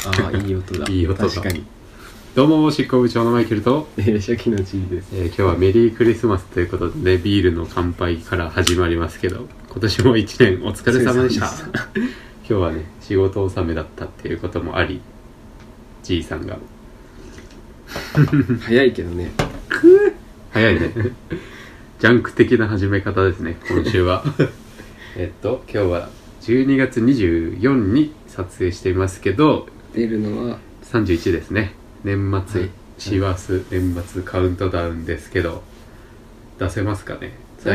ああいい音だいい音だ。 確かに。 どうも執行部長のマイケルと、 初期のGです、 今日はメリークリスマスということでね、ビールの乾杯から始まりますけど、今年も1年お疲れ様でした今日はね仕事納めだったっていうこともあり、 G さんが早いけどね。 早いねジャンク的な始め方ですね今週は今日は12月24に撮影していますけど、 出るのは 31ですね。年末、 はい、 師走年末カウントダウンですけど、出せますかね。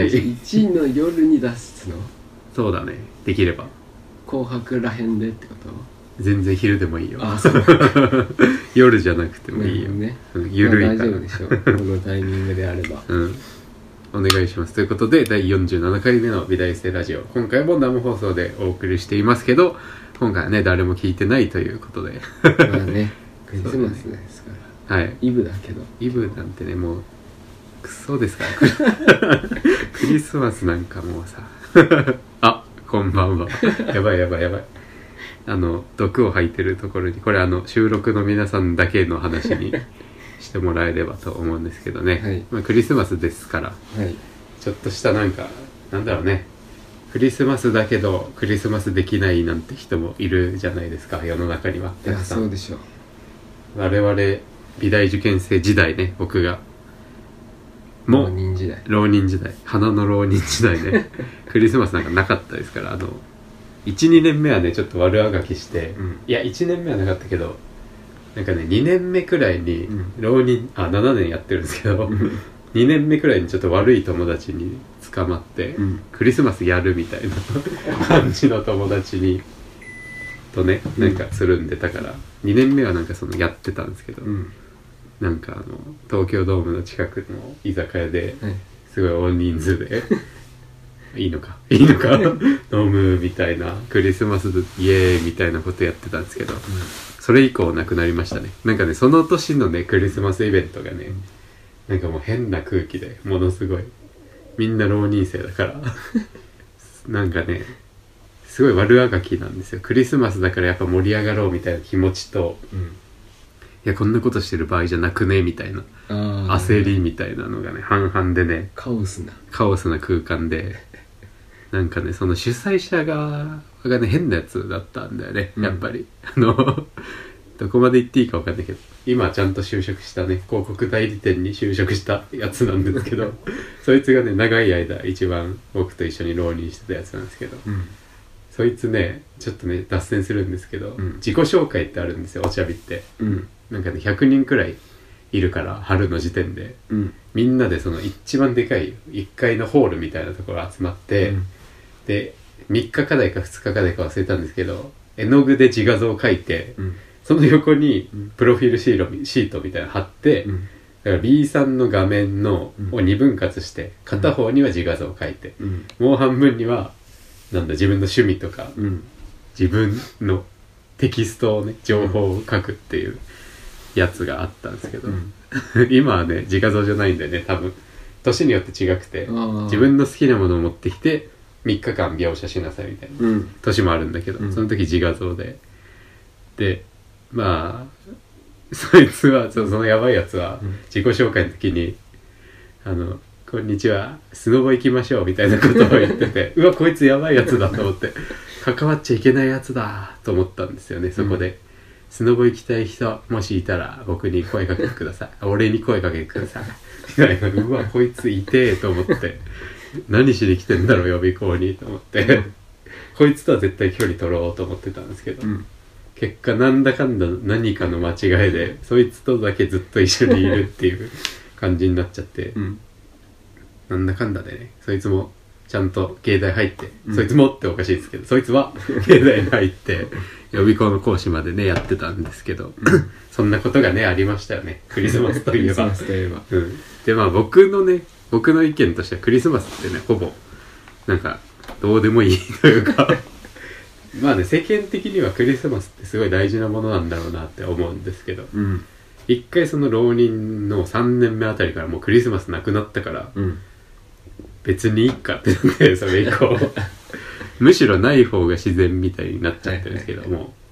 31の夜に出すのそうだね、できれば紅白らへんでってこと？ 全然昼でもいいよ。 あ、そう夜じゃなくてもいいよ、 ね、 ゆるいから、 大丈夫でしょこのタイミングであればお願いします。ということで第47回目の美大生ラジオ、今回も生放送でお送りしていますけど、今回はね誰も聞いてないということでまあねクリスマスですから、 はい、 イブだけど、 イブなんてねもうクソですからクリスマスなんかもうさあ、こんばんはやばい毒を吐いてるところに、これ収録の皆さんだけの話にしてもらえればと思うんですけどね、 はい、 まあ、クリスマスですから、 はい、 ちょっとしたなんだろうね、クリスマスだけどクリスマスできないなんて人もいるじゃないですか、世の中には。 いやそうでしょう。 我々美大受験生時代ね、僕がもう浪人時代花の浪人時代ねクリスマスなんかなかったですから、1,2 年目はねちょっと悪あがきして、いや1年目はなかったけど、なんかね2年目くらいに浪人、7年やってるんですけど2年目くらいにちょっと悪い友達に捕まって、クリスマスやるみたいな感じの友達にとねなんかつるんでたから、2年目はなんかそのやってたんですけど、なんか東京ドームの近くの居酒屋ですごい大人数でいいのか飲むみたいな、クリスマスイエーイみたいなことやってたんですけど、それ以降なくなりましたね。なんかねその年のねクリスマスイベントがね、なんかもう変な空気で、ものすごいみんな浪人生だからなんかねすごい悪あがきなんですよ。クリスマスだからやっぱ盛り上がろうみたいな気持ちと、いやこんなことしてる場合じゃなくねみたいな焦りみたいなのがね半々でね、 カオスな空間で、なんかねその主催者側がね変なやつだったんだよね、やっぱりどこまで言っていいか分かんないけど、今ちゃんと就職したね広告代理店に就職したやつなんですけどそいつがね長い間一番僕と一緒に浪人してたやつなんですけど、そいつねちょっとね脱線するんですけど、自己紹介ってあるんですよ、お茶日って、なんかね100人くらいいるから、春の時点で、みんなでその一番でかい1階のホールみたいなところ集まって、で3日課題か2日課題か忘れたんですけど、絵の具で自画像を描いて、その横にプロフィールシートみたいなの貼って、だから B さんの画面のを2分割して、片方には自画像を描いて、もう半分には自分の趣味とか、自分のテキストをね情報を書くっていうやつがあったんですけど、今はね自画像じゃないんだよね、多分年によって違くて、自分の好きなものを持ってきて3日間描写しなさいみたいな、年もあるんだけど、その時自画像でまあそいつはそのやばいやつは、自己紹介の時にこんにちはスノボ行きましょうみたいなことを言っててうわこいつやばいやつだと思って、関わっちゃいけないやつだと思ったんですよね。そこで、スノボ行きたい人もしいたら僕に声かけてください俺に声かけてくださいみたいな、うわこいついてーと思って何しに来てんだろう予備校にと思ってこいつとは絶対距離取ろうと思ってたんですけど、結果なんだかんだ何かの間違いでそいつとだけずっと一緒にいるっていう感じになっちゃって、なんだかんだでねそいつもちゃんと携帯入って、そいつもっておかしいですけど、そいつは携帯に入って予備校の講師までねやってたんですけど、そんなことがねありましたよね、クリスマスといえばでまあ僕の意見としてはクリスマスってねほぼなんかどうでもいいというかまあね世間的にはクリスマスってすごい大事なものなんだろうなって思うんですけど、一回その浪人の3年目あたりからもうクリスマスなくなったから、別にいいかってなって、それ以降むしろない方が自然みたいになっちゃってるんですけども、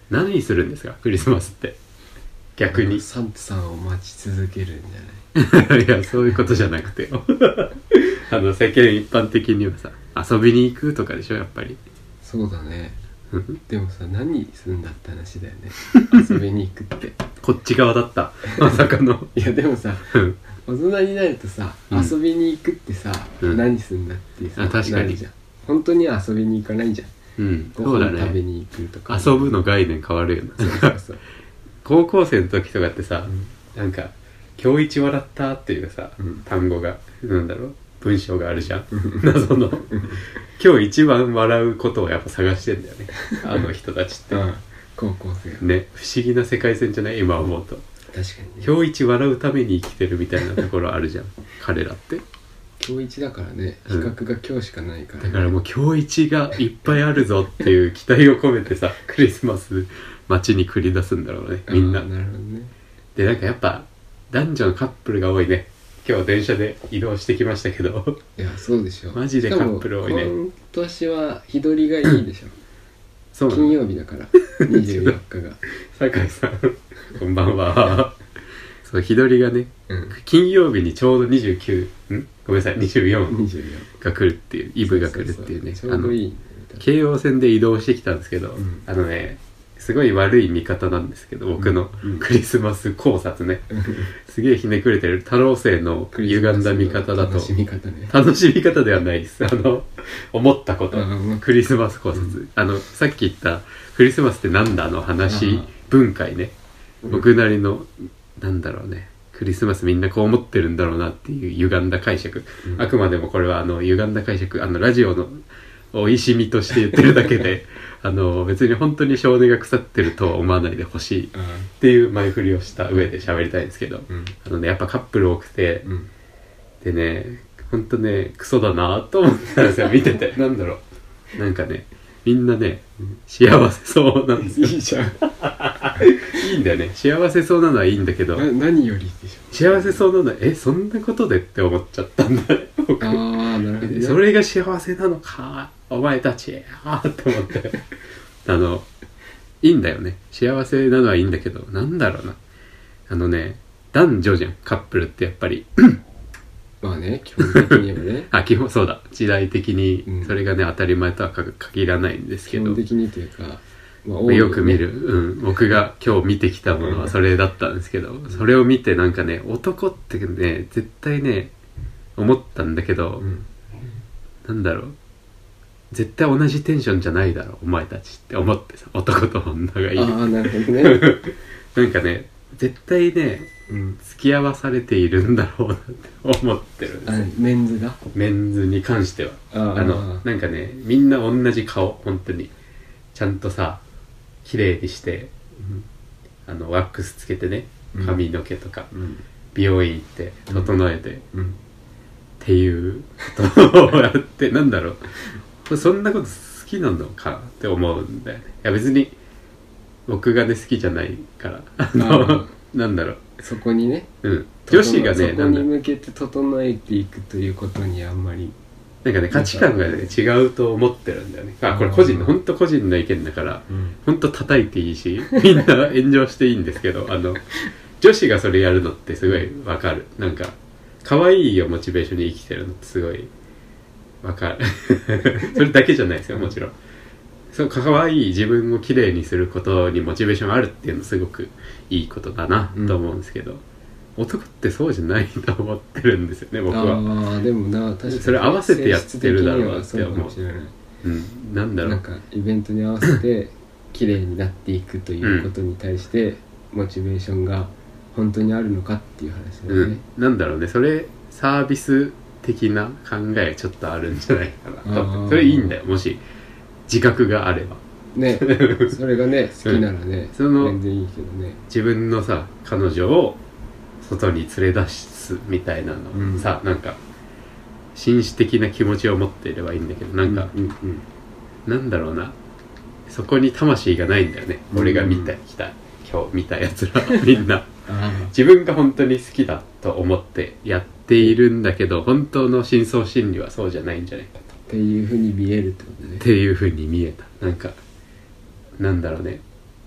何するんですかクリスマスって。逆にサンタさんを待ち続けるんじゃない？ いやそういうことじゃなくてよ世間一般的にはさ遊びに行くとかでしょやっぱり。 そうだねでもさ何するんだって話だよね遊びに行くってこっち側だったまさかのいやでもさうん大人になるとさ、 うん遊びに行くってさ、何するんだってさあ確かになるじゃん。本当には遊びに行かないじゃん。 うんごそうだね。 飯食べに行くとか遊ぶの概念変わるよね。 そうそうそう高校生の時とかってさ、 うんなんか今日一笑ったっていうさ、 うん単語がなんだろう文章があるじゃん謎の今日一番笑うことをやっぱ探してんだよねあの人たちってうん高校生がね不思議な世界線じゃない今思うと。 確かにね今日一笑うために生きてるみたいなところあるじゃん彼らって。 今日一だからね比較が今日しかないから、ねだからもう今日一がいっぱいあるぞっていう期待を込めてさクリスマス街に繰り出すんだろうねみんな。 なるほどね。 でなんかやっぱ男女のカップルが多いね。今日電車で移動してきましたけどいやそうでしょ。 マジでカップル多いね。 しかも今年は日取りがいいでしょそうなの金曜日だから24日が酒井さんこんばんはそう日取りがねうん金曜日にちょうど29ごめんなさい24 24 が来るっていうイブが来るっていうね。 ちょうどいいね京王線で移動してきたんですけど、 んあのねすごい悪い見方なんですけど僕のうんクリスマス考察ね、すげえひねくれてる太郎星の歪んだ見方だと楽しみ方ね楽しみ方ではないです思ったことうんクリスマス考察、さっき言ったクリスマスってなんだの話文化ね、僕なりのなんだろうねクリスマスみんなこう思ってるんだろうなっていう歪んだ解釈、あくまでもこれは歪んだ解釈ラジオのおいしみとして言ってるだけで別に本当に性根が腐ってるとは思わないでほしいっていう前振りをした上で喋りたいんですけど、やっぱカップル多くて、でね本当ねクソだなと思ったんですよ見ててなんだろうなんかねみんなね幸せそうなんですよ。 いいじゃんいいんだよね幸せそうなのはいいんだけど何よりでし幸せそうなのそんなことでって思っちゃったんだね僕。 ょ。ああなるほどね。 それが幸せなのかお前たちって思っていいんだよね幸せなのはいいんだけどなんだろうな男女じゃんカップルってやっぱりまあね基本的にはね基本そうだ時代的うにんそれがね当たり前とは限らないんですけど、 基本的にというか、まあ多いよく見る、僕が今日見てきたものはそれだったんですけど、それを見てなんかね男ってね絶対ね思ったんだけど、なんだろう絶対同じテンションじゃないだろお前たちって思ってさ男と女がいる。 ああなるほどねなんかね絶対ね付き合わされているんだろうなって思ってるんですよ。 メンズがメンズに関してはあなんかねみんな同じ顔本当にちゃんとさ綺麗にしてワックスつけてね髪の毛とか、美容院行って整えて、っていうことをやってなんだろうそんなこと好きなのかって思うんだよね。いや別に僕がね好きじゃないからなんだろうそこにね女子がねそこに向けて整えていくということにあんまりなんかね価値観がね違うと思ってるんだよね。これ個人の本当個人の意見だから本当叩いていいしみんな炎上していいんですけど女子がそれやるのってすごいわかる。なんか可愛いをモチベーションに生きてるのってすごいわかるそれだけじゃないですよもちろん。そう可愛い自分をきれいにすることにモチベーションあるっていうのはすごくいいことだなと思うんですけど、男ってそうじゃないと思ってるんですよね僕は。 ああでもな確かにそれ合わせてやってるだろうなって思う。 性質的にはそうかもしれない。 なんだろうなんかイベントに合わせて綺麗になっていくということに対してモチベーションが本当にあるのかっていう話だよね。 なんだろうねそれサービス的な考えちょっとあるんじゃないかなと思って。それいいんだよもし自覚があればねそれがね好きならね、全然いいけどね自分のさ彼女を外に連れ出すみたいなの、さなんか紳士的な気持ちを持っていればいいんだけどなんか、なんだろうなそこに魂がないんだよね、俺が見てきた今日見たやつらみんな自分が本当に好きだと思ってやっているんだけど本当の深層心理はそうじゃないんじゃないかとっていう風に見えるってことね。 っていう風に見えた。なんかなんだろうね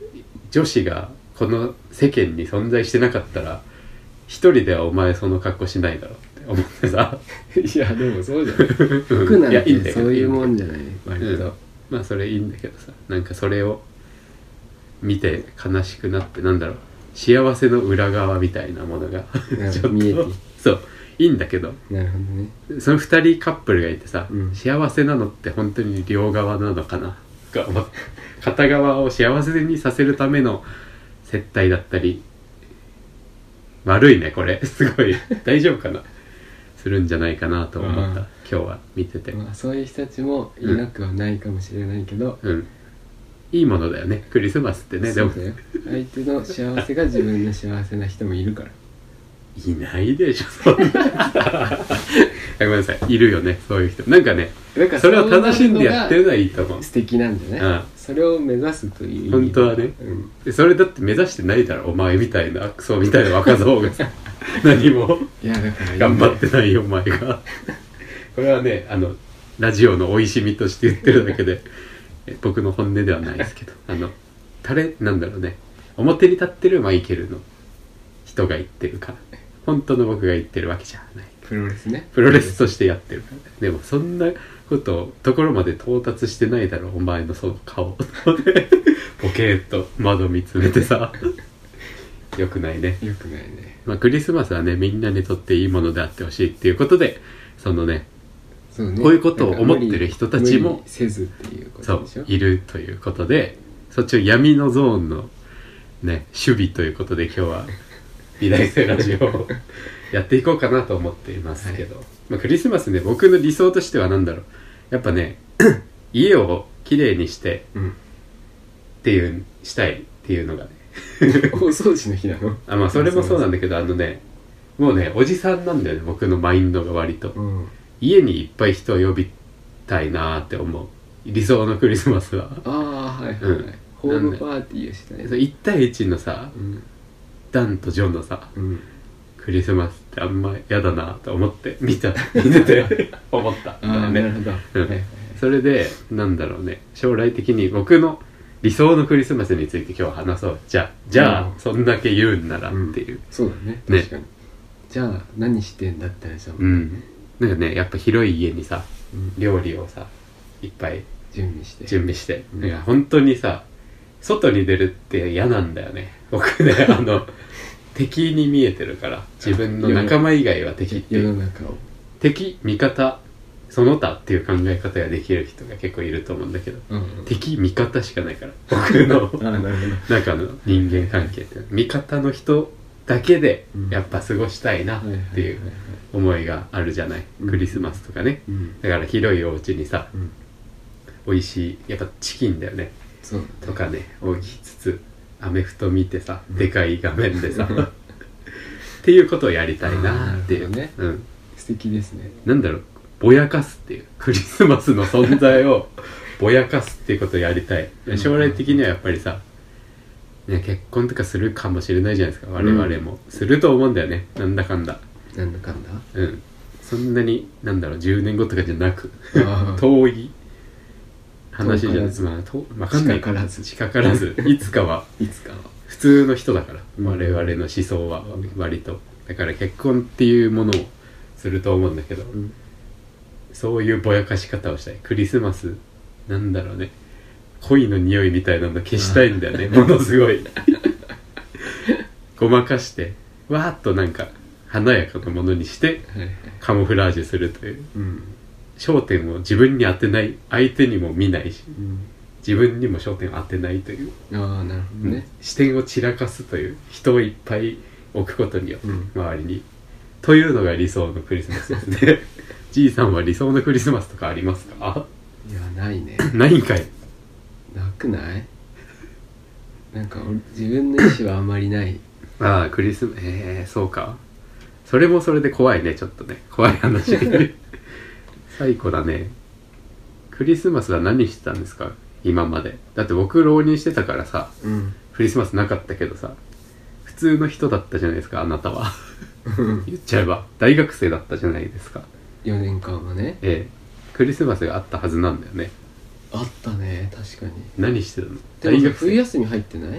女子がこの世間に存在してなかったら一人ではお前その格好しないだろって思ってさいやでもそうじゃない服なんいやいいんだよてそういうもんじゃない割と、 まあそれいいんだけどさ、なんかそれを見て悲しくなって、なんだろう、幸せの裏側みたいなものがちょっと見えてそういいんだけど、 なるほどね。 その2人カップルがいてさ、 うん幸せなのって本当に両側なのかなが思って、片側を幸せにさせるための接待だったり、悪いねこれすごい大丈夫かなするんじゃないかなと思った、 うん今日は見てて、 まあそういう人たちもいなくはないかもしれないけど、 うんいいものだよねクリスマスってね。でもそうだよ。相手の幸せが自分の幸せな人もいるから。 いないでしょそんなごめんなさい、いるよねそういう人。なんかねなんかそれを楽しんでやってるのはいいと思う。 素敵なんじゃない、 うんそれを目指すという意味で本当はねうん、 それだって目指してないだろお前みたいなクソみたいな若造がさ何もいやだからいいんだよ頑張ってないよお前がこれはねラジオのおいしみとして言ってるだけで僕の本音ではないですけど、なんだろうね、表に立ってるマイケルの人が言ってるから、本当の僕が言ってるわけじゃない。 プロレスね。 プロレスとしてやってるからね。でもそんなところまで到達してないだろお前のその顔ボケーっと窓見つめてさよくないね。 よくないね。 まあクリスマスはねみんなにとっていいものであってほしいっていうことで、そのねそうね、 こういうことを思ってる人たちも無理せずっていうこそうとでしょ。 いるということで、そっちを闇のゾーンのね守備ということで今日は美大生ラジオをやっていこうかなと思っていますけど、まあ、クリスマスね僕の理想としてはなんだろう、やっぱね家をきれいにしてうん、 っていうしたいっていうのがね大掃除の日なの。 まあそれもそうなんだけど、もうねおじさんなんだよね僕のマインドが割と、 うん、 家にいっぱい人を呼びたいなーって思う。理想のクリスマスはああはいはい、はいうんホームパーティーをしたい、 そう1対1のさうんダンとジョンのさうん、 クリスマスってあんま嫌だなと思って見てて思ったああ、なるほど、 うんはいはい、 それでなんだろうね、将来的に僕の理想のクリスマスについて今日は話そう。じゃあ、 うんそんだけ言うんならっていう、 そうだねね確かに、じゃあ何してんだって話だもうんん、なんかねやっぱ広い家にさうん料理をさいっぱい準備して準備して、 うんなんか本当にさ外に出るって嫌なんだよね僕ね敵に見えてるから自分の仲間以外は敵って世の中を、 敵味方その他っていう考え方ができる人が結構いると思うんだけど、 うんうん、 敵味方しかないから僕のああなるほど、 中の人間関係って味方の人だけでうんやっぱ過ごしたいなっていう思いがあるじゃない、 うんクリスマスとかね、 うんだから広いお家にさうん、 美味しいやっぱチキンだよねそうとかね置きつつアメフト見てさ、 うんでかい画面でさっていうことをやりたいなっていう、 なるほどねうん、 素敵ですね。 なんだろうぼやかすっていうクリスマスの存在をぼやかすっていうことをやりたい。将来的にはやっぱりさ、ね、結婚とかするかもしれないじゃないですか我々も、すると思うんだよねなんだかんだ。 なんだかんだうんそんなになんだろう10年後とかじゃなくあー遠い話じゃない遠からずわかんない近からず近からずいつかはいつかは普通の人だから、 うん我々の思想は割とだから結婚っていうものをすると思うんだけど、 うんそういうぼやかし方をしたい。クリスマスなんだろうね恋の匂いみたいなの消したいんだよねものすごいごまかしてわーっとなんか華やかなものにしてはいはいカモフラージュするといううん焦点を自分に当てない相手にも見ないしうん自分にも焦点を当てないという、 ああなるほどね、 視点を散らかすという人をいっぱい置くことによって、 うん周りにというのが理想のクリスマスですねじいさんは理想のクリスマスとかありますか？ いやないねないんかい。 なくないなんか俺自分の意思はあまりないああクリスマそうか。それもそれで怖いねちょっとね怖い話最高だね。クリスマスは何してたんですか今まで。だって僕浪人してたからさうんクリスマスなかったけどさ普通の人だったじゃないですかあなたは言っちゃえば大学生だったじゃないですか。 4年間はねクリスマスがあったはずなんだよね。 あったね確かに。 何してたのでも大学生。 冬休み入ってない？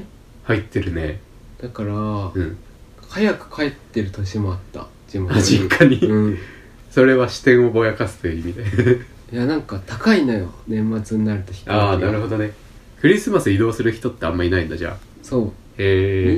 入ってるね。 だから、 うん。 早く帰ってる年もあった地元あ、実家に、 うん、 それは視点をぼやかすという意味でいやなんか高いのよ年末になると飛行機が。 ああ、なるほどね。クリスマス移動する人ってあんまいないんだじゃあ。 そうへえ。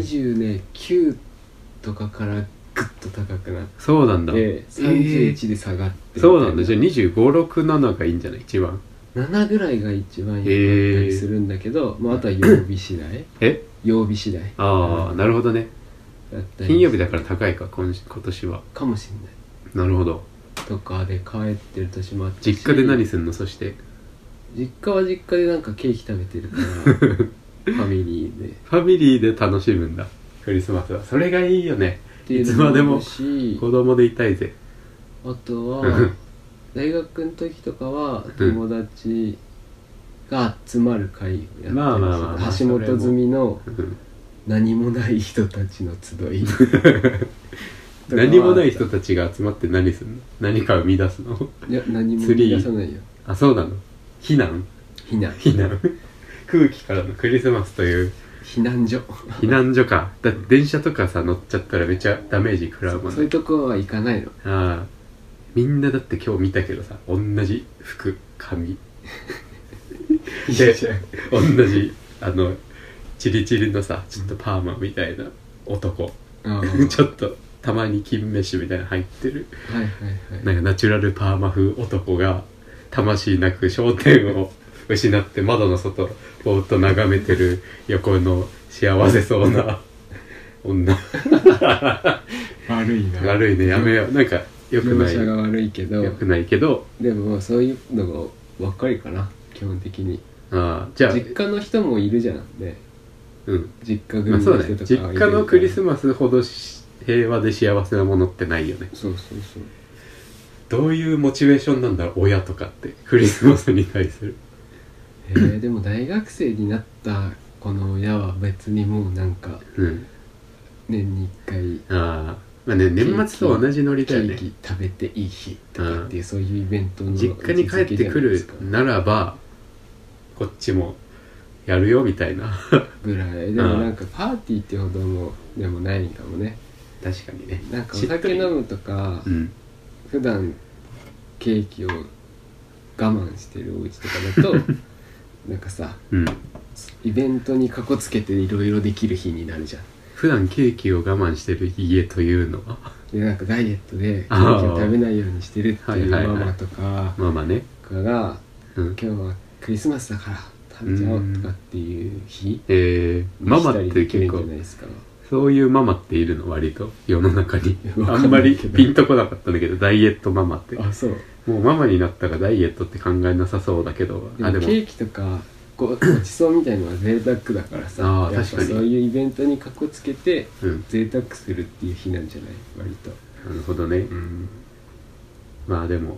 29とかからグッと高くなっそうなんだ。 て31で下がってみたいそうなんだ。じゃあ25、6、7がいいんじゃない一番。 7ぐらいが一番良かったりするんだけど、まあ、あとは曜日次第曜日次第ああ、なるほどね。 だったり金曜日だから高いか今年は。 かもしれないなるほど。 とかで帰ってる年もあったし、 実家で何すんの？そして実家は実家でなんかケーキ食べてるからファミリーでファミリーで楽しむんだクリスマスは。それがいいよね。 っていいうつのもあるまでもし、 子供でいたいぜ。 あとは大学の時とかは友達が集まる会をやってる、 まあまあまあまあ橋本済みのうん何もない人たちの集い何もない人たちが集まって何するの？何か生み出すの？ いや何も生み出さないよ。 あ、そうなの。避難避難空気からのクリスマスという避難所避難所か。だって電車とかさ乗っちゃったらめっちゃダメージ食らうもんね。 そういうとこは行かないの。 ああ、みんなだって今日見たけどさ、同じ服髪で同じチリチリのさちょっとパーマみたいな男ちょっとたまに金メッシュみたいなの入ってる、 はいはいはい、 なんかナチュラルパーマ風男が魂なく商店を失って窓の外をぼーっと眺めてる横の幸せそうな女悪いな。 悪いね、やめよう。なんか良くない、 描写が悪いけど良くないけど、 でもそういうのがばっかりかな基本的に。 ああ、じゃあ実家の人もいるじゃんね。 うん、 実家組まあそうだね、 の人とか実家のクリスマスほど平和で幸せなものってないよね。 そうそうそう。 どういうモチベーションなんだろう、親とかってクリスマスに対する。 でも大学生になったこの親は別にもうなんかうん、 年に1回ああ、まあね、年末と同じノリだよね。 ケーキ食べていい日とかっていうそういうイベントの実家に帰ってくるならばこっちもやるよみたいなぐらいでもなんかパーティーってほどもでもないかもね。 確かにね。 なんかお酒飲むとか、 うん、 普段ケーキを我慢してるお家とかだとなんかさ、 うん、 イベントにかこつけていろいろできる日になるじゃん。 普段ケーキを我慢してる家というのはでなんかダイエットでケーキを食べないようにしてるっていうママとかママねが、 うん、 今日はクリスマスだから食べちゃおうとかっていう日ママって結構そういうママっているの？割と世の中にあんまりピンとこなかったんだけど、ダイエットママって。 あ、そう。 もうママになったらダイエットって考えなさそうだけど、 でもケーキとかごちそうみたいのは贅沢だからさ、やっぱそういうイベントにかこつけて贅沢するっていう日なんじゃない？割と。 なるほどね、 うん、 まあでも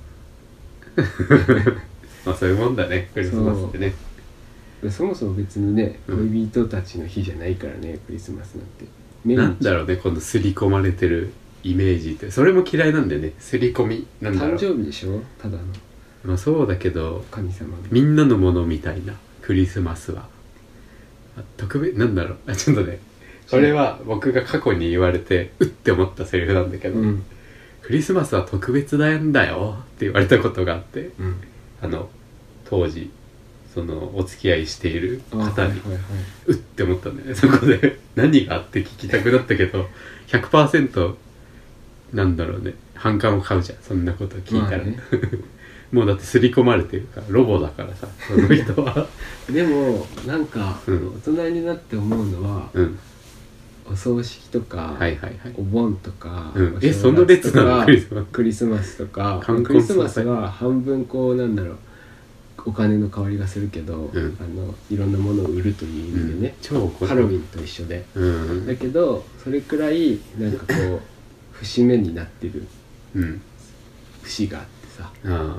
まあそういうもんだね、クリスマスってね。 そもそも別にね、恋人たちの日じゃないからね、クリスマスなんて。 なんだろうね、この刷り込まれてるイメージって。それも嫌いなんだよね、刷り込み。なんだろう、 誕生日でしょ、ただの。 まあそうだけど、 神様のみんなのものみたいなクリスマスは特別なんだろう。ちょっとね、これは僕が過去に言われてうって思ったセリフなんだけど、クリスマスは特別なんだよって言われたことがあって、当時そのお付き合いしている方にうって思ったんだよね。そこで何があって聞きたくなったけど 100% なんだろうね、反感を買うじゃん、そんなこと聞いたら、ね、もうだって刷り込まれてるから、ロボだからさ、その人はでもなんか、大人になって思うのは、お葬式とか、お盆とか、 その列なの？ クリスマスとかクリスマスは半分こうなんだろう、お金の代わりがするけど、いろんなものを売るという意味でね、ハロウィンと一緒で、だけどそれくらいなんかこう節目になってる節があってさ、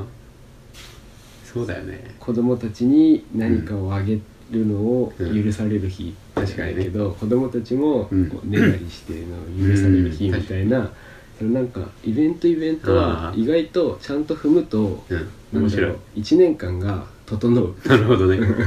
そうだよね、 子供たちに何かをあげるのを許される日じゃないけど、子供たちもねだりしてのを許される日みたいな、なんかイベントは意外とちゃんと踏むと、 面白い、 1年間が整う。 なるほどね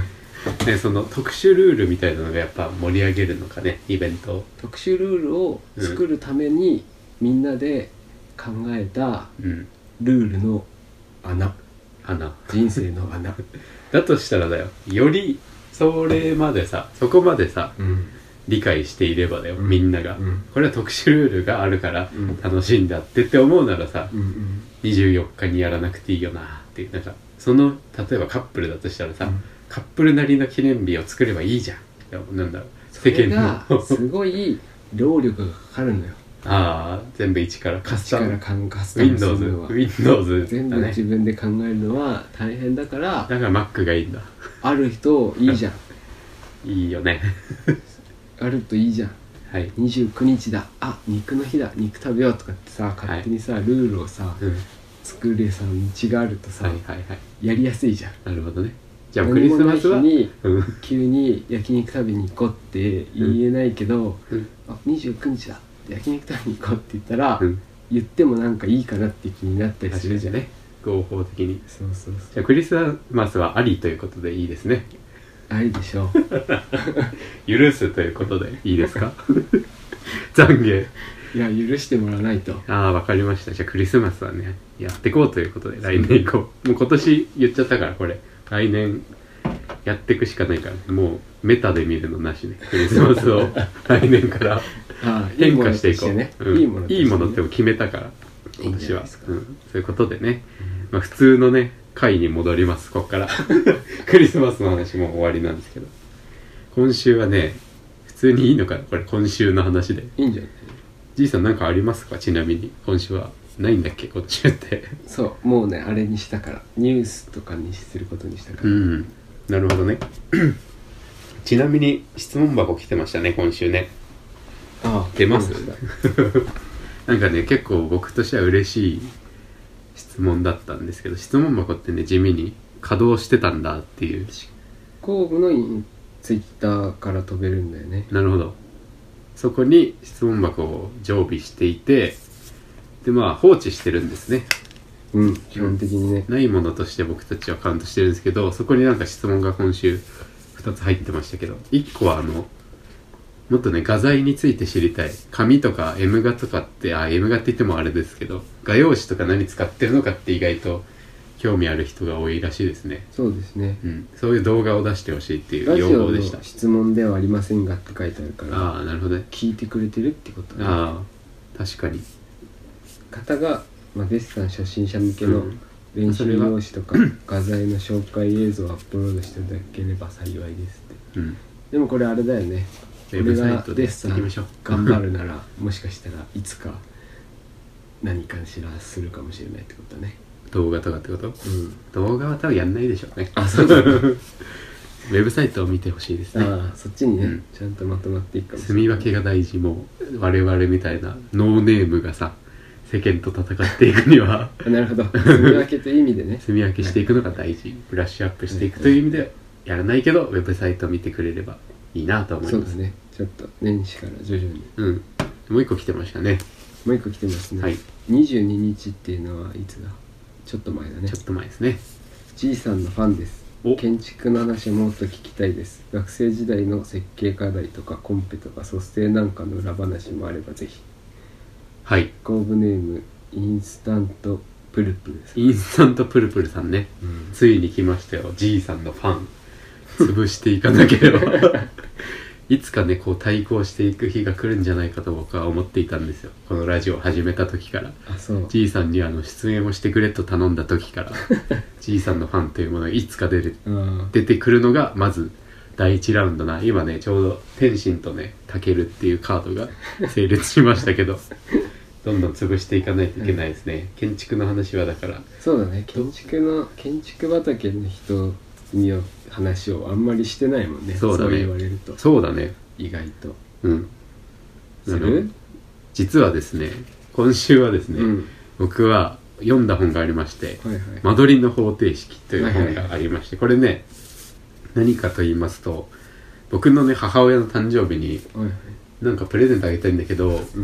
ね、その特殊ルールみたいなのがやっぱ盛り上げるのかね、イベントを。 特殊ルールを作るために、みんなで考えたルールの穴、人生の穴だとしたらだよ、よりそれまでさ、そこまでさ、理解していればだよ、みんなが、これは特殊ルールがあるから楽しいんだって思うならさ、24日にやらなくていいよなっていう、なんかその例えばカップルだとしたらさ、カップルなりの記念日を作ればいいじゃん。なんだろう、 世間のすごい労力がかかるのよ。 ああ、全部一からカスタムするのは Windows 全部自分で考えるのは大変だから、 だから Mac がいいんだ。 ある人いいじゃんいいよねあるといいじゃん。 はい、 29日だ、あ、肉の日だ、肉食べようとかってさ、勝手にさ、ルールをさ、作れさ、道があるとさ、やりやすいじゃん。 なるほどね。じゃあクリスマスはに急に焼肉食べに行こうって言えないけど、あ、29日だ、焼肉食べに行こうって言ったら、言ってもなんかいいかなって気になったりするじゃんね、 合法的に。 そうそうそう。 じゃあクリスマスはありということでいいですね。 ありでしょう許すということでいいですか懺悔。 いや、許してもらわないと。 ああ、わかりました。じゃあクリスマスはね、やっていこうということで、来年以降もう今年言っちゃったから、これ来年やっていくしかないから、もうメタで見るのなしね、クリスマスを来年から変化していこう。いいものって決めたから今年は。そういうことでね、まあ、普通のね回に戻ります。ここからクリスマスの話も終わりなんですけど、今週はね、普通にいいのかな、これ今週の話で。 いいんじゃない。 じいさんなんかありますか。ちなみに今週はないんだっけ、今週って。 そう、もうね、あれにしたから、ニュースとかにすることにしたから。 なるほどねちなみに質問箱来てましたね、今週ね。 ああ、 出ますなんかね、結構僕としては嬉しい質問だったんですけど、質問箱ってね、地味に稼働してたんだっていう。 後部のツイッターから飛べるんだよね。 なるほど。そこに質問箱を常備していて、でまあ放置してるんですね。 基本的にね、 ないものとして僕たちはカウントしてるんですけど、そこになんか質問が今週2つ入ってましたけど、1個はもっとね、画材について知りたい。紙とか M 画とかって、M 画って言ってもあれですけど、画用紙とか何使ってるのかって意外と興味ある人が多いらしいですね。 そうですね、 そういう動画を出してほしいっていう要望でした。 ラジオの質問ではありませんがって書いてあるから、 なるほどね。 聞いてくれてるってことね。 確かに。 方が、デッサン初心者向けの練習用紙とか画材の紹介映像をアップロードしていただければ幸いですって。でもこれあれだよね、 ウェブサイトでデッサン頑張るならもしかしたらいつか何かしらするかもしれないってことだね。 動画とかってこと？動画は多分やんないでしょうね。 そうだねウェブサイトを見てほしいですね。 そっちにね、ちゃんとまとまっていくかもしれない。 住み分けが大事。もう我々みたいなノーネームがさ、世間と戦っていくにはなるほど、住み分けという意味でね住み分けしていくのが大事、ブラッシュアップしていくという意味でやらないけど、ウェブサイトを見てくれればいいなと思います。 そうだね、ちょっと年始から徐々に。 もう一個来てましたね。 もう一個来てますね。22日っていうのはいつだ。ちょっと前だね。 ちょっと前ですね。 G さんのファンです。建築の話をもっと聞きたいです。学生時代の設計課題とかコンペとか卒生なんかの裏話もあればぜひ。 はい。 コーブネームインスタントプルプルさん。 インスタントプルプルさんね、ついに来ましたよ。 G さんのファン潰していかなければいつかね、こう対抗していく日が来るんじゃないかと僕は思っていたんですよ。このラジオを始めた時から。G さんに出演をしてくれと頼んだ時からG さんのファンというものがいつか出てくるのがまず第1ラウンドな。今ね、ちょうど天心とね、タケルっていうカードが成立しましたけどどんどん潰していかないといけないですね、建築の話は。だからそうだね、建築畑の人に話をあんまりしてないもんね。 そうだね、 そう言われると。 そうだね、 意外とする。実はですね、今週はですね、僕は読んだ本がありまして、間取りの方程式という本がありまして、これね、何かと言いますと、僕のね、母親の誕生日になんかプレゼントあげたいんだけど、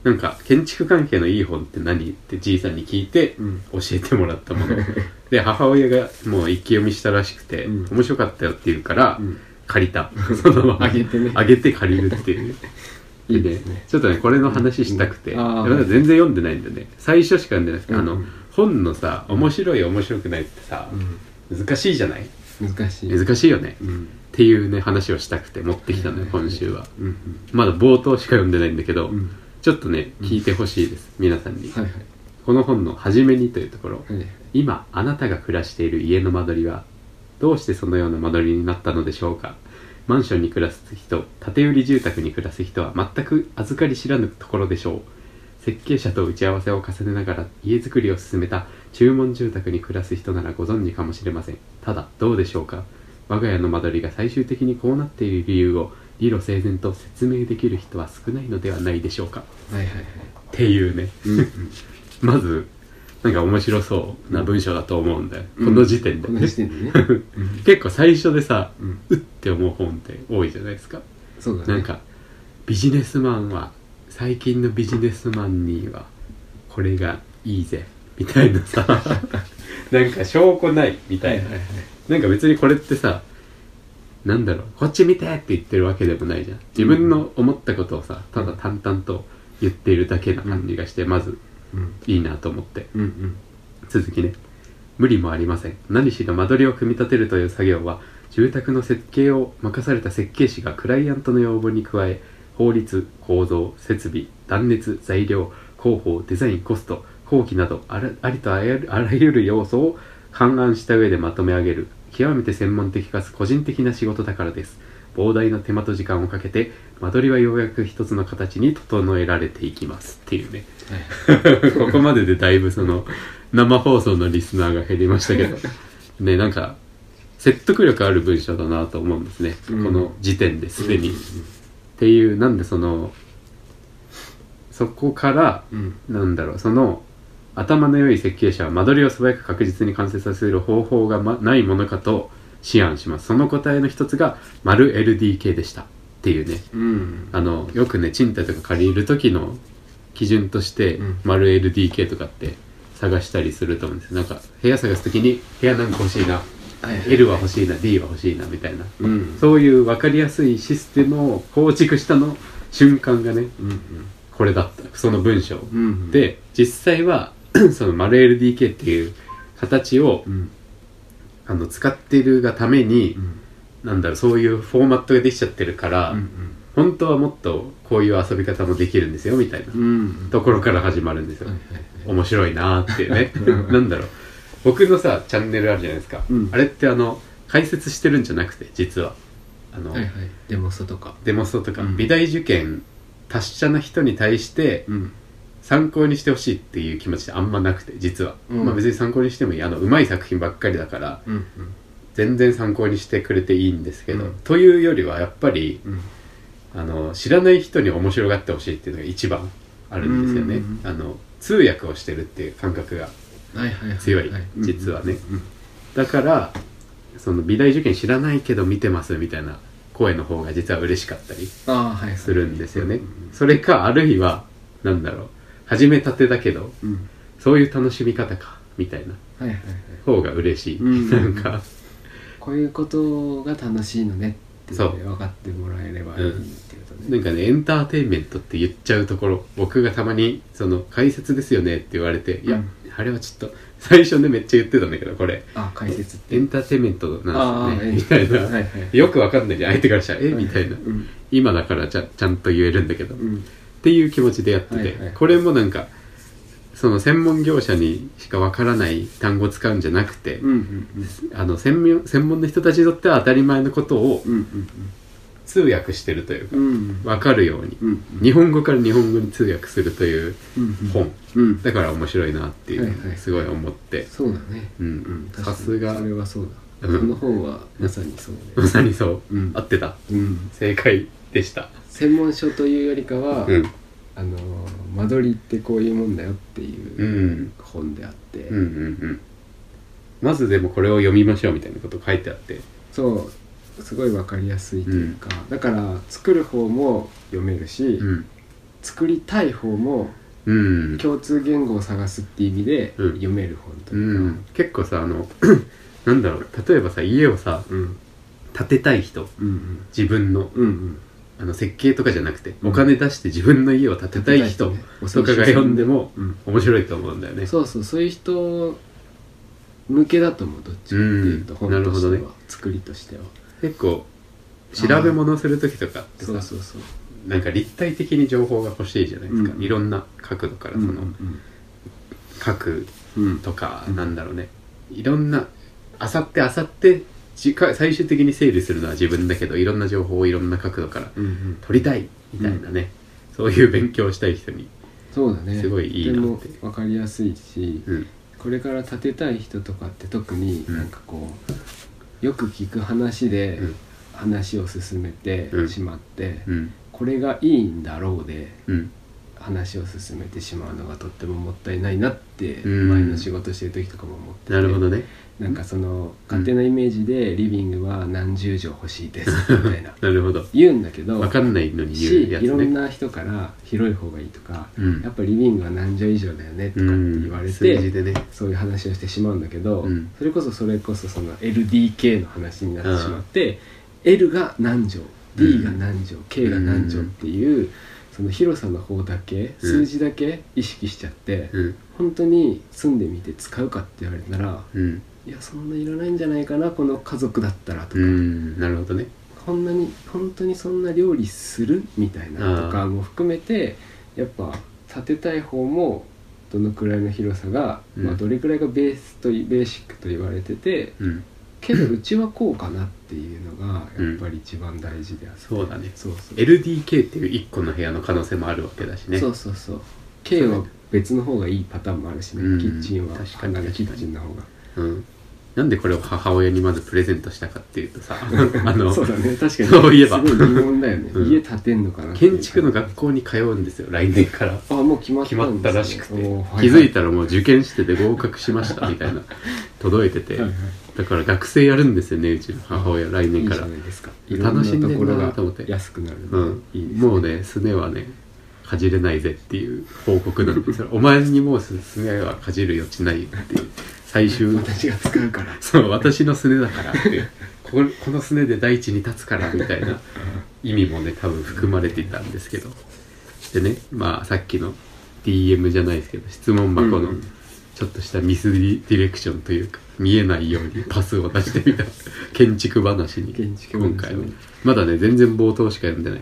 なんか建築関係のいい本って何ってじいさんに聞いて教えてもらったもの、で母親がもう一気読みしたらしくて、面白かったよって言うから、借りたそのままあげてね、 あげて借りるっていういいですね。ちょっとねこれの話したくて、まだ全然読んでないんだよね。最初しか読んでなくて、本のさ面白い面白くないってさ、難しいじゃない。難しいよね、っていうね話をしたくて持ってきたのよ、今週は。まだ冒頭しか読んでないんだけど、ちょっとね聞いてほしいです、皆さんに。この本の初めにというところ、今あなたが暮らしている家の間取りはどうしてそのような間取りになったのでしょうか。マンションに暮らす人、建売り住宅に暮らす人は全く預かり知らぬところでしょう。設計者と打ち合わせを重ねながら家づくりを進めた注文住宅に暮らす人ならご存知かもしれません。ただどうでしょうか。我が家の間取りが最終的にこうなっている理由を理路整然と説明できる人は少ないのではないでしょうか。っていうね、まずなんか面白そうな文章だと思うんだよ、この時点で、結構最初でさ、うって思う本って多いじゃないですか。そうだね。なんかビジネスマンは最近のビジネスマンにはこれがいいぜみたいなさなんか証拠ないみたいな、なんか別にこれってさ、なんだろう、こっち見てって言ってるわけでもないじゃん。自分の思ったことをさただ淡々と言っているだけな感じがして、まずいいなと思って、続きね。無理もありません。何しろ間取りを組み立てるという作業は住宅の設計を任された設計士がクライアントの要望に加え、法律、構造、設備、断熱、材料、広報、デザイン、コスト、工期などありとあらゆる要素を勘案した上でまとめ上げる極めて専門的かつ個人的な仕事だからです。膨大な手間と時間をかけて間取りはようやく一つの形に整えられていきますっていうね、ここまででだいぶその生放送のリスナーが減りましたけどね、なんか説得力ある文章だなと思うんですね、この時点ですでに、っていう。なんでそこから、なんだろう、その頭の良い設計者は間取りを素早く確実に完成させる方法が、ないものかと思案します。その答えの一つが丸 LDK でしたっていうね、よくね賃貸とか借りる時の基準として、丸 LDK とかって探したりすると思うんですよ。なんか部屋探す時に部屋何個欲しいな、L は欲しいな、 D は欲しいなみたいな、そういう分かりやすいシステムを構築したの瞬間がね、これだった、その文章、で実際はその丸 LDK っていう形を、使っているがために、なんだろう、そういうフォーマットができちゃってるから、本当はもっとこういう遊び方もできるんですよみたいな、ところから始まるんですよ、面白いなーってねなんだろう、僕のさチャンネルあるじゃないですか、あれって解説してるんじゃなくて、実はデモストとか美大受験達者な人に対して、参考にしてほしいっていう気持ちってあんまなくて、実は、別に参考にしてもいい、うまい作品ばっかりだから、全然参考にしてくれていいんですけど、というよりはやっぱり、知らない人に面白がってほしいっていうのが一番あるんですよね、通訳をしてるっていう感覚が強い、実はね、だからその美大受験知らないけど見てますみたいな声の方が実は嬉しかったりするんですよね。それかあるいはなんだろう、始めたてだけど、そういう楽しみ方かみたいな方が嬉しい、なんかこういうことが楽しいのねって分かってもらえればいいっていうことね、 なんかねエンターテインメントって言っちゃうところ、僕がたまにその解説ですよねって言われて、いやあれはちょっと最初ねめっちゃ言ってたんだけど、これ解説ってエンターテインメントなんですよねみたいな、よくわかんないじゃん相手からしたらみたいな、今だからちゃんと言えるんだけど、っていう気持ちでやってて、これもなんかその専門業者にしかわからない単語を使うんじゃなくて、専門の人たちにとっては当たり前のことを通訳してるというか、わかるように、日本語から日本語に通訳するという本、だから面白いなっていうすごい思って、 そうだね、 さすがそれはそうだ、その本はまさにそうね、 まさにそう、合ってた、正解でした。 専門書というよりかは、間取りってこういうもんだよっていう本であって、 まずでもこれを読みましょうみたいなこと書いてあって、 そうすごい分かりやすいというか、だから作る方も読めるし、 作りたい方も共通言語を探すっていう意味で読める本というか、 結構さなんだろう、例えばさ家をさ、建てたい人、自分の、設計とかじゃなくて、お金出して自分の家を建てたい人とかが読んでも面白いと思うんだよね。 そういう人向けだと思う。どっちかっていうと、本としては、作りとしては結構調べ物する時とかってさ、なんか立体的に情報が欲しいじゃないですか、いろんな角度からその、角とか、なんだろうね、いろんなあさって最終的に整理するのは自分だけど、いろんな情報をいろんな角度から取りたいみたいなね、そういう勉強をしたい人にそうだね、 すごいいいなって。 分かりやすいし、これから建てたい人とかって特になんかこう、よく聞く話で話を進めてしまって、これがいいんだろうで話を進めてしまうのがとってももったいないなって前の仕事してる時とかも思ってて、 なるほどね。 なんかその勝手なイメージでリビングは何十畳欲しいですみたいななるほど言うんだけど、 分かんないのに言うやつね。 いろんな人から広い方がいいとか、やっぱリビングは何畳以上だよねとかって言われて、数字でね、そういう話をしてしまうんだけど、それこそその LDK の話になってしまって、L が何畳 D が何畳 K が何畳っていうその広さの方だけ、数字だけ意識しちゃって、本当に住んでみて使うかって言われたら、いやそんないらないんじゃないかなこの家族だったらとか、 なるほどね、 本当にそんな料理するみたいなとかも含めて、やっぱ建てたい方もどのくらいの広さが、どれくらいがベーシックと言われてて、けどうちはこうかなっていうのがやっぱり一番大事であって、 そうだね。LDK っていう1個の部屋の可能性もあるわけだしね。 そう K は別の方がいいパターンもあるしね、キッチンは離れキッチンの方が、 なんでこれを母親にまずプレゼントしたかっていうとさそうだね、確かにそういえばすごい疑問だよね、家建てんのかなって。 建築の学校に通うんですよ来年から。 もう決まったらしくて、気づいたらもう受験してて合格しましたみたいな届いてて、だから学生やるんですよね、うちの母親来年から。楽しんでるなと思って、 安くなる、 もうねすねはねかじれないぜっていう報告なんですよお前にもうすねはかじる余地ないっていう最終私が使うから、 そう私のすねだからってこのすねで大地に立つからみたいな意味もね多分含まれていたんですけど、でね、さっきの DM じゃないですけど質問箱のちょっとしたミスディレクションというか見えないようにパスを出してみた建築話に今回はまだね全然冒頭しか読んでない、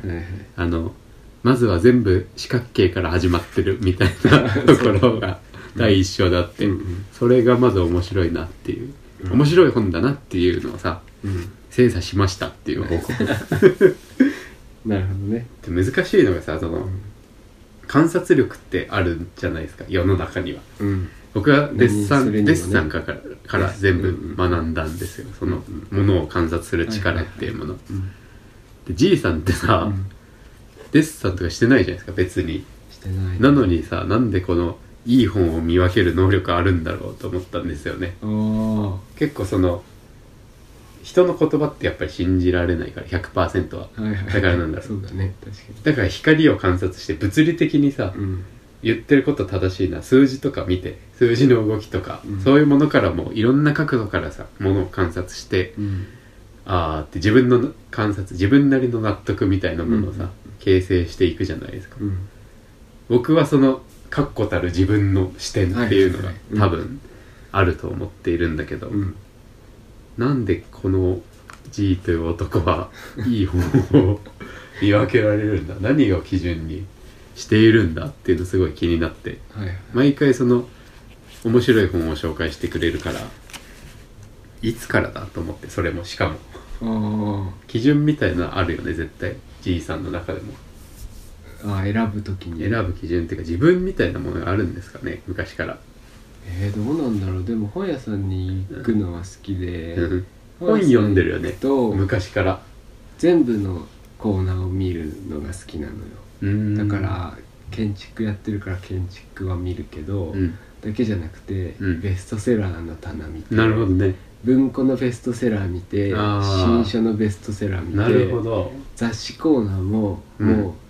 まずは全部四角形から始まってるみたいなところが第一章だって、それがまず面白いなっていう、面白い本だなっていうのをさ、精査しましたっていう報告なるほどね。 で難しいのがさ、その、観察力ってあるんじゃないですか世の中には、僕はデッサンから全部学んだんですよ、そのものを観察する力っていうもの、でじいさんってさ、デッサンとかしてないじゃないですか別に。 してない、 なのにさ、なんでこのいい本を見分ける能力あるんだろうと思ったんですよね。結構その人の言葉ってやっぱり信じられないから 100% は、だからなんだろう、 そうだね、確かに。 だから光を観察して物理的にさ、言ってること正しいな、数字とか見て数字の動きとか、そういうものからもいろんな角度からさものを観察して、って自分の観察、自分なりの納得みたいなものをさ、形成していくじゃないですか、僕はその確固たる自分の視点っていうのが多分あると思っているんだけど、なんでこの G という男はいい本を見分けられるんだ何を基準にしているんだっていうのすごい気になって、毎回その面白い本を紹介してくれるから、いつからだと思って、それもしかも基準みたいなのあるよね絶対 G さんの中でも。 選ぶときに選ぶ基準っていうか自分みたいなものがあるんですかね昔から。 どうなんだろう。でも本屋さんに行くのは好きで、 本読んでるよね昔から。 全部のコーナーを見るのが好きなのよ。だから建築やってるから建築は見るけど、だけじゃなくて、ベストセラーの棚見て、 なるほどね、 文庫のベストセラー見て、新書のベストセラー見て、 なるほど、 雑誌コーナーも、もう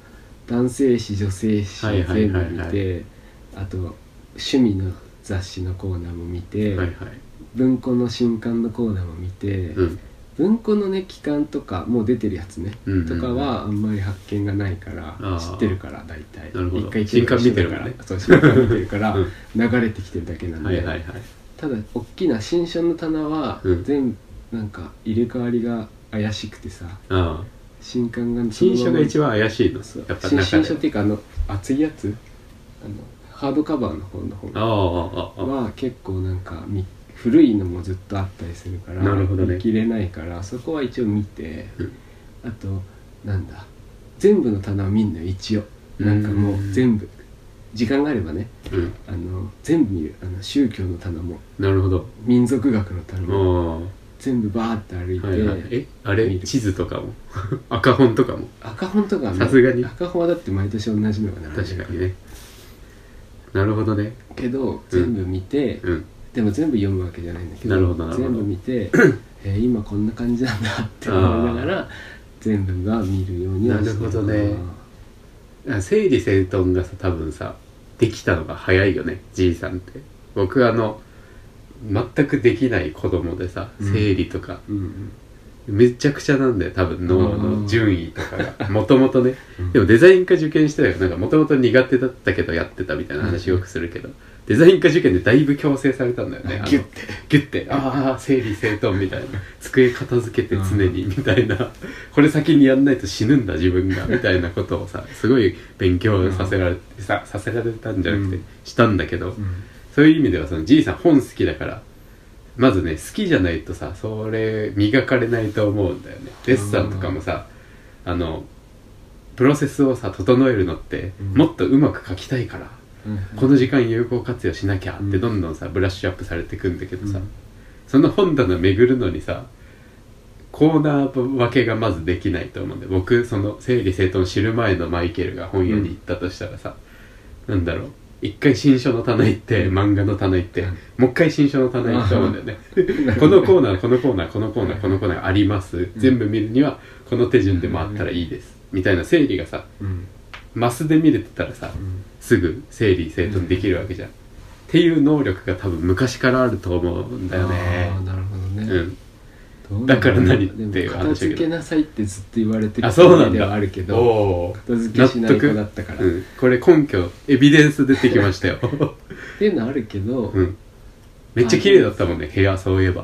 男性誌女性誌全部見て、あと趣味の雑誌のコーナーも見て、はいはい、文庫の新刊のコーナーも見て、うん、文庫のね期間とかもう出てるやつね、うんうんうん、とかはあんまり発見がないから知ってるから大体一回新刊見てるから、ね、 そう新刊見てるから流れてきてるだけなんで、はいはいはい、ただ大きな新書の棚は全部なんか入れ替わりが怪しくてさ、新刊が新書が一番怪しいのやっぱ新書っていうか厚いやつハードカバーの方の方は結構なんか古いのもずっとあったりするから、 なるほどね、 見切れないからそこは一応見て、うん、あとなんだ全部の棚を見んのよ一応なんかもう全部時間があればね、うん、全部見る宗教の棚もなるほど民族学の棚も全部バーって歩いて、はいはい、 あれ地図とかも赤本とかも赤本とかさすがに赤本はだって毎年同じのが並んでる確かにねなるほどねけど全部見て、うん、でも全部読むわけじゃないんだけど、 なるほど全部見て今こんな感じなんだって思いながら全部が見るようにはしてる。 なるほどね。整理整頓がさ多分さできたのが早いよねじいさんって。僕全くできない子供でさ、整理とか、うんうん、めちゃくちゃなんだよ多分脳の順位とかがもともとね、でもデザイン科受験してたよ。なんかもともと苦手だったけどやってたみたいな話よくするけど、デザイン科受験でだいぶ強制されたんだよね。 ギュッてああ整理整頓みたいな机片付けて常にみたいなこれ先にやんないと死ぬんだ自分がみたいなことをさすごい勉強させられたんじゃなくてしたんだけど、そういう意味ではそのじいさん本好きだからまずね好きじゃないとさそれ磨かれないと思うんだよね。デッサンとかもさプロセスをさ整えるのってもっとうまく描きたいから、この時間有効活用しなきゃってどんどんさブラッシュアップされていくんだけどさ、その本棚巡るのにさコーナー分けがまずできないと思うんで、僕その整理整頓知る前のマイケルが本屋に行ったとしたらさ、なんだろう一回新書の棚行って漫画の棚行ってもう一回新書の棚行くと思うんだよねこのコーナーこのコーナーこのコーナーこのコーナーあります、全部見るにはこの手順で回ったらいいですみたいな整理がさ、マスで見れてたらさ、すぐ整理整頓できるわけじゃん、っていう能力が多分昔からあると思うんだよね。 なるほどね、 だから何っていう話だけど、 片付けなさいってずっと言われてる人ではあるけど片付けしない子だったから、 これ根拠エビデンス出てきましたよっていうのはあるけど、 めっちゃ綺麗だったもんね部屋。そういえば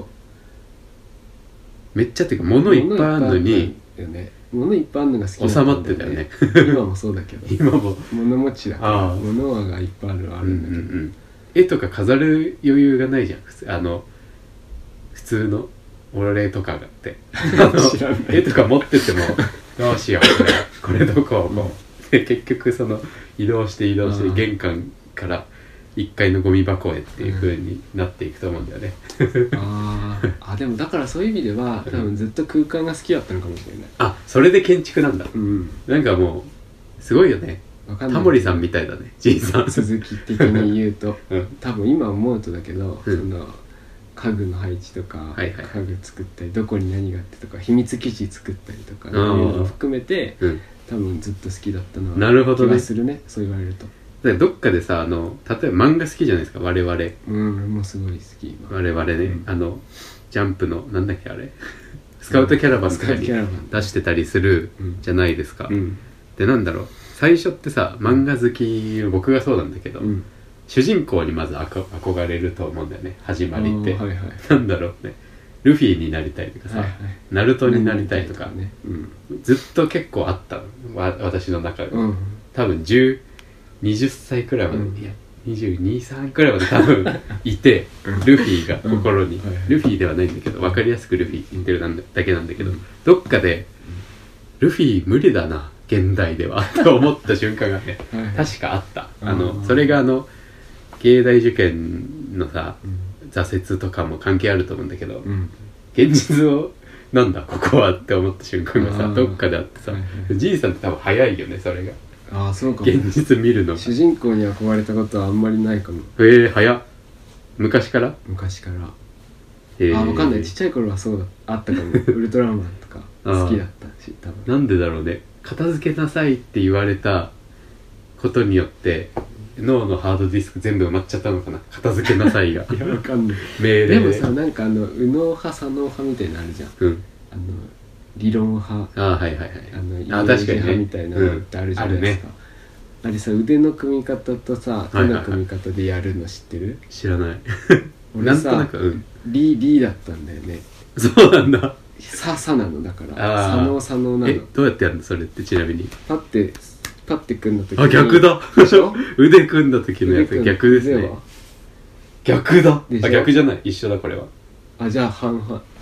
そうめっちゃっていうか物いっぱいあるのに物いっぱいあるのが好きだったんだよね。収まってたよね今もそうだけど今も物持ちだから物がいっぱいあるんだけど、絵とか飾る余裕がないじゃん普通の俺とかがって絵とか持っててもどうしようこれどこもで結局その移動して玄関から1階のゴミ箱へっていう風になっていくと思うんだよねでもだからそういう意味では多分ずっと空間が好きだったのかもしれない。 それで建築なんだ、なんかもうすごいよね。タモリさんみたいだねじいさん続き的に言うと、多分今思うとだけど、その家具の配置とか、家具作ったりどこに何があってとか秘密基地作ったりとかいうのを含めて、多分ずっと好きだったのは気がするね。そう言われるとどっかでさ例えば漫画好きじゃないですか我々。 もうすごい好き我々ね、ジャンプのなんだっけあれスカウトキャラバンとかに出してたりするじゃないですか、でなんだろう最初ってさ漫画好き僕がそうなんだけど、主人公にまず憧れると思うんだよね始まりって、なんだろうねルフィになりたいとかさ、ナルトになりたいとか、ずっと結構あったの私の中で、多分20歳くらいまで、いや22、3くらいまで多分いてルフィが心に、ルフィではないんだけど分かりやすくルフィって言ってるだけなんだけど、どっかでルフィ無理だな現代ではと思った瞬間がね確かあった。それが芸大受験のさ、挫折とかも関係あると思うんだけど、現実をなんだここはって思った瞬間がさどっかであってさ、じいさんって多分早いよねそれが。 そうかも。 現実見るの主人公に憧れたことはあんまりないかも。 早っ。昔から分かんない。ちっちゃい頃はそうだあったかもウルトラマンとか好きだったし多分。 なんでだろうね。 片付けなさいって言われたことによって脳のハードディスク全部埋まっちゃったのかな、片付けなさいが。 いやわかんない命令でもさ、なんか右脳派左脳派みたいなのあるじゃん、 うん、 理論派、 あはいはいはい、 イメージ派みたいなのってあるじゃないですか、あれさ、腕の組み方とさ手の組み方でやるの知ってる？ 知らない。 俺さ、 なんとなく、 リだったんだよね。 そうなんだ。 さなのだから、左脳なの。 どうやってやるのそれって？ちなみにパッて組んだ時に、 あ、逆だ。腕組んだ時のやつ逆ですね。逆だ。あ、逆じゃない、一緒だこれは。 あ、じゃあ半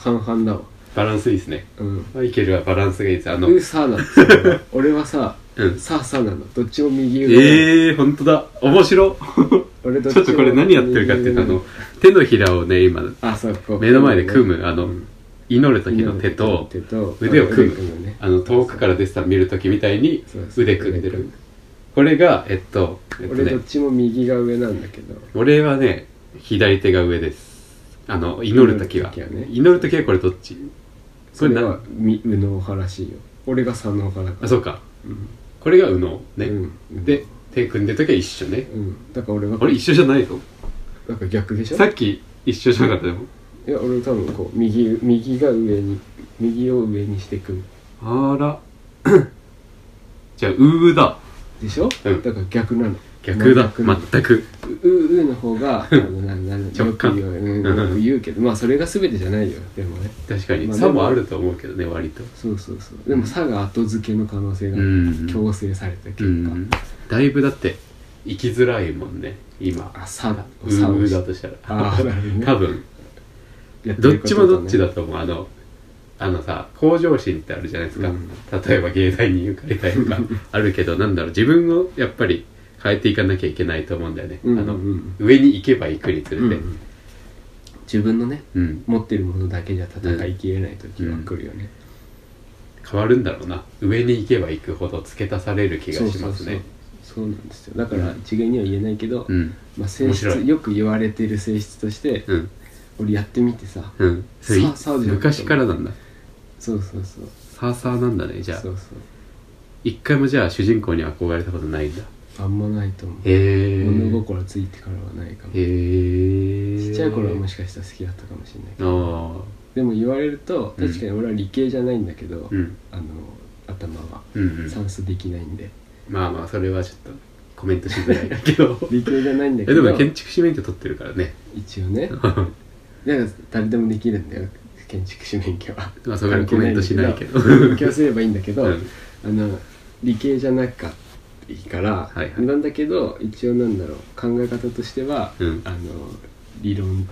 々だわ。 バランスいいですね。マイケルはバランスがいいです。 さなんですよ。俺はさ、さなの。どっちも右上。 ほんとだ。面白。 俺ちょっとこれ何やってるかっていうと、手のひらをね、今目の前で組む祈る時の手と腕を組む、遠くからデッサン見る時みたいに腕組んでる。これが俺どっちも右が上なんだけど、 俺はね左手が上です。祈る時はこれどっち？ それは右脳派らしいよ。俺が左脳派だから。 あ、そうか、これが右脳ね、で手組んでる時は一緒ね、 だから俺は一緒じゃないぞ。 だから逆でしょ。 さっき一緒じゃなかったでも。 いや、俺多分こう右が上に、右を上にして組む。 あらじゃあだでしょ、だから逆なの。 逆だ、全く。 の方が直感言うけど、まあそれが全てじゃないよ。でもね、 確かに差もあると思うけどね、割と。 そうでも差が後付けの可能性が強制された結果、 だいぶだって生きづらいもんね今。 差だとしたら多分どっちもどっちだと思う。さ、向上心ってあるじゃないですか、例えば芸大に受かりたいとかあるけど、なんだろう、自分をやっぱり変えていかなきゃいけないと思うんだよね、上に行けば行くにつれて、 自分のね、持ってるものだけじゃ戦いきれない時は来るよね、 変わるんだろうな。上に行けば行くほど付け足される気がしますね。 そうなんですよ。だから一概には言えないけど、まあ性質、よく言われてる性質として、俺やってみてさ、 昔からなんだ。 そうサーサーなんだね。じゃあ一回もじゃあ主人公に憧れたことないんだ。 あんまないと思う。物心ついてからはないかも。ちっちゃい頃はもしかしたら好きだったかもしれないけど、でも言われると確かに俺は理系じゃないんだけど、頭は算数できないんで、 まあそれはちょっとコメントしづらいだけど理系じゃないんだけど、 でも建築士免許取ってるからね一応ね。だから誰でもできるんだよ、建築士免許は。 それはコメントしないけど勉強すればいいんだけど、理系じゃなかったいいから、なんだけど一応なんだろう、考え方としては、理論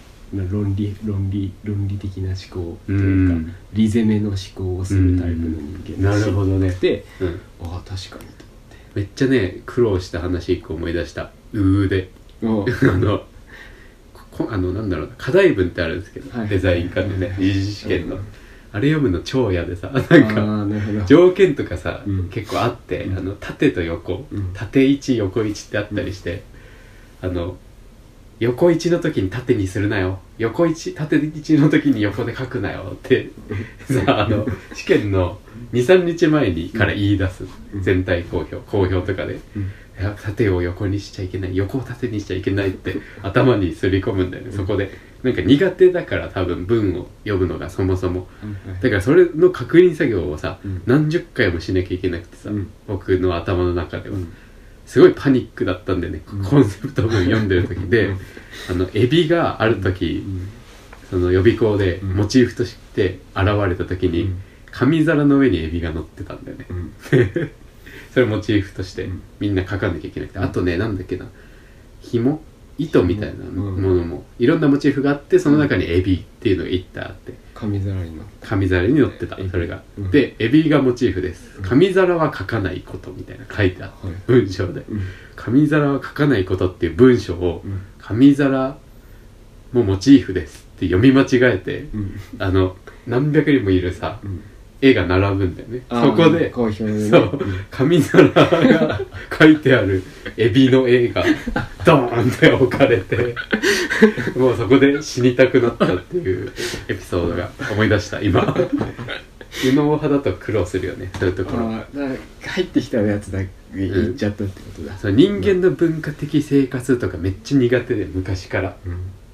的な思考というか、理攻めの思考をするタイプの人間なるほどね。 で、ああ確かにと思って、 めっちゃね苦労した話一個思い出した。でなんだろうな、課題文ってあるんですけど、デザイン科でね、二次試験のあれ読むの超嫌でさ、なんか条件とかさ、結構あって、縦と横、縦1横1ってあったりして、横1の時に縦にするなよ、縦1の時に横で書くなよってさ、試験の 2,3 日前にから言い出す、全体公表とかで、縦を横にしちゃいけない、横を縦にしちゃいけないって頭にすり込むんだよね。そこでなんか苦手だから、多分文を読むのがそもそも、だからそれの確認作業をさ、何十回もしなきゃいけなくてさ、僕の頭の中ではすごいパニックだったんでね、コンセプト文読んでる時でエビがある時、その予備校でモチーフとして現れた時に、紙皿の上にエビが乗ってたんだよね、それモチーフとしてみんな書かなきゃいけなくて、あとね、なんだっけな、糸みたいなものもいろんなモチーフがあって、その中にエビっていうのが一体あって、 紙皿に乗ってた、それが、でエビがモチーフです、紙皿は書かないことみたいな書いてあって、文章で、紙皿は書かないことっていう文章を、紙皿もモチーフですって読み間違えて、何百人もいるさ、絵が並ぶんだよね。そこで、そう紙皿が書いてあるエビの絵がドーンって置かれてもうそこで死にたくなったっていうエピソードが思い出した今右脳派だと苦労するよね、そういうところ。 入ってきたやつだけ言っちゃったってことだ、 そう人間の文化的生活とかめっちゃ苦手で、昔から、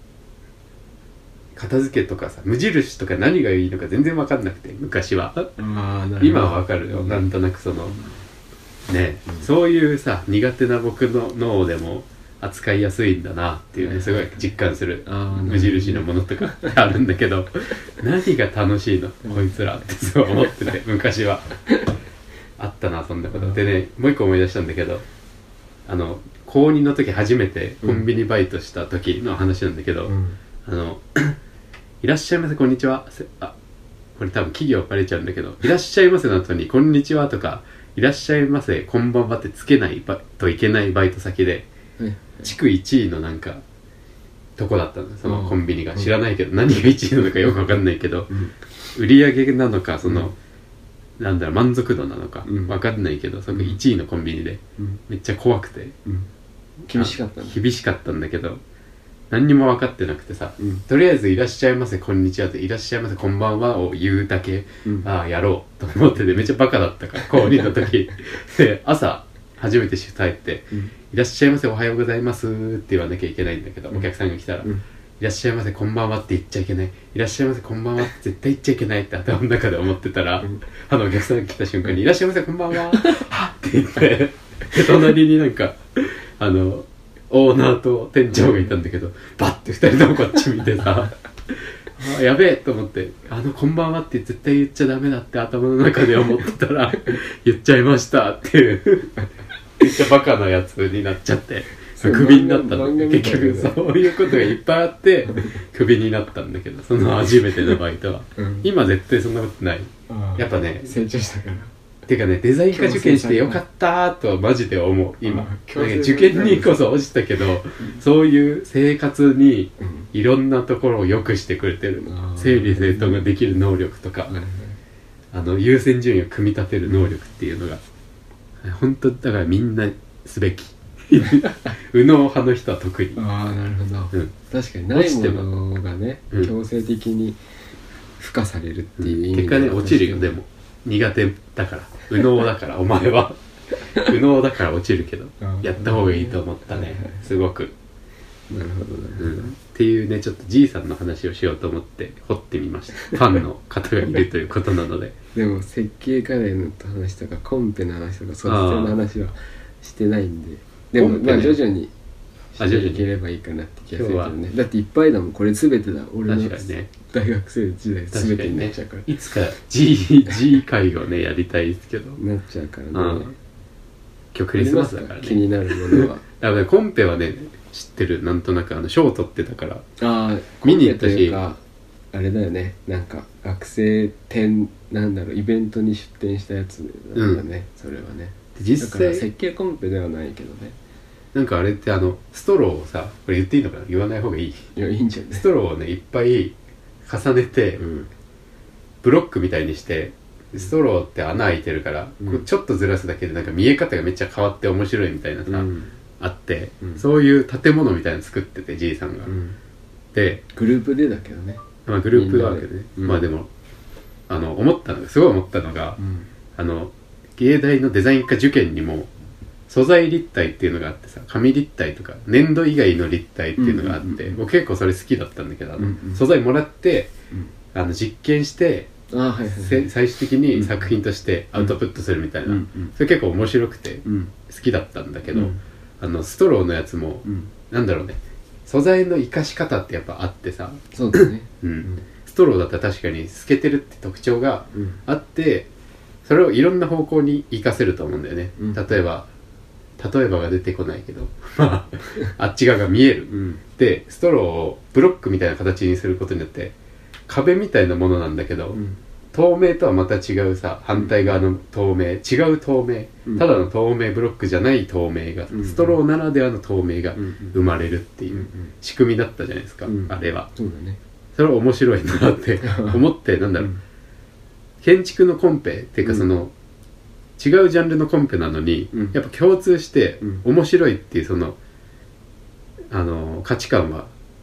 片付けとかさ、無印とか何がいいのか全然分かんなくて、昔は。今は分かるよ、なんとなくそのね、そういうさ苦手な僕の脳でも扱いやすいんだなっていうね、すごい実感する。無印のものとかあるんだけど何が楽しいのこいつらってそう思ってて、昔はあったなそんなことでね。もう一個思い出したんだけど、高2の時初めてコンビニバイトした時の話なんだけど、いらっしゃいませこんにちは、これ多分企業バレちゃうんだけど、いらっしゃいませの後にこんにちはとかいらっしゃいませこんばんはってつけないといけないバイト先で、地区1位のなんかとこだったの、そのコンビニが。知らないけど、何が1位なのかよく分かんないけど、売り上げなのかその、なんだろう満足度なのか分かんないけど、そこ1位のコンビニで、めっちゃ怖くて、 厳しかったんだけど、何にも分かってなくてさ、とりあえずいらっしゃいませこんにちはといらっしゃいませこんばんはを言うだけ、やろうと思ってて、めっちゃバカだったから高2の時で、朝初めてシフト入って、いらっしゃいませおはようございますって言わなきゃいけないんだけど、お客さんが来たら、いらっしゃいませこんばんはって言っちゃいけない、いらっしゃいませこんばんはって絶対言っちゃいけないって頭の中で思ってたら、お客さんが来た瞬間にいらっしゃいませこんばんははって言って、で隣になんかオーナーと店長がいたんだけど、バッて2人ともこっち見てさやべえと思って、こんばんはって絶対言っちゃダメだって頭の中で思ってたら言っちゃいましたっていうめっちゃバカなやつになっちゃってクビになったんだけど、結局そういうことがいっぱいあってクビになったんだけど、その初めてのバイトは、今絶対そんなことない。やっぱね、 成長したからてかね、デザイン科受験してよかったーとはマジで思う今。受験にこそ落ちたけど、そういう生活にいろんなところを良くしてくれてる、整理整頓ができる能力とか、優先順位を組み立てる能力っていうのが本当だからみんなすべき右脳派の人は特に。 なるほど、確かにないものがね、強制的に付加されるっていう意味で、 結果ね落ちるよ。でも苦手だから、右脳だからお前は右脳だから落ちるけどやった方がいいと思ったね、すごく。 なるほどね、 っていうね、ちょっとじいさんの話をしようと思って掘ってみましたファンの方がいるということなのででも設計家電の話とかコンペの話とか卒業の話はしてないんで、でもまあ徐々にしていければいいかなって気がするけどね。だっていっぱいだもん、これ全てだ。俺の大学生時代全てになっちゃうから、 いつか G 会をねやりたいですけどなっちゃうからね。 今日クリスマスだからね、 気になるものはだからコンペはね知ってる、なんとなく賞取ってたから見に行ったし、あれだよね、なんか学生なんだろう、イベントに出展したやつなんだね、それはね。実際だから設計コンペではないけどね。 なんかあれってストローをさ、これ言っていいのかな、言わない方がいい。 いや、いいんじゃない。 ストローをねいっぱい重ねて、ブロックみたいにして、ストローって穴開いてるから、ちょっとずらすだけでなんか見え方がめっちゃ変わって面白いみたいなさ、あって、そういう建物みたいなの作ってて、じいさんが、でグループでだけどね、 グループだわけでね、まあでもすごい思ったのが、芸大のデザイン科受験にも素材立体っていうのがあってさ、紙立体とか粘土以外の立体っていうのがあって、僕結構それ好きだったんだけど、素材もらって、実験して、最終的に作品としてアウトプットするみたいな、それ結構面白くて好きだったんだけど、ストローのやつも、なんだろうね、素材の生かし方ってやっぱあってさ、 そうだね、 ストローだったら確かに透けてるって特徴があって、それをいろんな方向に生かせると思うんだよね。例えばが出てこないけどあっち側が見える、でストローをブロックみたいな形にすることによって壁みたいなものなんだけど、透明とはまた違うさ、反対側の透明、違う透明、ただの透明ブロックじゃない透明が、ストローならではの透明が生まれるっていう仕組みだったじゃないですか、あれは。 そうだね。 それは面白いなって思って、なんだろう、建築のコンペっていうか、その違うジャンルのコンペなのに、やっぱ共通して面白いっていうその価値観は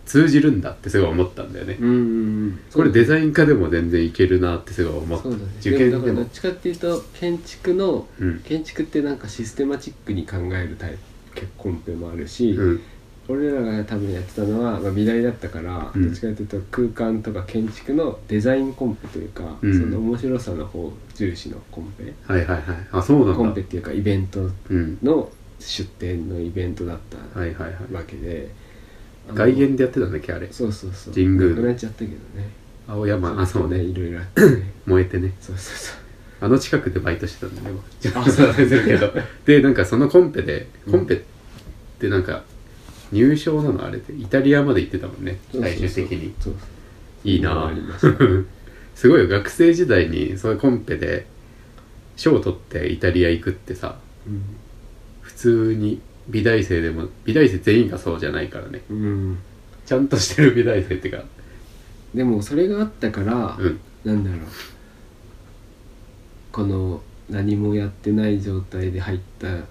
通じるんだってすごい思ったんだよね。これデザイン科でも全然いけるなってすごい思った。そうだね、 受験でもだからどっちかっていうと建築ってなんかシステマチックに考えるタイプコンペもあるし、俺らが多分やってたのは、美大だったから、どっちかというと空間とか建築のデザインコンペというか、その面白さの方重視のコンペ、 あ、そうなんだ。 コンペっていうかイベントの出展のイベントだったわけで、 外苑でやってたんだっけあれ。 そう神宮なくなっちゃったけどね。 青山、そうね、 いろいろあってね燃えてね。 そうあの近くでバイトしてたんだね。そうするけどでなんかそのコンペってなんか入賞なのあれでイタリアまで行ってたもんね、最終的に。いいなすごいよ、学生時代にそういうコンペで賞を取ってイタリア行くってさ、普通に美大生全員がそうじゃないからね、ちゃんとしてる美大生ってか。 でもそれがあったから、なんだろう、この何もやってない状態で入って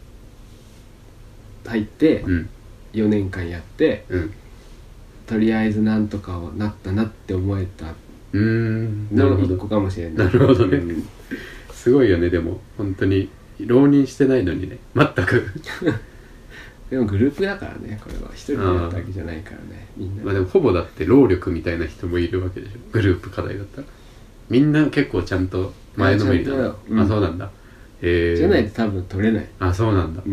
、4年間やって、とりあえずなんとかなったなって思えたの1個かもしれない。 なるほどね、すごいよね。でも本当に浪人してないのにね、全くでもグループだからね、これは一人でやったわけじゃないからね、みんな。 でもほぼだって労力みたいな人もいるわけでしょ、グループ課題だったら。みんな結構ちゃんと前のめりなの。そうなんだ。 じゃないと多分取れない。 そうなんだ。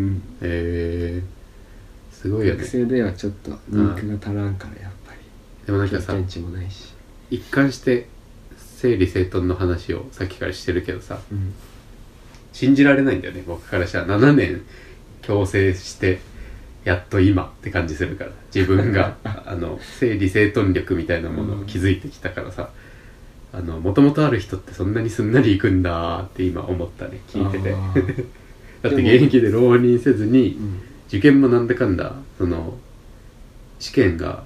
すごいよね。 学生ではちょっと人気が足らんから、やっぱり。 でもなんかさ、 経験値もないし、 一貫して整理整頓の話をさっきからしてるけどさ、信じられないんだよね、僕からしたら。7年強制してやっと今って感じするから、自分が整理整頓力みたいなものを築いてきたからさ、もともとある人ってそんなにすんなりいくんだって今思ったね、聞いててだって現役で浪人せずに、受験もなんだかんだその試験が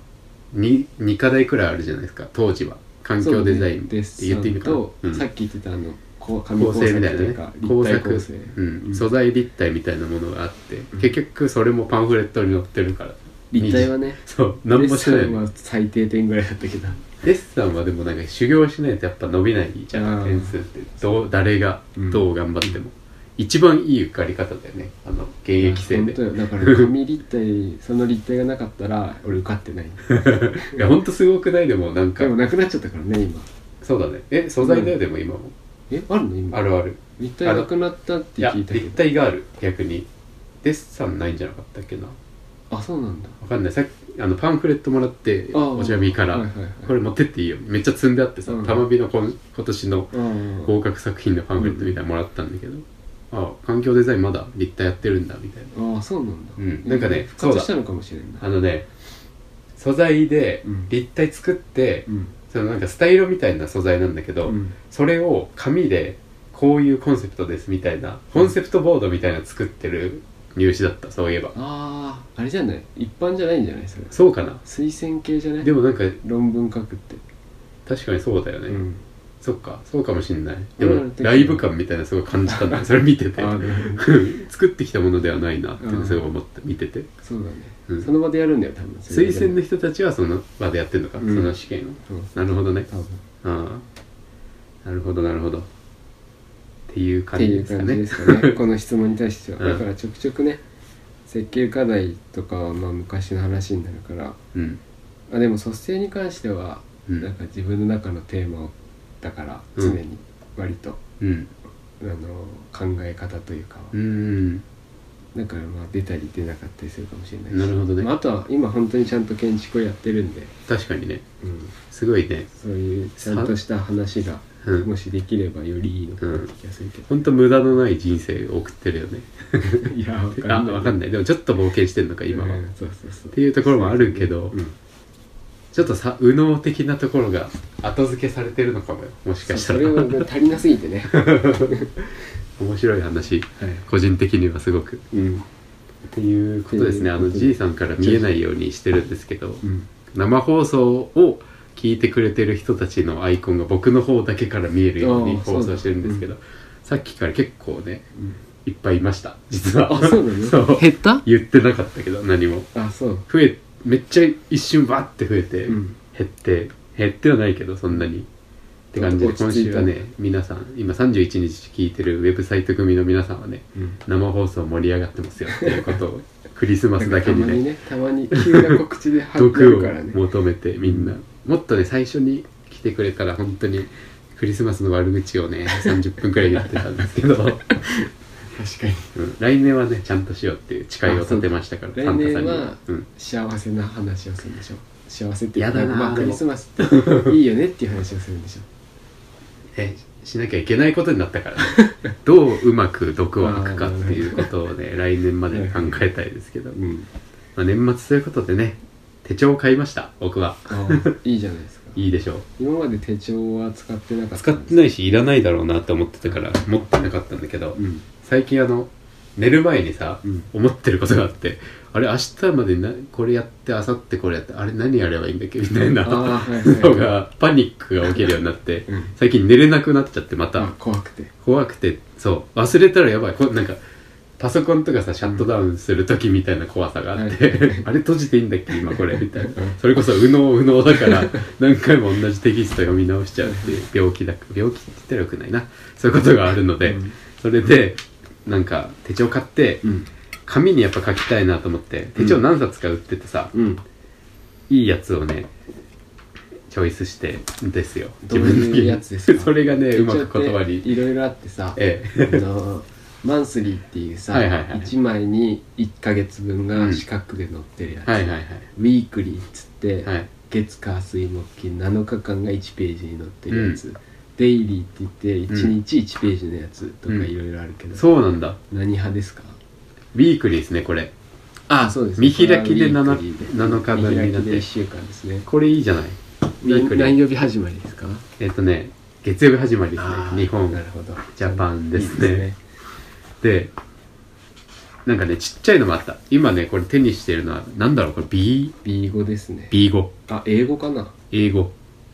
2課題くらいあるじゃないですか、当時は。環境デザインって言っていいのかな、 さっき言ってた構成みたいなね、工作、素材立体みたいなものがあって、結局それもパンフレットに載ってるから。 立体はね、 そう何もしない。 デッサンは最低点ぐらいだったけど、 デッサンはでもなんか修行しないとやっぱ伸びないじゃん、点数って。誰がどう頑張っても、一番いい受かり方だよね、現役生で。 本当よ、だから紙立体その立体がなかったら俺受かってないいや本当すごくない？でもなんかでもなくなっちゃったからね今。 そうだね。素材だよ、でも今もあるの今。 ある。 立体なくなったって聞いたけど。 立体がある。逆にデッサンないんじゃなかったっけな。 そうなんだ。 わかんない。さっきパンフレットもらってお茶見から、これ持ってっていいよ、めっちゃ積んであってさ、玉美の今年の合格作品のパンフレットみたいなのもらったんだけど、環境デザインまだ立体やってるんだみたいな。 そうなんだ。 なんかね、 復活したのかもしれない。 素材で立体作って、そのなんかスタイルみたいな素材なんだけど、それを紙でこういうコンセプトですみたいなコンセプトボードみたいなの作ってる入試だった。そういえばあれじゃない、一般じゃないんじゃないそれ。 そうかな、 推薦系じゃない。 でもなんか論文書くって確かにそうだよね、そっか、そうかもしんない。でもライブ感みたいなすごい感じたんだよそれ見てて作ってきたものではないなってすごい思って見てて。 そうだね、その場でやるんだよ多分。 推薦の人たちはその場でやってるのか、その試験を。なるほどね。なるほどっていう感じですかねこの質問に対しては。だからちょくちょくね、設計課題とかは昔の話になるから、でも卒生に関してはなんか自分の中のテーマだから常に割と、考え方というかは、だから出たり出なかったりするかもしれないし。 なるほどね。 あとは今本当にちゃんと建築をやってるんで、 確かにね、すごいね、 そういうちゃんとした話がもしできればよりいいのかなって気がするけど、 本当無駄のない人生を送ってるよねいやわかんない。でもちょっと冒険してんのか今は、 そうっていうところもあるけど、ちょっと右脳的なところが後付けされてるのかもよ、もしかしたら。 それは足りなすぎてね面白い話、個人的にはすごく、っていうことですね。G さんから見えないようにしてるんですけど、生放送を聞いてくれてる人たちのアイコンが僕の方だけから見えるように放送してるんですけど、さっきから結構ね、いっぱいいました実は。 そうなの？減った？ 言ってなかったけど何も。 そう。 めっちゃ一瞬バッて増えて、減ってはないけどそんなにって感じで、今週はね皆さん今31日聞いてるウェブサイト組の皆さんはね、生放送盛り上がってますよっていうことをクリスマスだけにねたまに急な告知で発表するからね毒を求めてみんな、もっとね最初に来てくれたら本当にクリスマスの悪口をね30分くらい言ってたんですけど確かに、来年はねちゃんとしようっていう誓いを立てましたから、 来年は幸せな話をするんでしょ。幸せってやだな、 クリスマスっていいよねっていう話をするんでしょ。 しなきゃいけないことになったからねどううまく毒を吐くかっていうことをね来年まで考えたいですけど、まあ、年末ということでね手帳を買いました僕は。 いいじゃないですか。 いいでしょう。 今まで手帳は使ってなかった。 使ってないしいらないだろうなって思ってたから持ってなかったんだけど、最近寝る前にさ、思ってることがあって、あれ明日までこれやって明後日これやってあれ何やればいいんだっけみたいなのがパニックが起きるようになって、最近寝れなくなっちゃってまた怖くてそう忘れたらやばいなんかパソコンとかさシャットダウンする時みたいな怖さがあってあれ閉じていいんだっけ今これみたいなそれこそ右脳だから何回も同じテキスト読み直しちゃうっていう病気って言ったらよくないな、そういうことがあるので、それでなんか手帳買って、紙にやっぱ書きたいなと思って手帳何冊か売っててさ、いいやつをねチョイスしてですよ。 自分的にやつですかそれがねうまく言葉にいろいろあってさ、マンスリーっていうさ、1枚に1ヶ月分が四角で載ってるやつ、ウィークリーっつって、月火水木金7日間が1ページに載ってるやつ、デイリーって言って1日1ページのやつとかいろいろあるけど、 そうなんだ。 何派ですか？ ウィークリーですねこれ。 そうです。 見開きで 7日分になって 1週間ですね。 これいいじゃない。 何曜日始まりですか？ 月曜日始まりですね。日本ジャパンですね。でなんかねちっちゃいのもあった。今ねこれ手にしてるのはなんだろう、これ B5 ですね。 B5。 英語かな。 英語。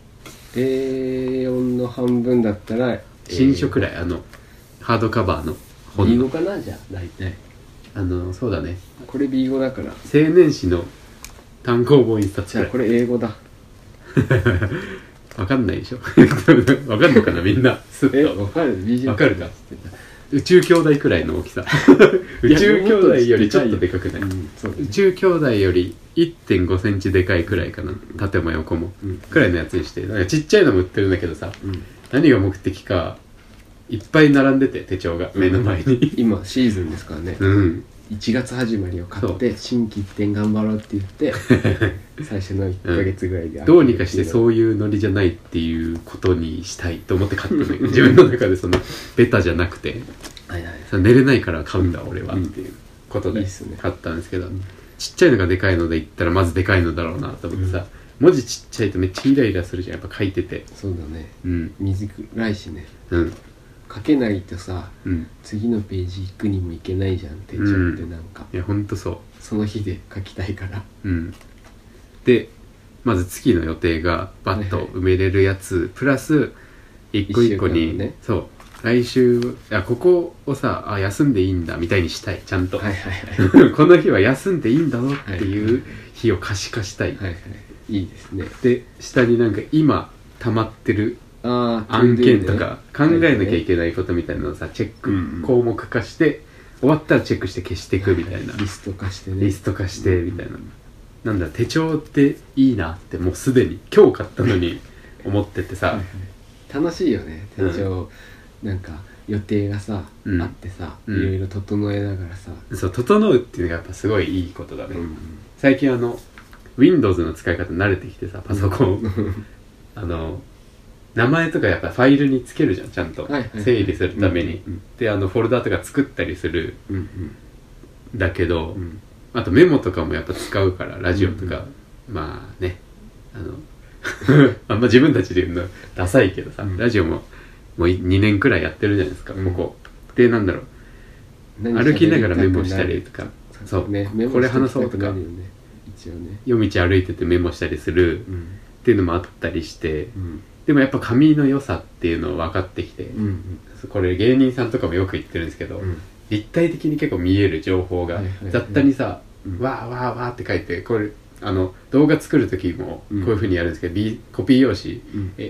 A4 の半分だったら新書くらいハードカバーの本。B5 かなじゃあ大体。 そうだね。 これ B5 だから。 青年誌の単行本一冊くらい。 じゃあこれ英語だ。 わかんないでしょ。わかんのかなみんな。 わかる。 わかるか。宇宙兄弟くらいの大きさ。宇宙兄弟よりちょっとでかくない、宇宙兄弟より 1.5 センチでかいくらいかな、縦も横も、くらいのやつにして、なんかちっちゃいのも売ってるんだけどさ、何が目的かいっぱい並んでて手帳が目の前に、 今シーズンですからね、1月始まりを買って心機一転頑張ろうって言って最初の1ヶ月ぐらいで、 どうにかしてそういうノリじゃないっていうことにしたいと思って買ったんだけど自分の中でそのベタじゃなくて寝れないから買うんだ俺はっていうことで買ったんですけど、ちっちゃいのがでかいので言ったらまずでかいのだろうなと思ってさ、文字ちっちゃいとめっちゃイライラするじゃん、やっぱ書いてて。 そうだね、短いしね、書けないとさ、次のページ行くにもいけないじゃん手帳って。なんかいやほんとそう、 その日で書きたいから。 でまず月の予定がバッと埋めれるやつ、プラス一個一個に、そう来週ここをさ休んでいいんだみたいにしたい、ちゃんと、この日は休んでいいんだぞっていう日を可視化したい。 いいですね。 で下になんか今溜まってる案件とか考えなきゃいけないことみたいなのをさチェック、項目化して終わったらチェックして消していくみたいな、 リスト化してみたいな、なんだ手帳っていいなってもうすでに今日買ったのに思っててさ楽しいよね手帳、なんか予定がさ、あってさ、いろいろ整えながらさ、 そう整うっていうのがやっぱすごいいいことだね。最近Windows の使い方慣れてきてさ、パソコン名前とかやっぱファイルにつけるじゃん、ちゃんと整理するために。でフォルダとか作ったりするだけど、あとメモとかもやっぱ使うから、ラジオとか、まあねあんま自分たちで言うのダサいけどさ、ラジオもう2年くらいやってるじゃないですか、ここで。なんだろう、歩きながらメモしたりとか、そうこれ話そうとか、夜道歩いててメモしたりするっていうのもあったりして、でもやっぱ紙の良さっていうのを分かってきて、これ芸人さんとかもよく言ってるんですけど、立体的に結構見える情報が雑多にさ、わーわーわーって書いて、これ動画作る時もこういう風にやるんですけど、コピー用紙、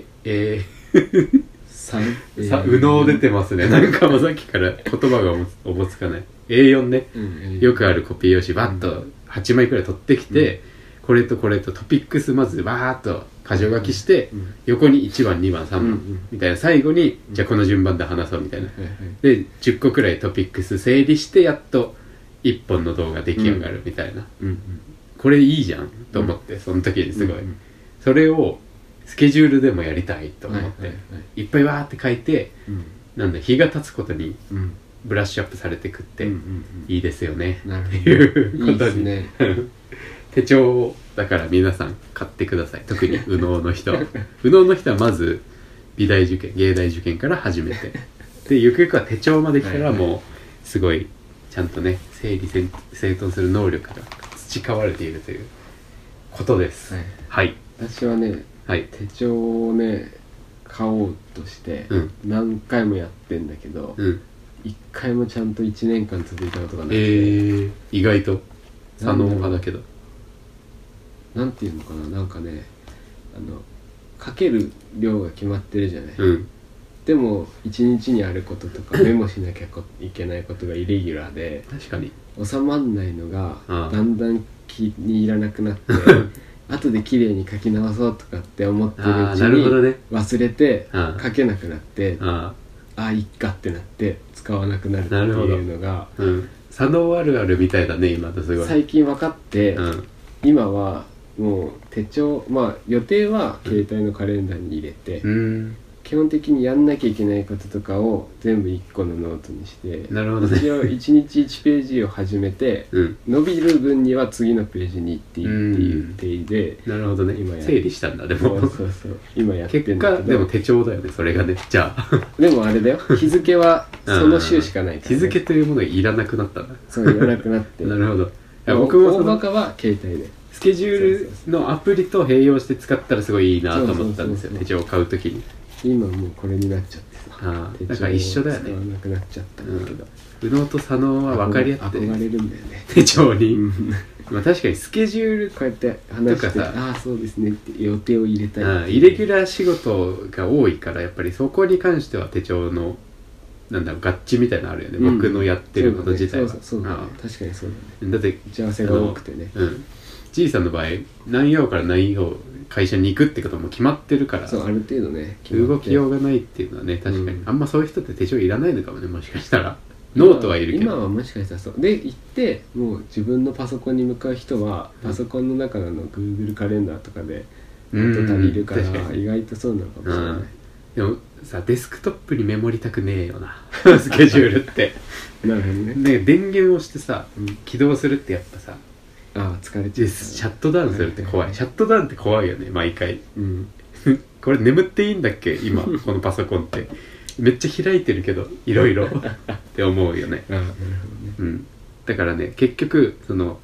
右脳出てますね。なんかもうさっきから言葉がおぼつかない。A4 ね、よくあるコピー用紙バッと8枚くらい取ってきて、これとこれとトピックスまずバーっと箇条書きして、横に1番2番3番みたいな、最後にじゃあこの順番で話そうみたいな、で10個くらいトピックス整理してやっと1本の動画出来上がるみたいな、これいいじゃんと思って、その時にすごい、それをスケジュールでもやりたいと思って、いっぱいわーって書いて、なんだ日が経つことにブラッシュアップされてくって、いいですよねっていうことにね。手帳をだから皆さん買ってください。特に右脳の人右脳の人はまず美大受験芸大受験から始めて、でゆくゆくは手帳まで来たらもうすごいちゃんとね整理整頓する能力が培われているということです。はい、 私はね、手帳をね買おうとして何回もやってんだけど、一回もちゃんと1年間続いたことがなくて、 意外と左脳派だけど、 なんていうのかな、なんかねかける量が決まってるじゃない、でも一日にあることとかメモしなきゃいけないことがイレギュラーで、 確かに収まんないのがだんだん気に入らなくなって後で綺麗に書き直そうとかって思ってるうちに忘れて書けなくなって、いっかってなって使わなくなるっていうのが、 左脳あるあるみたいだね今とすごい最近分かって、今はもう手帳、予定は携帯のカレンダーに入れて、基本的にやんなきゃいけないこととかを全部1個のノートにして、 なるほどね、 一応1日1ページを始めて、伸びる分には次のページに行っていいっていう体で、 なるほどね、今整理したんだ。でもそう今やってんだけど、 結果でも手帳だよねそれがね。じゃあでもあれだよ、日付はその週しかないから、 日付というものがいらなくなったんだ。 そういらなくなってなるほど。 僕も大バカは携帯でスケジュールのアプリと併用して使ったらすごいいいなと思ったんですよ、手帳を買うときに。 今もうこれになっちゃってさ、 だから一緒だよね、 使わなくなっちゃったんだけど、 右脳と左脳は分かり合って憧れるんだよね手帳に確かにスケジュールこうやって話してそうですねって予定を入れたい、 イレギュラー仕事が多いからやっぱりそこに関しては手帳のなんだろう合致みたいなのあるよね、僕のやってること自体は。 そうだね、確かにそうだね。 だって打ち合わせが多くてね、 じいさんの場合何曜から何曜会社に行くってことも決まってるから、 そうある程度ね動きようがないっていうのはね、確かに、あんまそういう人って手帳いらないのかもね、もしかしたら。ノートはいるけど今はもしかしたらそうで行って、もう自分のパソコンに向かう人はパソコンの中の Google カレンダーとかで音足りるから、意外とそうなのかもしれない。 でもさ、デスクトップにメモりたくねえよなスケジュールってなるほどね。 で電源をしてさ、起動するってやっぱさ、 疲れちゃう。 シャットダウンするって怖い、シャットダウンって怖いよね毎回、これ眠っていいんだっけ今このパソコンってめっちゃ開いてるけどいろいろって思うよね。 なるほどね。 だからね、結局その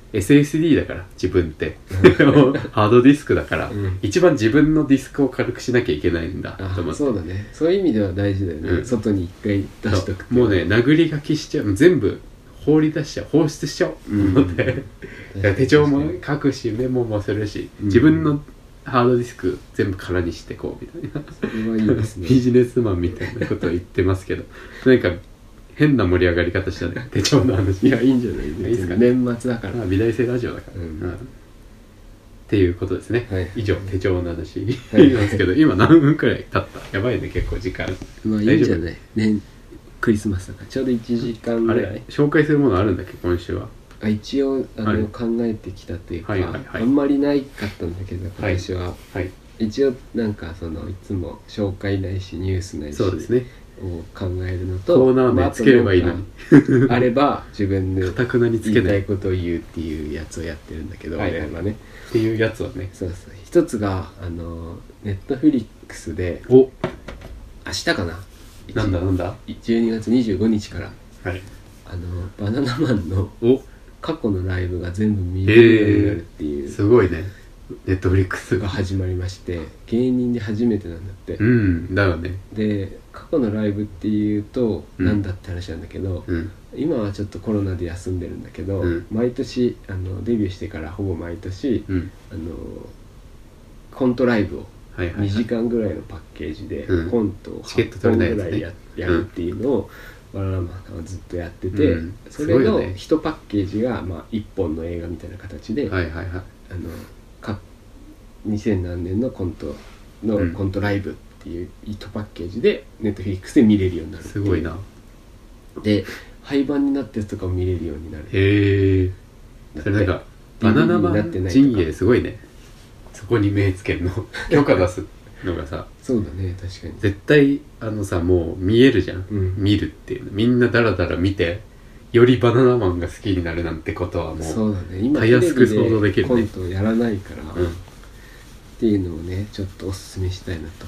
SSD だから自分ってハードディスクだから、一番自分のディスクを軽くしなきゃいけないんだと思って。 そうだね、そういう意味では大事だよね、外に一回出しとく。 もうね、殴り書きしちゃう、全部放り出しちゃう、放出しちゃうので、手帳も書くしメモもするし、自分のハードディスク全部空にしてこうみたいな、 それはいいですねビジネスマンみたいなことを言ってますけどなんか変な盛り上がり方したね手帳の話。 いや、いいんじゃないですか、年末だから、 美大生ラジオだから、っていうことですね、以上手帳の話なんですけど、今何分くらい経った？やばいね、結構時間。 いいんじゃないね、クリスマスだからちょうど1時間ぐらい。 あれ紹介するものあるんだっけ今週は？ 一応考えてきたというか、あんまりないかったんだけど今年は、一応なんかそのいつも紹介ないしニュースないしを考えるのと、 コーナー名つければいいのにあれば自分で固くなにつけない言いたいことを言うっていうやつをやってるんだけど、俺はねっていうやつはね、 そう一つがネットフリックスで明日かな、 なんだ 12月25日からバナナマンの過去のライブが全部見れるようになるっていう、 すごいね。 ネットフリックスが始まりまして、芸人で初めてなんだって。 だよね。 で過去のライブっていうとなんだって話なんだけど、今はちょっとコロナで休んでるんだけど、毎年デビューしてからほぼ毎年、コントライブを2時間ぐらいのパッケージでコントを8本ぐらいやるっていうのをバナナマンさんはずっとやってて、それの1パッケージが1本の映画みたいな形で、2000何年のコントのコントライブっていう1パッケージでネットフリックスで見れるようになるっていう。 すごいな。 で廃盤になったやつとかも見れるようになる。 へえ。それなんかバナナマン陣営すごいね。そこに目つけるの許可出すのがさそうだね、確かに絶対もう見えるじゃん、見るっていうのみんなダラダラ見てよりバナナマンが好きになるなんてことはもうそうだね、今たやすく想像できるね。 コントやらないから、っていうのをねちょっとおすすめしたいなと。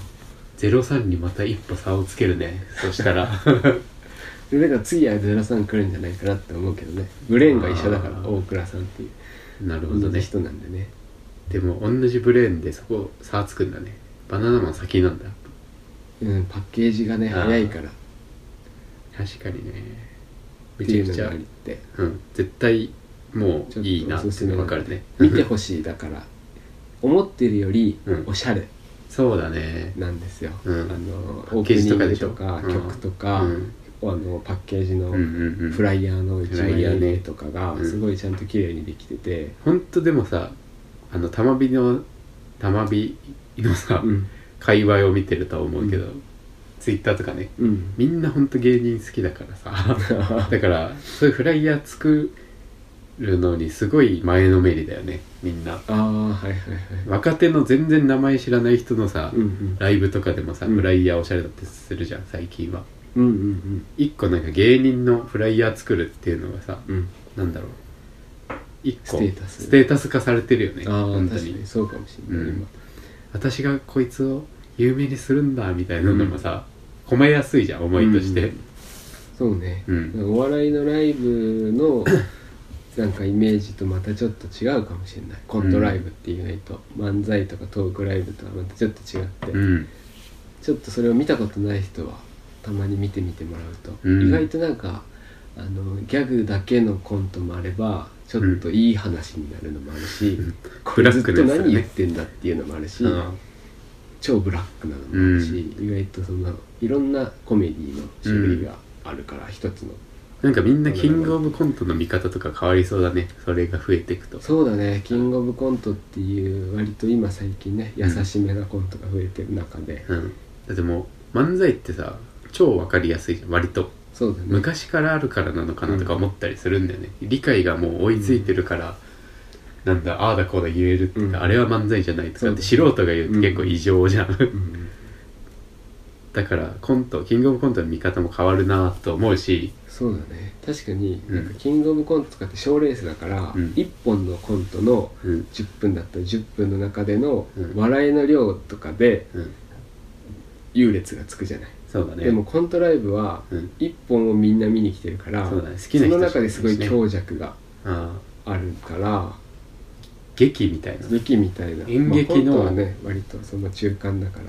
03にまた一歩差をつけるね。そしたらだから次は03来るんじゃないかなって思うけどね。ブレーンが一緒だから大倉さんっていうなるほどね人なんでね。 でも同じブレーンでそこ差つくんだね。バナナマン先なんだ。 パッケージがね早いから。 確かにね。 めちゃくちゃ絶対もういいなって分かるね。 見てほしい。だから思ってるよりおしゃれそうだねなんですよ。 オープニングとか曲とかパッケージのフライヤーの一枚絵とかがすごいちゃんと綺麗にできてて、 ほんとでもさ玉火のさ、界隈を見てるとは思うけど、ツイッターとかね、みんなほんと芸人好きだからさだからそういうフライヤー作るのにすごい前のめりだよねみんな。若手の全然名前知らない人のさ、ライブとかでもさ、フライヤーおしゃれだってするじゃん最近は。一個なんか芸人のフライヤー作るっていうのがさ、なんだろう一個ステータス化されてるよね。 本当にそうかもしれない、今私がこいつを有名にするんだみたいなのもさ、込めやすいじゃん思いとして、 そうね、お笑いのライブのなんかイメージとまたちょっと違うかもしれない。コントライブっていうのと、漫才とかトークライブとはまたちょっと違って、ちょっとそれを見たことない人はたまに見てみてもらうと、意外となんかギャグだけのコントもあればちょっといい話になるのもあるし、これずっと何言ってんだっていうのもあるし、超ブラックなのもあるし、意外といろんなコメディの種類があるから一つのなんかみんなキングオブコントの見方とか変わりそうだね。それが増えていくと。 そうだね、キングオブコントっていう割と今最近ね優しめなコントが増えてる中で、 だってもう漫才ってさ超わかりやすいじゃん割と。 そうだね、 昔からあるからなのかなとか思ったりするんだよね、理解がもう追いついてるから、なんだああだこうだ言えるっていうか、あれは漫才じゃないとかって素人が言うって結構異常じゃん、だからキングオブコントの見方も変わるなと思うし。 そうだね、確かになんかキングオブコントとかって賞レースだから、1本のコントの10分だったら10分の中での笑いの量とかで優劣がつくじゃない。 そうだね、 でもコントライブは1本をみんな見に来てるから、 そうだね、好きな人その中ですごい強弱があるから、 劇みたいな演劇の、コントはね割とその中間だから。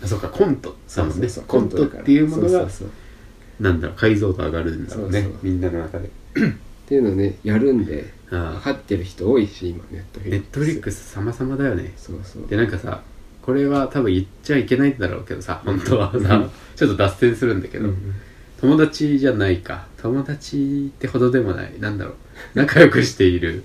そうか、コントだもんね。コントっていうものがなんだろう、解像度上がるんだろうね、みんなの中でっていうのをねやるんで分かってる人多いし、今ネットフリックス様々だよね。 そうでなんかさ、これは多分言っちゃいけないんだろうけどさ、本当はさ、ちょっと脱線するんだけど、友達じゃないか、友達ってほどでもない、なんだろう、仲良くしている、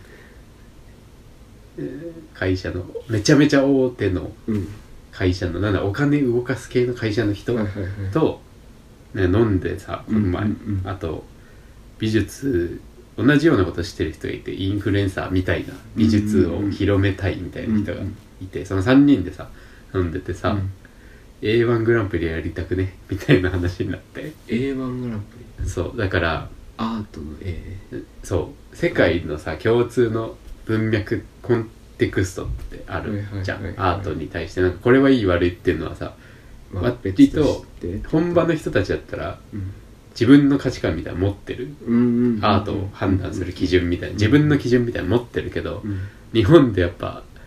会社のめちゃめちゃ大手の会社の、なんだお金動かす系の会社の人と、ね、飲んでさ、この前、あと美術同じようなことしてる人がいて、インフルエンサーみたいな美術を広めたいみたいな人がいて、その3人でさ飲んでてさ、A1 グランプリやりたくねみたいな話になって。 A1 グランプリ、 そうだからアートの A、 そう世界のさ共通の文脈コンテクストってあるじゃん、アートに対して。なんかこれはいい悪いっていうのはさ、割と本場の人たちだったら自分の価値観みたいなの持ってる、アートを判断する基準みたいな、自分の基準みたいなの持ってるけど、日本でやっぱ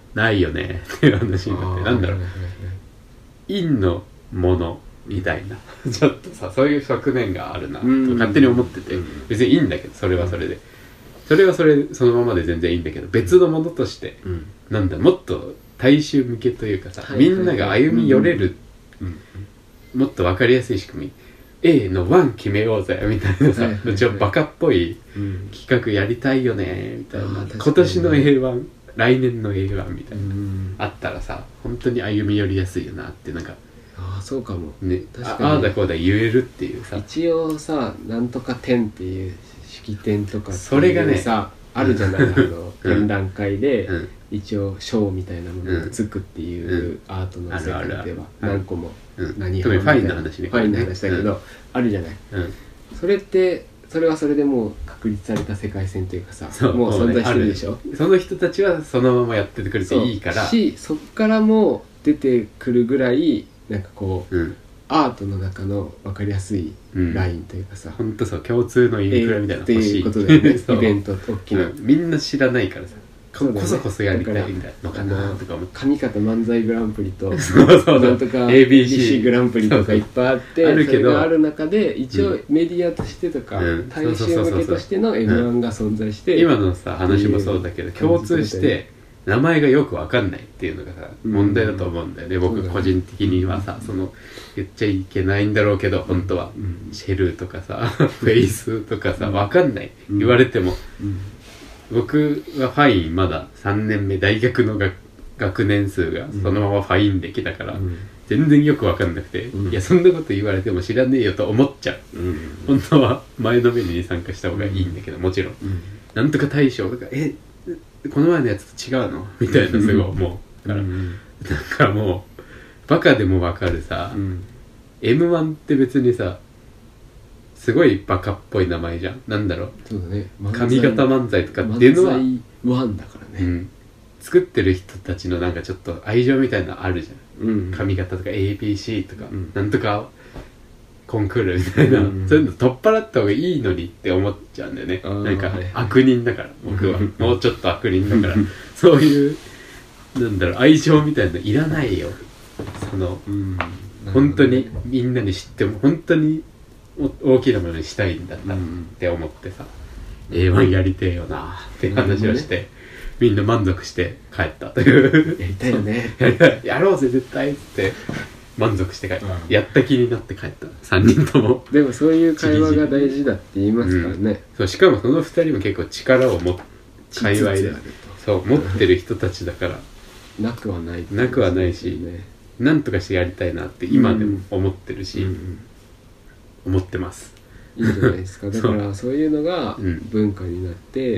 ないよねっていう話になって、なんだろう、陰のものみたいなちょっとさ、そういう側面があるなと勝手に思ってて、別にいいんだけど、それはそれで、それはそれそのままで全然いいんだけど、別のものとして、なんだ、もっと大衆向けというかさ、みんなが歩み寄れる、もっと分かりやすい仕組み、A の1決めようぜみたいなさ、ちょっとバカっぽい企画やりたいよねみたいな、今年の A1 来年の A1 みたいな、あったらさ、本当に歩み寄りやすいよなって、なんかそうかもね、ああだこうだ言えるっていうさ、 一応さ、なんとか展っていう式典とかそれがねさ、あるじゃない、展覧会で一応ショーみたいなものがつくっていうアートの世界では何個も、 何ファインの話ね、 ファインの話だけど、あるじゃない、それってそれはそれでもう確立された世界線というかさ、もう存在してるでしょ。 その人たちはそのままやっててくれていいから、 そっからも出てくるぐらいなんかこう、アートの中の分かりやすいラインというかさ、 ほんとそう、共通のインフラみたいなの欲しいっていうことだよねイベント大きな、 みんな知らないからさ、こそこそやりたいみたいなのかなとか思って、 上方漫才グランプリとそうなんとか ABC グランプリとかいっぱいあって、 あるけど、 それがある中で一応メディアとしてとか大衆向けとしての M1 が存在して、 今のさ話もそうだけど、共通して名前がよく分かんないっていうのがさ問題だと思うんだよね、僕個人的にはさ、その言っちゃいけないんだろうけど、本当はシェルとかさフェイスとかさ分かんない、言われても、僕はファインまだ3年目、大学の学年数がそのままファインできたから、全然よく分かんなくて、いやそんなこと言われても知らねえよと思っちゃう、本当は前のめりに参加した方がいいんだけど、もちろん、なんとか大賞とかこの前のやつと違うのみたいなすごい思うから、なんかもうバカでも分かるさ、M1 って別にさすごいバカっぽい名前じゃん、なんだろう、 そうだね、 上方漫才とかっていうのは漫才ワンだからね、 作ってる人たちのなんかちょっと愛情みたいなのあるじゃん、上方とか ABC とか、なんとかコンクールみたいな、そういうの取っ払った方がいいのにって思っちゃうんだよね、なんか悪人だから僕はもうちょっと悪人だからそういうなんだろう、愛情みたいなのいらないよ、その、本当にみんなに知っても本当に大きなものにしたいんだったって思ってさ、A1 やりてえよなって話をして、みんな満足して帰ったというやりたいよねやろうぜ絶対って満足して帰った、やった気になって帰った3人とも。 でもそういう会話が大事だって言いますからね、 そう、しかもその2人も結構力を界隈でそう持ってる人たちだからなくはないし、なんとかしてやりたいなって今でも思ってるし、思ってます。 いいんじゃないですか。だからそういうのが文化になって、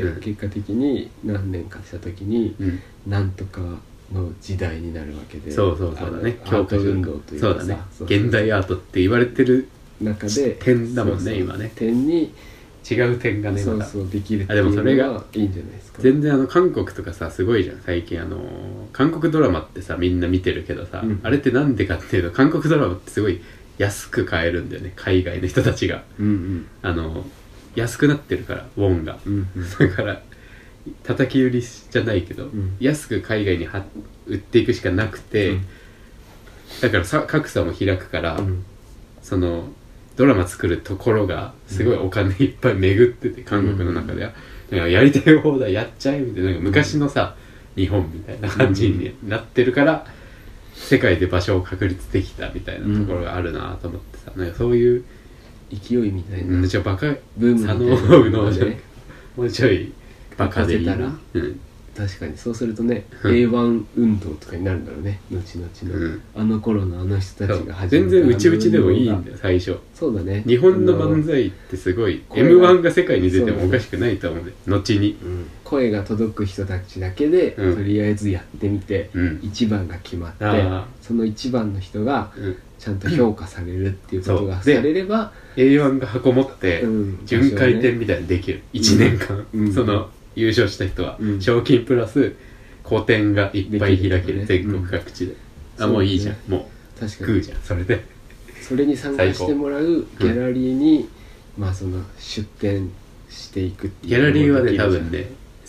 結果的に何年かした時になんとかの時代になるわけで、 そうだね、 アート運動というかさ、 そうだね、現代アートって言われてる中で点だもんね、今ね、 点に違う点がね、まだできるっていうのはいいんじゃないですか。 全然韓国とかさすごいじゃん、最近韓国ドラマってさみんな見てるけどさ、あれってなんでかっていうと、韓国ドラマってすごい安く買えるんだよね、海外の人たちが、安くなってるからウォンが、だから叩き売りじゃないけど、安く海外に売っていくしかなくて、だから格差も開くから、そのドラマ作るところがすごいお金いっぱい巡ってて、韓国の中では、やりたい放題やっちゃえみたいな、なんか昔のさ、日本みたいな感じになってるから、世界で場所を確立できたみたいなところがあるなと思ってさ、なんかそういう勢いみたいな、 バカブームみたいなのでもうちょいバカでいいな。 確かにそうするとね、A1 運動とかになるんだろうね、後々の、あの頃のあの人たちが始めた、 全然内々でもいいんだよ最初。 そうだね、 日本の漫才ってすごい M1 が世界に出てもおかしくないと思うんで、後に、 声が届く人たちだけで、とりあえずやってみて、一番が決まって、その一番の人がちゃんと評価されるっていうことがされれば、 A1 が箱持って巡回転みたいにできる、1年間、その優勝した人は賞金プラス個展がいっぱい開ける、全国各地で、もういいじゃん、もう食うじゃん、それでそれに参加してもらうギャラリーに、その出展していくっていう、 ギャラリーはね多分ね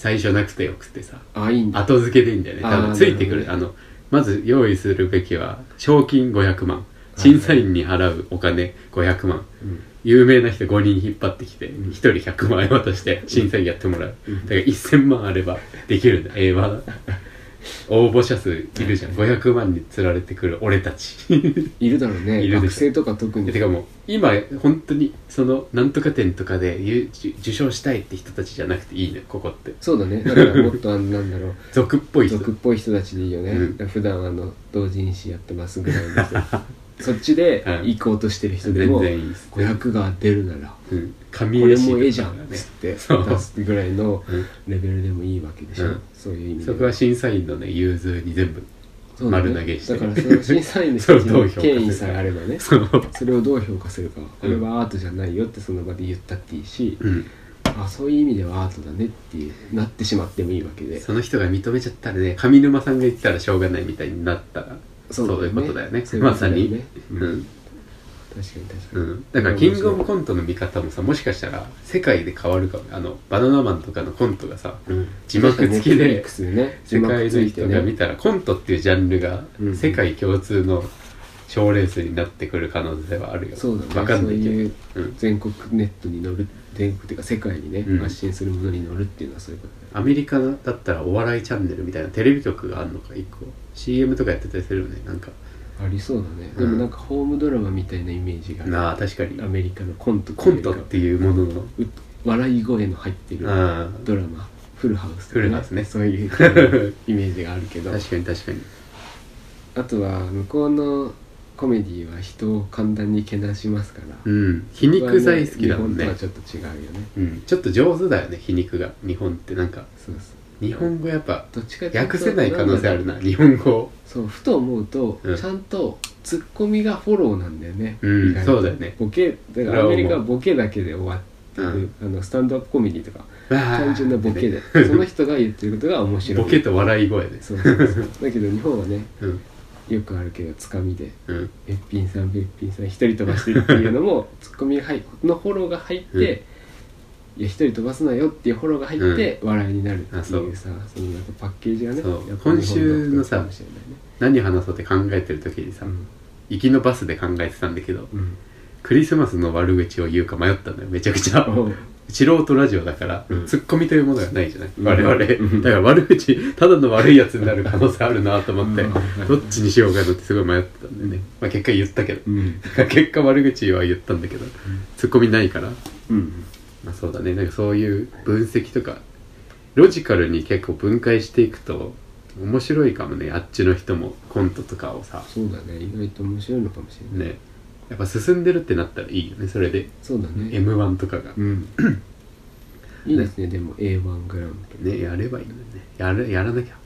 最初なくてよくてさ、 いいんだ。 後付けでいいんだよね。多分ついてくる、まず用意するべきは賞金500万、審査員に払うお金500万、有名な人5人引っ張ってきて1人100万円渡して審査員やってもらう、だから1000万あればできるんだ。応募者数いるじゃん。500万に釣られてくる俺たちいるだろうね。学生とか特に。 てかもう今本当にそのなんとか展とかで受賞したいって人たちじゃなくていいね、ここって。 そうだね。だからもっとなんだろう俗っぽい人たちでいいよね、普段同人誌やってますぐらいの人そっちで行こうとしてる人でも全然いいです 500が出るなら、これも絵じゃんっつって出すぐらいのレベルでもいいわけでしょ、そういう意味で。 そこは審査員のね融通に全部丸投げして、 だからその審査員の人たちの権威さえあればねそれをどう評価するか、これはアートじゃないよってその場で言ったっていいし、そういう意味ではアートだねってなってしまってもいいわけで、 その人が認めちゃったらね、上沼さんが言ってたらしょうがないみたいになったらそういうことだよね。まさに、確かに確かに、だからキングオブコントの見方もさ、もしかしたら世界で変わるかも。バナナマンとかのコントがさ、字幕付きで世界の人が見たら、コントっていうジャンルが世界共通の賞レースになってくる可能性はあるよ。 そうだね。 分かんないけど、 そういう全国ネットに乗る、全国っていうか世界にね、発信するものに乗るっていうのはそういうことだね。アメリカだったらお笑いチャンネルみたいなテレビ局があるのか、1個 CM とかやってたりするよね。なんかありそうだね、でもなんかホームドラマみたいなイメージがある。確かにアメリカのコントっていうものの笑い声の入ってるドラマ、フルハウスとか、 フルハウスね、 そういうイメージがあるけど確かに確かに。 あとは向こうのコメディは人を簡単にけなしますから、 皮肉剤好きだもんね。 日本とはちょっと違うよね、 ちょっと上手だよね、皮肉が。日本ってなんかそう日本語やっぱどっちか訳せない可能性あるな、日本語。 そうふと思うと、ちゃんとツッコミがフォローなんだよね、 そうだよね。 ボケだからアメリカはボケだけで終わってる、スタンドアップコメディとか単純なボケでその人が言ってることが面白い、 ボケと笑い声で。 そうだけど日本はね、よくあるけどつかみで、べっぴんさん一人飛ばしてるっていうのもツッコミのフォローが入って、いや一人飛ばすなよっていうフォローが入って笑いになるっていうさ、そのなんかパッケージがね、 今週のさ、何話そうって考えてる時にさ、行きのバスで考えてたんだけど、クリスマスの悪口を言うか迷ったのよ、めちゃくちゃ。素人ラジオだから、ツッコミというものがないじゃない、我々。だから悪口、ただの悪いやつになる可能性あるなと思って、どっちにしようかなってすごい迷ってたんでね。結果言ったけど、結果悪口は言ったんだけど、ツッコミないから。そうだね、なんかそういう分析とかロジカルに結構分解していくと面白いかもね、あっちの人もコントとかをさ。 そうだね、意外と面白いのかもしれないね。やっぱ進んでるってなったらいいよね、それで。 そうだね、 M1 とかが、 いいですね。でも A1 グランプリね、やればいいのね。やらなきゃ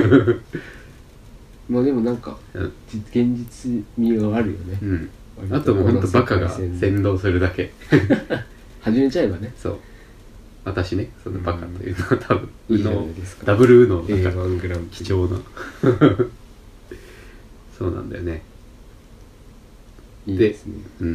まあでもなんか、現実味があるよね、 あともうほんとバカが先導するだけ始めちゃえばね。 そう、私ね、そのバカというのは多分いいじゃないですか、 ダブルの A1 グランプリ貴重なそうなんだよね。 いいですね。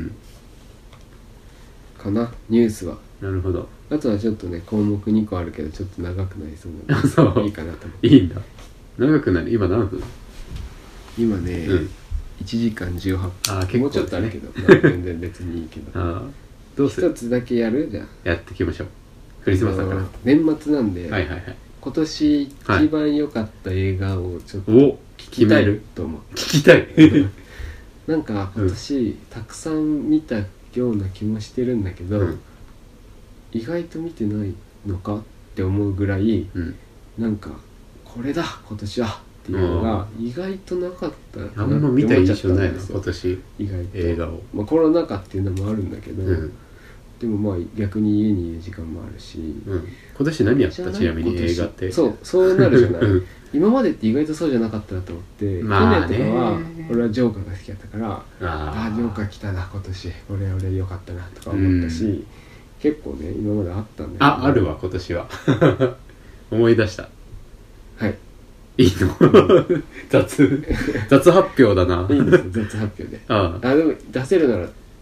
かな、ニュースは。 なるほど。 あとはちょっとね、項目2個あるけどちょっと長くなりそうなのでそういいかなと思って。 いいんだ。長くなる。今何分？ 今ね、1時間18分。 結構もうちょっとあるけど、全然別にいいけどどうする？ 一つだけやる？じゃあやっていきましょう。クリスマスだから年末なんで、今年一番良かった映画をちょっと聞きたいと思う。 聞きたいなんか今年たくさん見たような気もしてるんだけど、意外と見てないのかって思うぐらい、なんかこれだ今年はっていうのが意外となかったかなってあんま見た印象ないな今年意外と映画を。 コロナ禍っていうのもあるんだけど、でもまあ逆に家にいる時間もあるし、 今年何やった？ちなみに映画って。 そうなるじゃない今までって意外とそうじゃなかったなと思って、去年とかは俺はジョーカーが好きだったから、ジョーカー来たな今年、俺良かったなとか思ったし、結構ね今まであったんだよね。 あるわ今年は思い出した。 はい、 いいの雑発表だな。 いいんですよ雑発表で。でも出せるなら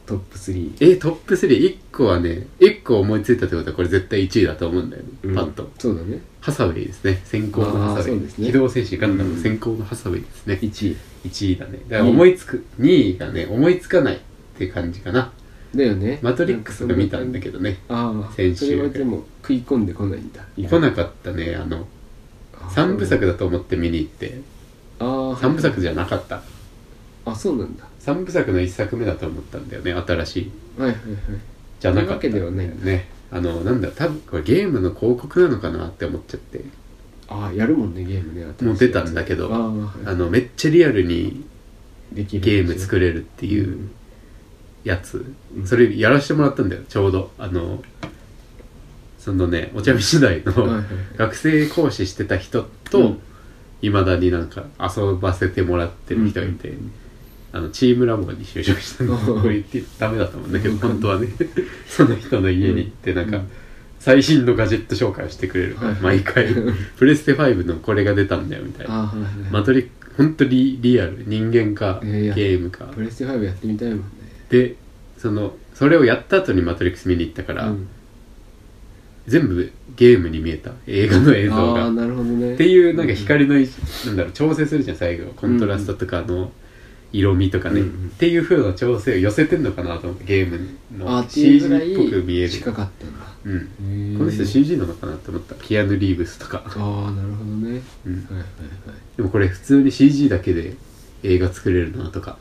トップ3。 トップ3、1個はね、1個思いついたってことはこれ絶対1位だと思うんだよね、パッと。 そうだね。 ハサウェイですね。先行のハサウェイ、ね、機動戦士ガンダム先行のハサウェイですね。 1 位だね。だから思いつく2位がね、思いつかないって感じかな。 だよね。 マトリックスが見たんだけどね。 先週それはでも食い込んでこないんだ。 来なかったね。3部作だと思って見に行って、3部作じゃなかった。 そうなんだ。 3部作の1作目だと思ったんだよね、新しい。じゃなかったんだよね。なんだ、多分これゲームの広告なのかなって思っちゃって。 やるもんね、ゲームね。 もう出たんだけど、めっちゃリアルにゲーム作れるっていうやつ、それやらせてもらったんだよ、ちょうど。そのね、お茶見次第の学生講師してた人といまだになんか遊ばせてもらってる人がいて、チームラボに就職したんだけど、これ言ってダメだと思うんだけど、本当はねその人の家に行ってなんか最新のガジェット紹介をしてくれるから、毎回プレステ5のこれが出たんだよみたいな。マトリック本当にリアル、人間かゲームか。 プレステ5やってみたいもんね。 でそれをやった後にマトリックス見に行ったから、全部ゲームに見えた、映画の映像が。 なるほどね。 っていうなんか光のなんだろう、調整するじゃん最後、コントラストとかの色味とかね、っていう風な調整を寄せてんのかなと思って、ゲームの CG っぽく見える。 近かったんだ。 この人 CG なのかなと思った。キアヌ・リーブスとか。 なるほどね。 でもこれ普通に CG だけで映画作れるなとか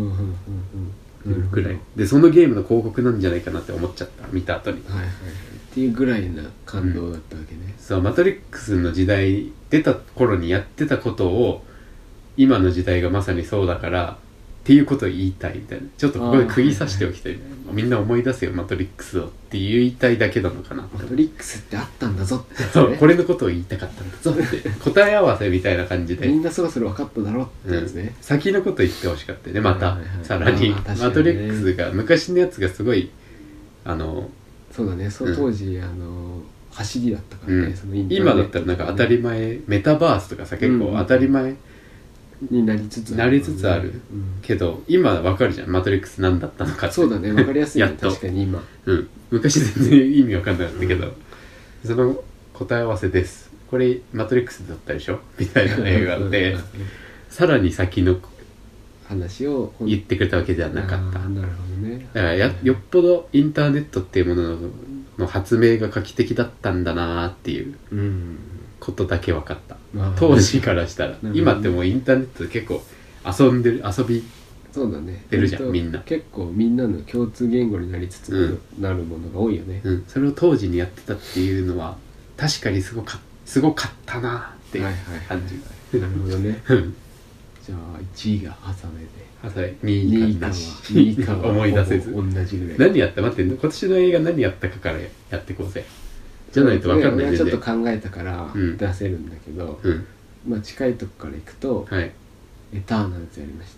ぐらいで、そのゲームの広告なんじゃないかなって思っちゃった、見た後に。 っていうぐらいな感動だったわけね。 そうマトリックスの時代出た頃にやってたことを今の時代がまさにそうだからっていうことを言いたいみたいな。ちょっとここで釘刺しておきたい、みんな思い出せよマトリックスをって言いたいだけなのかな。 マトリックスってあったんだぞって、 そうこれのことを言いたかったんだぞって答え合わせみたいな感じでみんなそろそろ分かっただろってやつね、 先のこと言ってほしかったよね。またさらにマトリックスが昔のやつがすごいそうだね、当時走りだったからね、そのインターネット、 今だったらなんか当たり前、メタバースとかさ結構当たり前になりつつあるけど、今わかるじゃんマトリックス何だったのかって。 そうだね、わかりやすいね確かに今。 昔全然意味わかんなかったけど、その答え合わせです、これマトリックスだったでしょみたいな映画でさらに先の話を言ってくれたわけではなかった。 なるほどね。 だからよっぽどインターネットっていうものの発明が画期的だったんだなっていうことだけ分かった、当時からしたら。今ってもうインターネットで結構遊びそうだねてるじゃん、みんな。 結構みんなの共通言語になりつつなるものが多いよね、 それを当時にやってたっていうのは確かにすごかったなっていう感じが。なるほどねじゃあ1位がハサウェイで、 ハサウェイ2位かなし2位か思い出せず。 同じぐらい。 何やった、待って、今年の映画何やったかからやってこうぜ。じゃないと分かんないね。 ちょっと考えたから出せるんだけど、まあ近いとこからいくと、エターナルズやりました。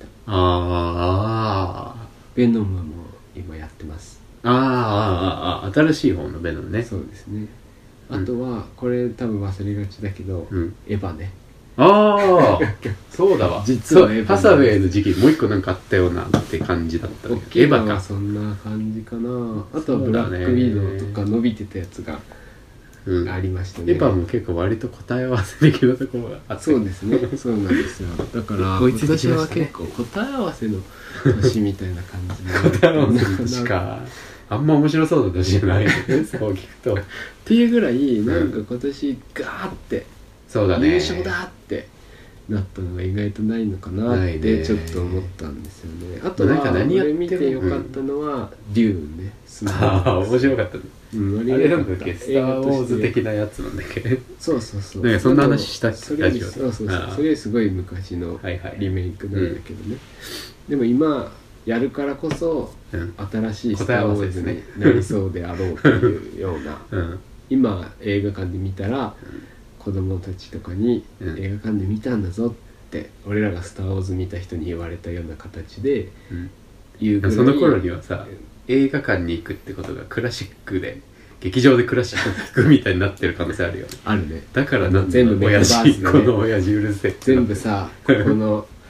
ベノムも今やってます。 新しい方のベノムね。 そうですね。あとはこれ多分忘れがちだけど、エヴァね。 そうだわ。 実はハサウェイの時期もう一個なんかあったようなって感じだったね。 エヴァか。そんな感じかな。あとはブラックウィドウとか伸びてたやつがありましたね。 エヴァも結構割と答え合わせできるところがあって。 そうですね。そうなんですよ。だから今年は結構答え合わせの年みたいな感じで。 答え合わせの年か。あんま面白そうな年じゃないそう聞くと。 っていうぐらいなんか今年ガーってそうだね、 優勝だってなったのが意外とないのかなってちょっと思ったんですよね。あとは俺見てよかったのはデューンね。 面白かったね。あれなんだっけ、スター・ウォーズ的なやつなんだっけ。 そうなんかそんな話したっけ。 ラジオ。それすごい昔のリメイクなんだけどね。でも今やるからこそ新しいスター・ウォーズになりそうであろうというような今映画館で見たら子供たちとかに映画館で見たんだぞって俺らがスター・ウォーズ見た人に言われたような形で言うぐらい、 その頃にはさ映画館に行くってことがクラシックで劇場でクラシック聴くみたいになってる可能性あるよね。 あるね。 だからなん全部メタバースでね、 この親父うるせえ全部さここの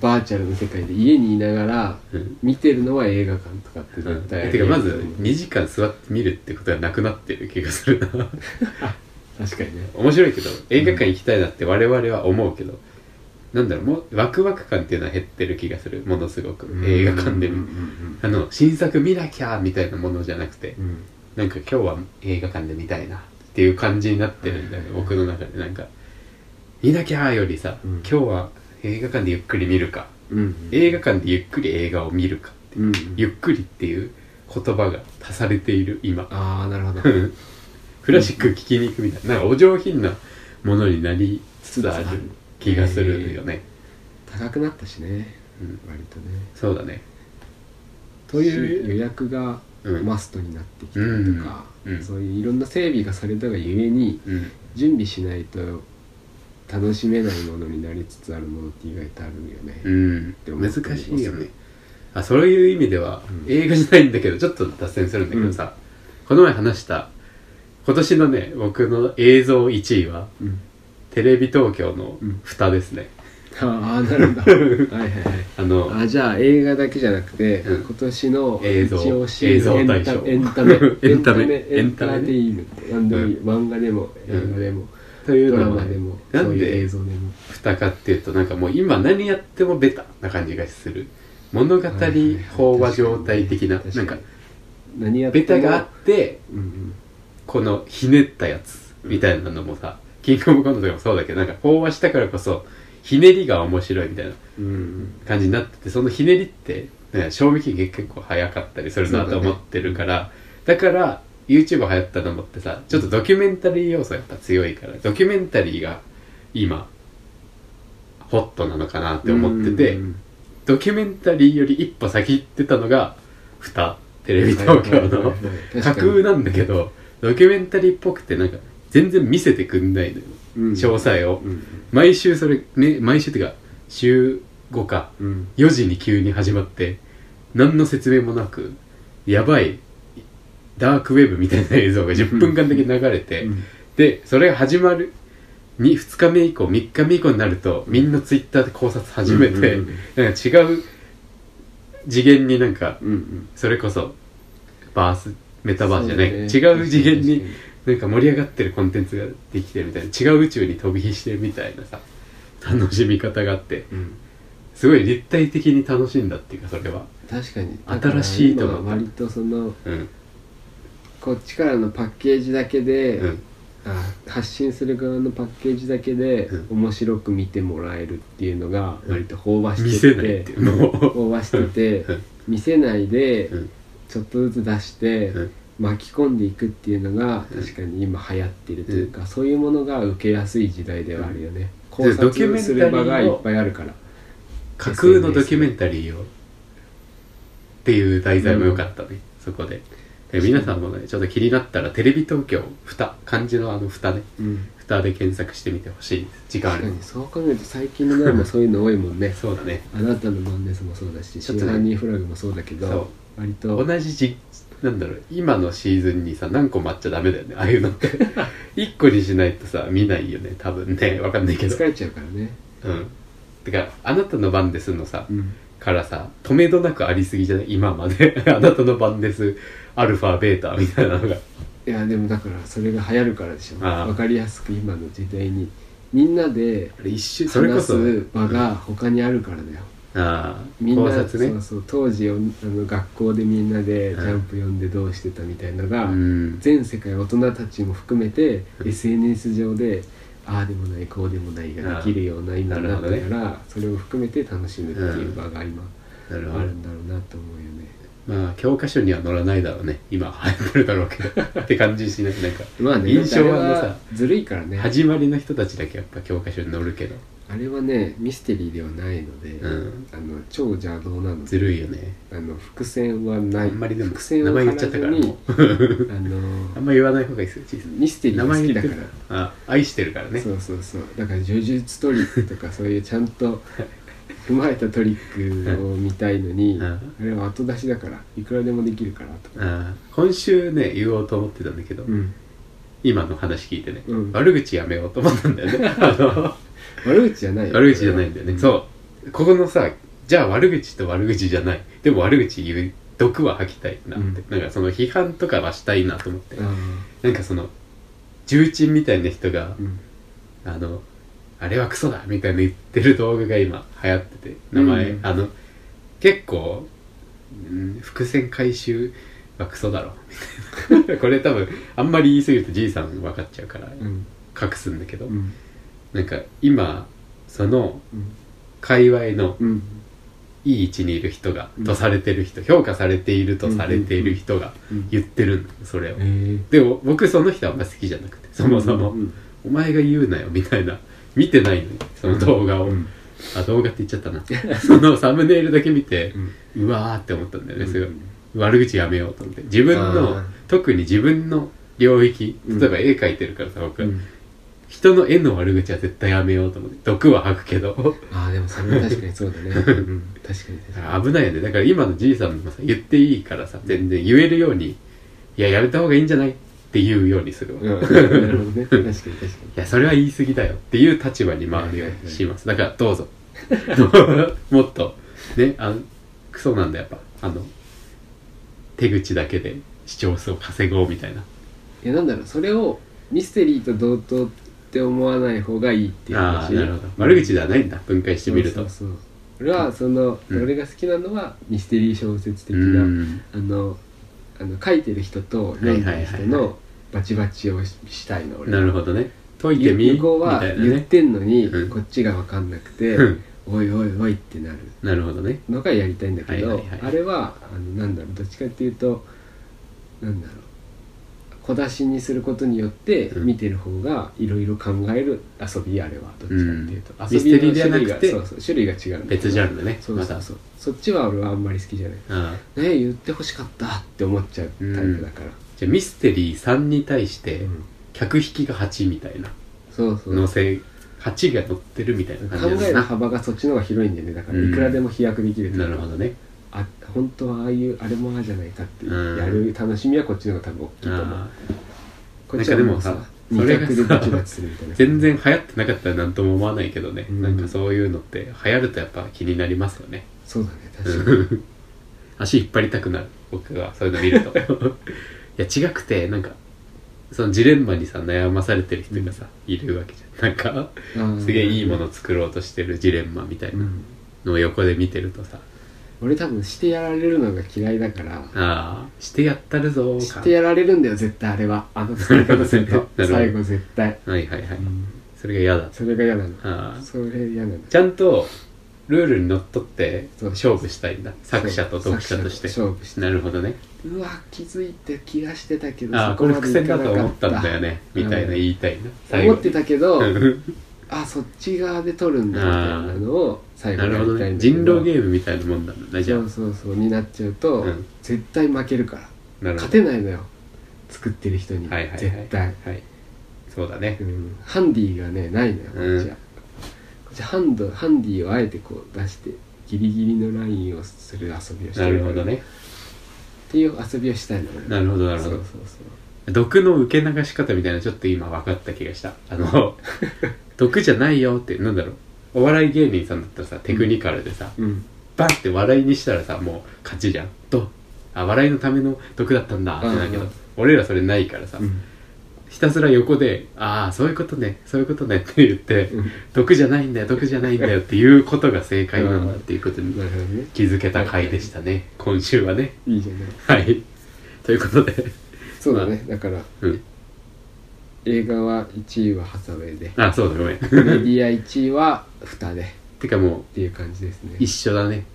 バーチャルの世界で家にいながら見てるのは映画館とかって絶対、 てかまず2時間座って見るってことはなくなってる気がするな確かにね面白いけど映画館行きたいなって我々は思うけど、なんだろう、もうワクワク感っていうのは減ってる気がする。ものすごく映画館で新作見なきゃみたいなものじゃなくて、なんか今日は映画館で見たいなっていう感じになってるんだよね、僕の中で。なんか見なきゃよりさ、今日は映画館でゆっくり見るか、映画館でゆっくり映画を見るかっていう、ゆっくりっていう言葉が足されている今。 ああなるほどクラシック聴きに行くみたいな、なんかお上品なものになりつつある気がするよね。 高くなったしね、割とね。 そうだね。 という予約がマストになってきたりとか、そういういろんな整備がされたがゆえに、準備しないと楽しめないものになりつつあるものって意外とあるよね。 難しいよね。あ、そういう意味では、映画じゃないんだけどちょっと脱線するんだけどさ、この前話した今年のね僕の映像1位は、テレビ東京の蓋ですね。 ああなるんだはいはいはい。じゃあ映画だけじゃなくて、今年の映像大賞エンタメテインメント、なんでもいい、漫画でも映画でもというドラマでもなんでそういう映像でも蓋かっていうと、なんかもう今何やってもベタな感じがする。物語飽和状態的な、なんかベタがあって、このひねったやつみたいなのもさ、キングオブコントとかもそうだけど、なんか飽和したからこそひねりが面白いみたいな感じになってて、そのひねりって賞味期限結構早かったりするなと思ってるから、だから YouTube 流行ったのもってさ、ちょっとドキュメンタリー要素やっぱ強いから、ドキュメンタリーが今ホットなのかなって思ってて、ドキュメンタリーより一歩先行ってたのが蓋、テレビ東京の架空なんだけどドキュメンタリーっぽくて、なんか全然見せてくんないのよ、詳細を。毎週それ、ね、毎週ってか週5か、4時に急に始まって何の説明もなくやばいダークウェブみたいな映像が10分間だけ流れて、でそれが始まる2日目以降3日目以降になるとみんなツイッターで考察始めて、なんか違う次元に、なんかそれこそメタバースじゃない、違う次元になんか盛り上がってるコンテンツができてるみたいな、違う宇宙に飛び火してるみたいなさ楽しみ方があって、すごい立体的に楽しんだっていうか、それは確かに新しいと思った。 割とその、こっちからのパッケージだけで、発信する側のパッケージだけで面白く見てもらえるっていうのが割と飽和してて、飽和してて見せないでちょっとずつ出して巻き込んでいくっていうのが確かに今流行ってるというか、そういうものが受けやすい時代ではあるよね。考察する場がいっぱいあるから、 架空のドキュメンタリーをっていう題材も良かったね、そこで。皆さんもねちょっと気になったらテレビ東京蓋、漢字の蓋ね、蓋で検索してみてほしいです。時間ある。 確かにそう考えると最近のドラマそういうの多いもんねそうだね。 あなたのマンネスもそうだし、真犯人フラグもそうだけど、割と同じなんだろう、今のシーズンにさ何個もあっちゃダメだよね、ああいうのって1個にしないとさ見ないよね多分ね、分かんないけど疲れちゃうからね。 てかあなたの番ですのさ、からさ止めどなくありすぎじゃない今まであなたの番ですアルファベータみたいなのが。 いやでもだからそれが流行るからでしょ。分かりやすく今の時代にみんなで話す場が他にあるからだよ。みんな、ね、そう当時学校でみんなでジャンプ読んでどうしてたみたいなのが、全世界大人たちも含めて SNS 上でああでもないこうでもないができるような今になったから、それを含めて楽しむっていう場が今あるんだろうなと思うよね。 まあ教科書には載らないだろうね、今流行ってるだろうけどって感じしない。なんかまあね、 印象はさずるいからね、 始まりの人たちだけやっぱ教科書に載るけど、 あれはねミステリーではないので、超邪道なのでずるいよね。 伏線はない。 あんまりでも伏線名前言っちゃったからもうあんま言わない方がいいですよ。 ミステリーが好きだから、 愛してるからね。 そうだから呪術トリックとかそういうちゃんと踏まえたトリックを見たいのにあれは後出しだからいくらでもできるからとか。 今週ね言おうと思ってたんだけど、今の話聞いてね、悪口やめようと思ったんだよね悪口じゃない悪口じゃないんだよね。そうここのさ、じゃあ悪口と悪口じゃない、でも悪口言う、毒は吐きたいなって、なんかその批判とかはしたいなと思って、なんかその重鎮みたいな人が、あれはクソだみたいな言ってる動画が今流行ってて、名前、結構、伏線回収はクソだろみたいなこれ多分あんまり言い過ぎるとじいさん分かっちゃうから隠すんだけど、なんか今その界隈のいい位置にいる人が、とされてる人、評価されているとされている人が言ってるんだ、それを。でも僕その人はあんま好きじゃなくて、そもそも、お前が言うなよみたいな、見てないのにその動画を、動画って言っちゃったなそのサムネイルだけ見て、うわーって思ったんだよね。すごい悪口やめようと思って、自分の特に自分の領域、例えば絵描いてるからさ、僕、人の絵の悪口は絶対やめようと思って、毒は吐くけどでもそれは確かにそうだね、確かに危ないよね。だから今のじいさんもさ、言っていいからさ、全然言えるように、いややめた方がいいんじゃないって言うようにするわ、なるほどね、確かにいやそれは言い過ぎだよっていう立場に回るようにします。だからどうぞもっとね、クソなんだ、やっぱ手口だけで視聴数を稼ごうみたいな。 いやなんだろう、それをミステリーと同等って思わない方がいいっていう話。 なるほど、悪口ではないんだ、分解してみると。 そう俺は俺が好きなのはミステリー小説的な、書いてる人と読んでる人のバチバチをしたいの、俺は。なるほどね、解いてみ向こうは言ってんのに、こっちが分かんなくて、おいおいおいってなる。 なるほどね。 のがやりたいんだけど、あれはなんだろう、どっちかっていうとなんだろう、小出しにすることによって見てる方がいろいろ考える遊び。あれはどっちかっていうと、 ミステリーではなくて種類が違う、 別ジャンルね。 そっちは俺はあんまり好きじゃない。言ってほしかったって思っちゃうタイプだから。 じゃあミステリー3に対して客引きが8みたいな、乗せ8が乗ってるみたいな感じ考える幅がそっちの方が広いんだよね。だからいくらでも飛躍できる。 なるほどね。 本当はあれもじゃないかってやる楽しみはこっちの方が多分大きいと思う。こっちはもうさ、 それがさ全然流行ってなかったら何とも思わないけどね、なんかそういうのって流行るとやっぱ気になりますよね。 そうだね、確かに足引っ張りたくなる、僕はそういうの見るといや違くて、なんかそのジレンマにさ悩まされてる人がさ、いるわけじゃん。なんかすげえいいものを作ろうとしてるジレンマみたいなのを横で見てるとさ、 俺多分してやられるのが嫌いだから。 してやったるぞーか。 してやられるんだよ絶対、あれは。作り方すると最後絶対。 それが嫌だ。 それが嫌なの。それ嫌なの。 ちゃんとルールにのっとって勝負したいんだ、作者と読者として。勝負して。なるほどね。 うわ気づいて気がしてたけど、 これ伏線だと思ったんだよねみたいな言いたいな。 思ってたけどそっち側で撮るんだみたいなのを最後やりたいんだけど、 人狼ゲームみたいなもんなんだ。じゃあそうになっちゃうと、絶対負けるから。勝てないのよ、作ってる人に。絶対。 そうだね。 ハンディがねないのよ、こっちは。こっちハンディをあえてこう出してギリギリのラインをする遊びをしてる。 なるほどね。 っていう遊びをしたいの。 なるほどなるほど。毒の受け流し方みたいなちょっと今分かった気がした。毒じゃないよって、なんだろう、お笑い芸人さんだったらさ、テクニカルでさ、バンって笑いにしたらさ、もう勝ちじゃん。笑いのための毒だったんだってなるけど、俺らそれないからさ、ひたすら横でそういうことねそういうことねって言って、毒じゃないんだよ毒じゃないんだよっていうことが正解なんだっていうことに気づけた回でしたね、今週はね。 いいじゃない。 はい、ということでそうだね。だから映画は1位はハサウェイで、 そうだごめんメディア1位は蓋でてかもうっていう感じですね。 一緒だね。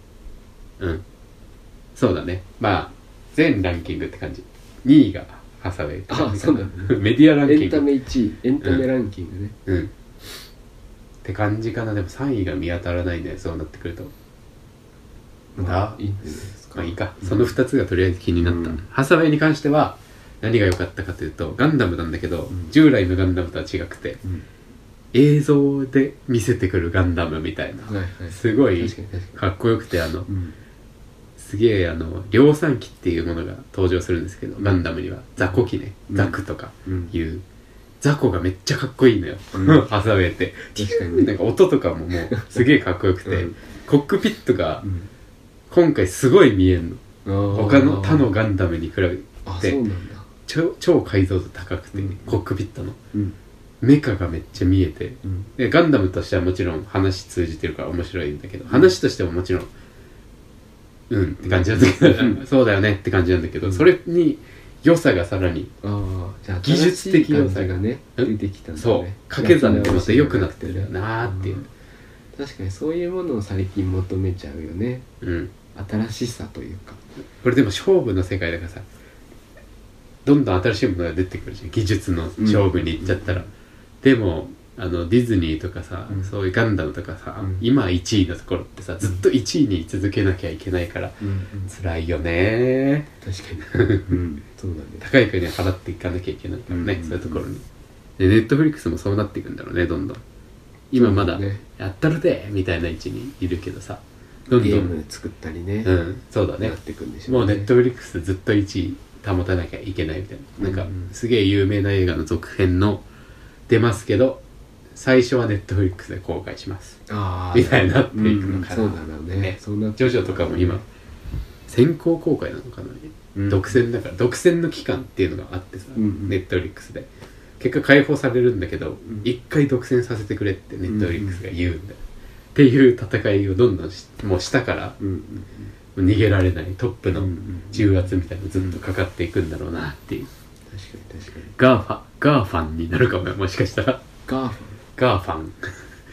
そうだね。全ランキングって感じ。2位がハサウェイって感じかな。メディアランキング、 エンタメ1位、エンタメランキングね。 って感じかな。でも3位が見当たらないんだよ、そうなってくると。 いいんじゃないですか。 いいか、その2つがとりあえず気になった。ハサウェイに関しては何が良かったかというと、ガンダムなんだけど、従来のガンダムとは違くて、映像で見せてくるガンダムみたいな、すごいかっこよくて、すげえ量産機っていうものが登場するんですけど、ガンダムには雑魚機ね、ザクとかいう雑魚がめっちゃかっこいいのよ、ハサウェイって。 確かに、 なんか音とかももうすげえかっこよくて、コックピットが今回すごい見えんの、他の他のガンダムに比べて。 そうなんだ。 超解像度高くて、コックピットの、メカがめっちゃ見えて、でガンダムとしてはもちろん話通じてるから面白いんだけど、話としてももちろんって感じなんだけどそうだよねって感じなんだけど、それに良さがさらに、 じゃあ技術的良さがね出てきたんだね。 そう掛け算でまた良くなってるなーっていう。 確かにそういうものを最近求めちゃうよね。新しさというか。 これでも勝負の世界だからさ、どんどん新しいものが出てくるじゃん、技術の勝負に行っちゃったら。でもディズニーとかさ、そういうガンダムとかさ、今1位のところってさ、ずっと1位に続けなきゃいけないから、辛いよね。 確かに、そうだね。 高い国に払っていかなきゃいけないからね、そういうところに。でネットフリックスもそうなっていくんだろうね、どんどん。今まだやったるでみたいな位置にいるけどさ、 どんどんゲーム作ったりね、 そうだね、もうネットフリックスずっと1位保たなきゃいけないみたいな、なんかすげえ有名な映画の続編の出ますけど、最初はネットフリックスで公開しますみたいになっていくのかな。 そうだろうね。 ジョジョとかも今先行公開なのかな、独占だから、独占の期間っていうのがあってさ、ネットフリックスで結果解放されるんだけど、一回独占させてくれってネットフリックスが言うんだよ、っていう戦いをどんどんもうしたから、逃げられないトップの重圧みたいなのずっとかかっていくんだろうなっていう。 確かにガーファンになるかもよ、もしかしたら。 ガーファン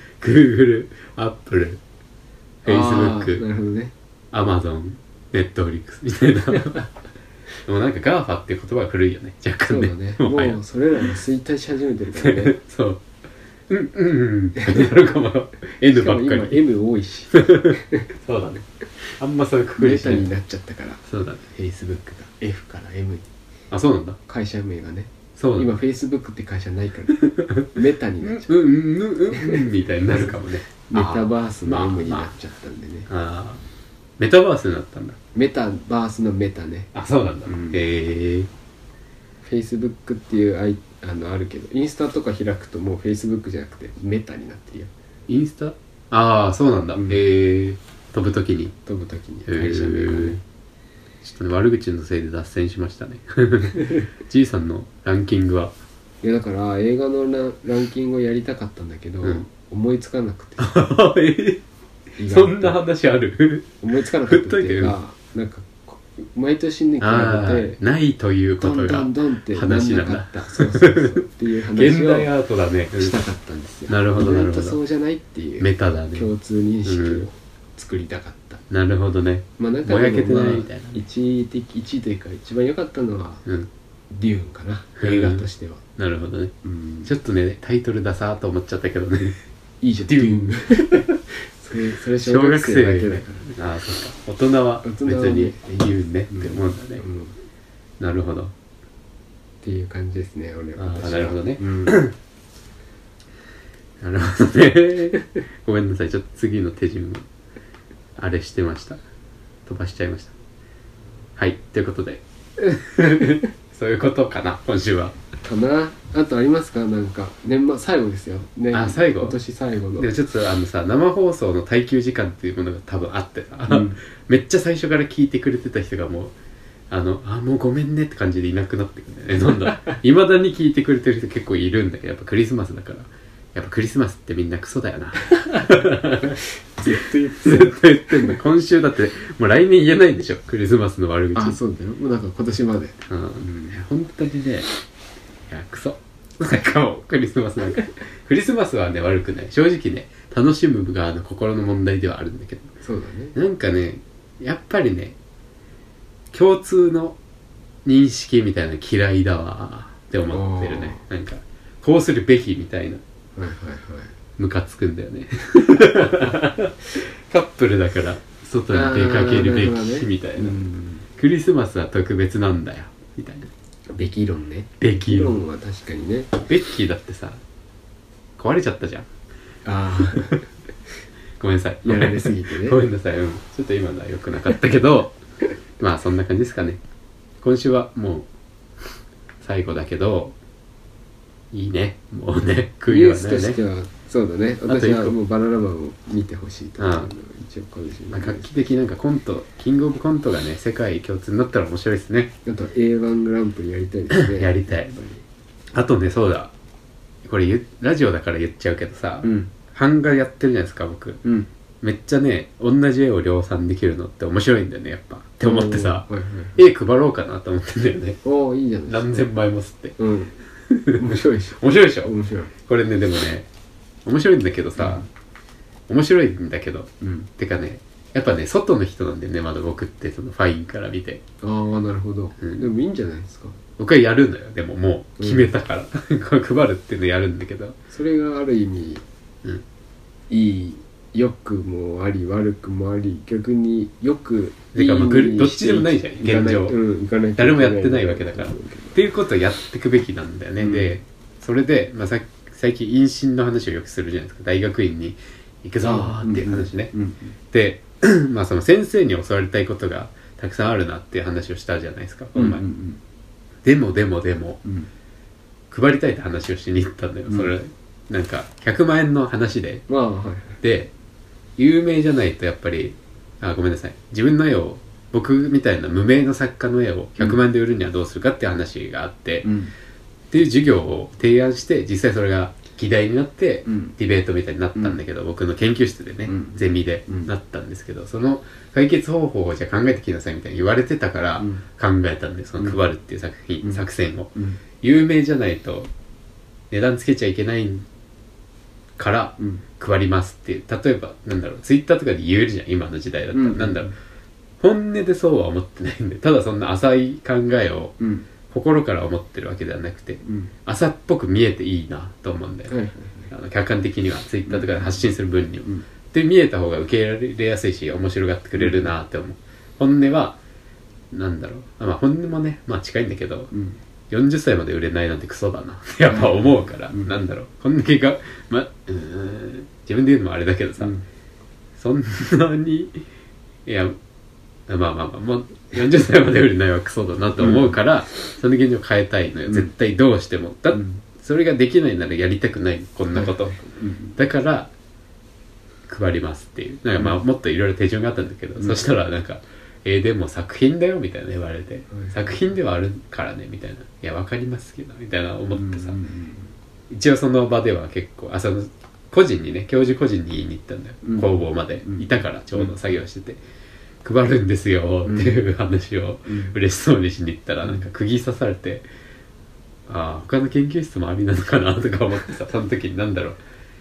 Google、Apple、Facebook、 なるほどね、 Amazon、Netflix みたいなでもなんかガーファっていう言葉が古いよね、若干ね。 そうだね、もうそれらが衰退し始めてるからねそうってなるかもN ばっかり。 今 M 多いしそうだね、あんまそういうくくりしない。 メタになっちゃったから。 そうだね、 Facebook が F から M に。 あ、そうなんだ。 会社名がね、 そう今 Facebook って会社ないからメタになっちゃうみたいになるかもねメタバースの M になっちゃったんでね。 メタバースになったんだ。 メタバースのメタね。 あ、そうなんだ。へえ。 Facebook っていうあるけど、インスタとか開くともう Facebook じゃなくてメタになってるよ。 インスタ？ああ、そうなんだ。へえ。飛ぶときに会社名がね。 ちょっとね、悪口のせいで脱線しましたねじいさんのランキングは？ いやだから映画のランキングをやりたかったんだけど、思いつかなくてそんな話ある思いつかなかったっていうか、なんか毎年に比べてないということがどんどんって話なんだ。 そうっていう話現代アートだね。 したかったんですよ。 なるほどなるほど。 そうじゃないっていうメタだね。 共通認識を作りたかった。 なるほどね。 まあなんかぼやけてないみたいな。 1位というか一番良かったのはデューンかな、映画としては。 なるほどね。ちょっとねタイトルださーと思っちゃったけどね。 いいじゃんデューン。それ小学生だけだから。 ああ、そっか。大人は別に言うねって思うんだね。なるほど。 っていう感じですね、俺は。 なるほどね。なるほどね。ごめんなさい、ちょっと次の手順をあれしてました。飛ばしちゃいました。はい、ということでそういうことかな、今週は。 かな。あとありますか？なんか年末最後ですよ。 最後。 今年最後の。 でもちょっとさ、生放送の耐久時間っていうものが多分あってさ、めっちゃ最初から聞いてくれてた人がもうもうごめんねって感じでいなくなってくるんだよね、どんどん。いまだに聞いてくれてる人結構いるんだけど、やっぱクリスマスだから。やっぱクリスマスってみんなクソだよなずっと言ってんの。今週だってもう来年言えないんでしょ、クリスマスの悪口。 あ、そうだよ。もうなんか今年まで。 本当にね、いやクソ。なんかもうクリスマスなんかクリスマスはね悪くない。正直ね、楽しむが心の問題ではあるんだけど。 そうだね。 なんかね、やっぱりね、共通の認識みたいな嫌いだわって思ってるね。なんかこうするべきみたいな。ムカつくんだよねカップルだから外に出かけるべきみたいな、クリスマスは特別なんだよみたいな。 べき論ね。 べき論は確かにね。 ベッキーだってさ壊れちゃったじゃん。ごめんなさい、 やられすぎてね。 ごめんなさい、ちょっと今のは良くなかったけどまあそんな感じですかね。今週はもう最後だけど、 いいねもうねニュースとしてはそうだね。私はもうバナナマンを見てほしいと思うのが一応かもしれない。 画期的なんかコントキングオブコントがね世界共通になったら面白いですね。 あと A1 グランプリやりたいですね。 やりたい。あとねそうだこれラジオだから言っちゃうけどさ、版画やってるじゃないですか僕、めっちゃね同じ絵を量産できるのって面白いんだよねやっぱって思ってさ、絵配ろうかなと思ってんだよね。 おーいいじゃないですか。 何千枚も吸って、 面白いでしょ。 面白いでしょ。 面白い。 これねでもね面白いんだけどさ、面白いんだけど、てかねやっぱね外の人なんだよねまだ僕ってそのファインから見て。 ああなるほど、でもいいんじゃないですか。 僕はやるのよでももう決めたから、配るっていうのやるんだけどそれがある意味、いい良くもあり悪くもあり逆によくいいどっちでもないじゃん現状、誰もやってないわけだからっていうことをやっていくべきなんだよね、でそれで、最近妊娠の話をよくするじゃないですか。大学院に行くぞーっていう話ね、でその先生に教わりたいことがたくさんあるなっていう話をしたじゃないですかこの前、でも、配りたいって話をしに行ったんだよ、それなんか100万円の話で、で有名じゃないとやっぱりごめんなさい自分の絵を僕みたいな無名の作家の絵を100万円で売るにはどうするかっていう話があって、っていう授業を提案して実際それが議題になって、ディベートみたいになったんだけど、僕の研究室でね、ゼミでなったんですけど、その解決方法をじゃあ考えてきなさいみたいに言われてたから考えたんで、その配るっていう作戦を、有名じゃないと値段つけちゃいけないから配りますっていう、例えばなんだろうツイッターとかで言えるじゃん今の時代だったら、なんだろう本音でそうは思ってないんで、ただそんな浅い考えを心から思ってるわけではなくて、浅っぽく見えていいなと思うんだよ、客観的にはツイッターとかで発信する分には、で見えた方が受け入れやすいし面白がってくれるなって思う。本音はなんだろう本音もね近いんだけど、40歳まで売れないなんてクソだなってやっぱ思うから、なんだろうこんだけが自分で言うのもあれだけどさ、そんなにいやもう40歳まで売れないはクソだなと思うから、その現状変えたいのよ、絶対どうしても。それができないならやりたくないこんなこと、だから配りますっていう。なんかもっといろいろ手順があったんだけど、そしたらなんかでも作品だよみたいな言われて、作品ではあるからねみたいな、いやわかりますけどみたいな思ってさ、一応その場では結構その個人にね教授個人に言いに行ったんだよ、工房までいたからちょうど作業してて、配るんですよっていう話を嬉しそうにしに行ったら、なんか釘刺されて、他の研究室もありなのかなとか思ってさ、その時になんだろう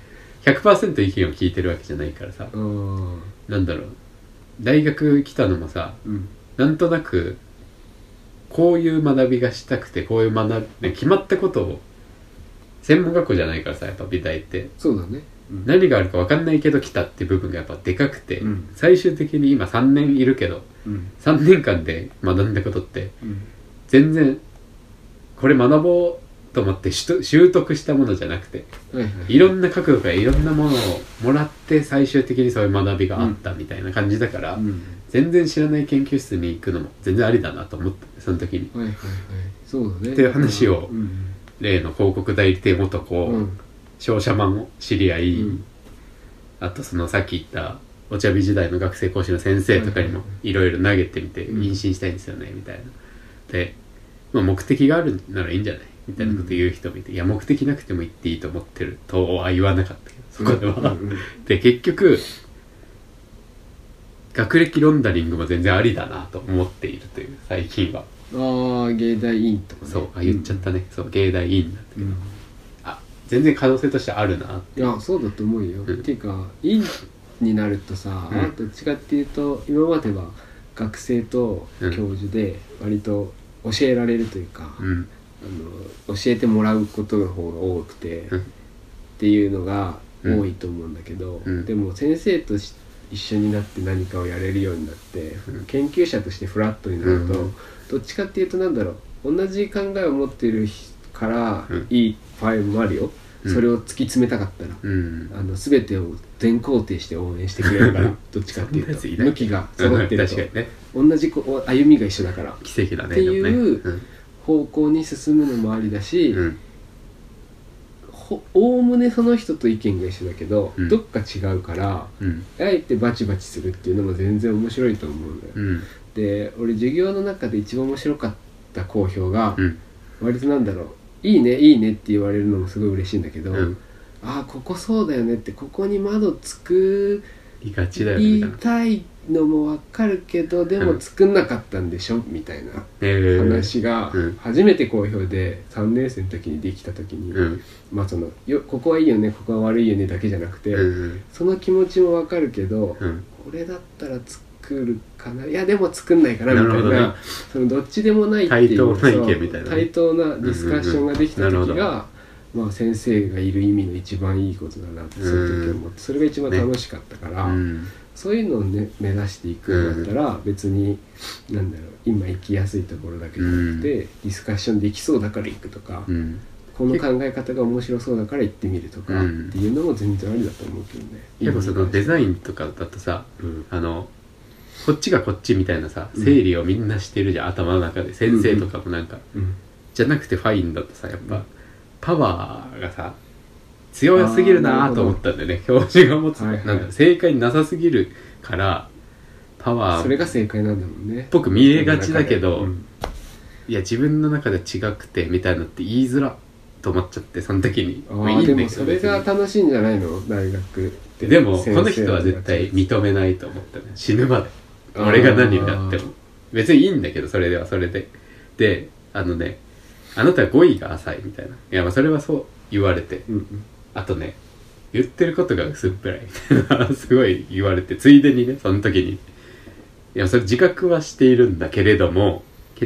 100% 意見を聞いてるわけじゃないからさ、なんだろう大学来たのもさ、なんとなくこういう学びがしたくて、こういう決まったことを、専門学校じゃないからさやっぱ美大ってそうだね、 何があるか分かんないけど来たっていう部分がやっぱでかくて、最終的に今3年いるけど、3年間で学んだことって、全然これ学ぼうと思って習得したものじゃなくて、いろんな角度からいろんなものをもらって最終的にそういう学びがあったみたいな感じだから、全然知らない研究室に行くのも全然ありだなと思ってその時に、 そうだねっていう話を、例の広告代理店男、商社マンを知り合い、あとそのさっき言ったお茶美時代の学生講師の先生とかにもいろいろ投げてみて、妊娠したいんですよねみたいなで、目的があるならいいんじゃないみたいなこと言う人もいて、いや目的なくても言っていいと思ってるとは言わなかったけどそこでは、で結局学歴ロンダリングも全然ありだなと思っているという最近は。 芸大院とかね、 そう言っちゃったね、そう芸大院なんだけど、全然可能性としてあるなって。 いやそうだと思うよ、っていうか院になるとさ、どっちかっていうと今までは学生と教授で割と教えられるというか、教えてもらうことの方が多くて、っていうのが多いと思うんだけど、でも先生と一緒になって何かをやれるようになって、研究者としてフラットになると、どっちかっていうとなんだろう、同じ考えを持っているからいいファイルもあるよ、それを突き詰めたかったら、全てを全肯定して応援してくれるからどっちかっていうと向きが揃ってると、同じ歩みが一緒だから奇跡だねっていう方向に進むのもありだし、 おおむねその人と意見が一緒だけど、 うん、 どっか違うから、 うん、 あえてバチバチするっていうのも全然面白いと思うんだよ、うん、で俺授業の中で一番面白かった講評が、うん、割となんだろう、いいねいいねって言われるのもすごい嬉しいんだけど、うん、ああここそうだよねって、ここに窓作りがちだよね言いたいのも分かるけどでも作んなかったんでしょ、みたいな話が初めて好評で3年生の時にできた時に、まあそのここはいいよねここは悪いよねだけじゃなくて、その気持ちも分かるけど、これだったら作るかな、いやでも作んないかなみたいな、そのどっちでもないっていう対等な意見みたいな、 対等なディスカッションができた時が、まあ先生がいる意味の一番いいことだなってその時思って、それが一番楽しかったから、そういうのをね目指していくんだったら、別になんだろう、今行きやすいところだけじゃなくて、ディスカッションできそうだから行くとか、この考え方が面白そうだから行ってみるとかっていうのも全然ありだと思うけどね。 結構そのデザインとかだとさ、こっちがこっちみたいなさ整理をみんなしてるじゃん、頭の中で。先生とかもなんか、じゃなくてファインだとさ、やっぱパワーがさ強すぎるなと思ったんだよね、教授が持つ、なんか正解なさすぎるからパワーそれが正解なんだもんね僕見えがちだけど、いや自分の中で違くてみたいなって言いづらと思っちゃって、その時にでもそれが楽しいんじゃないの大学って。 でもこの人は絶対認めないと思ったね、死ぬまで。俺が何になっても別にいいんだけど、それではそれでであなたは語彙が浅いみたいな、いやまあそれはそう言われて、あとね言ってることが薄っぺらいみたいなすごい言われて、ついでにねその時に、いやそれ自覚はしているんだけれども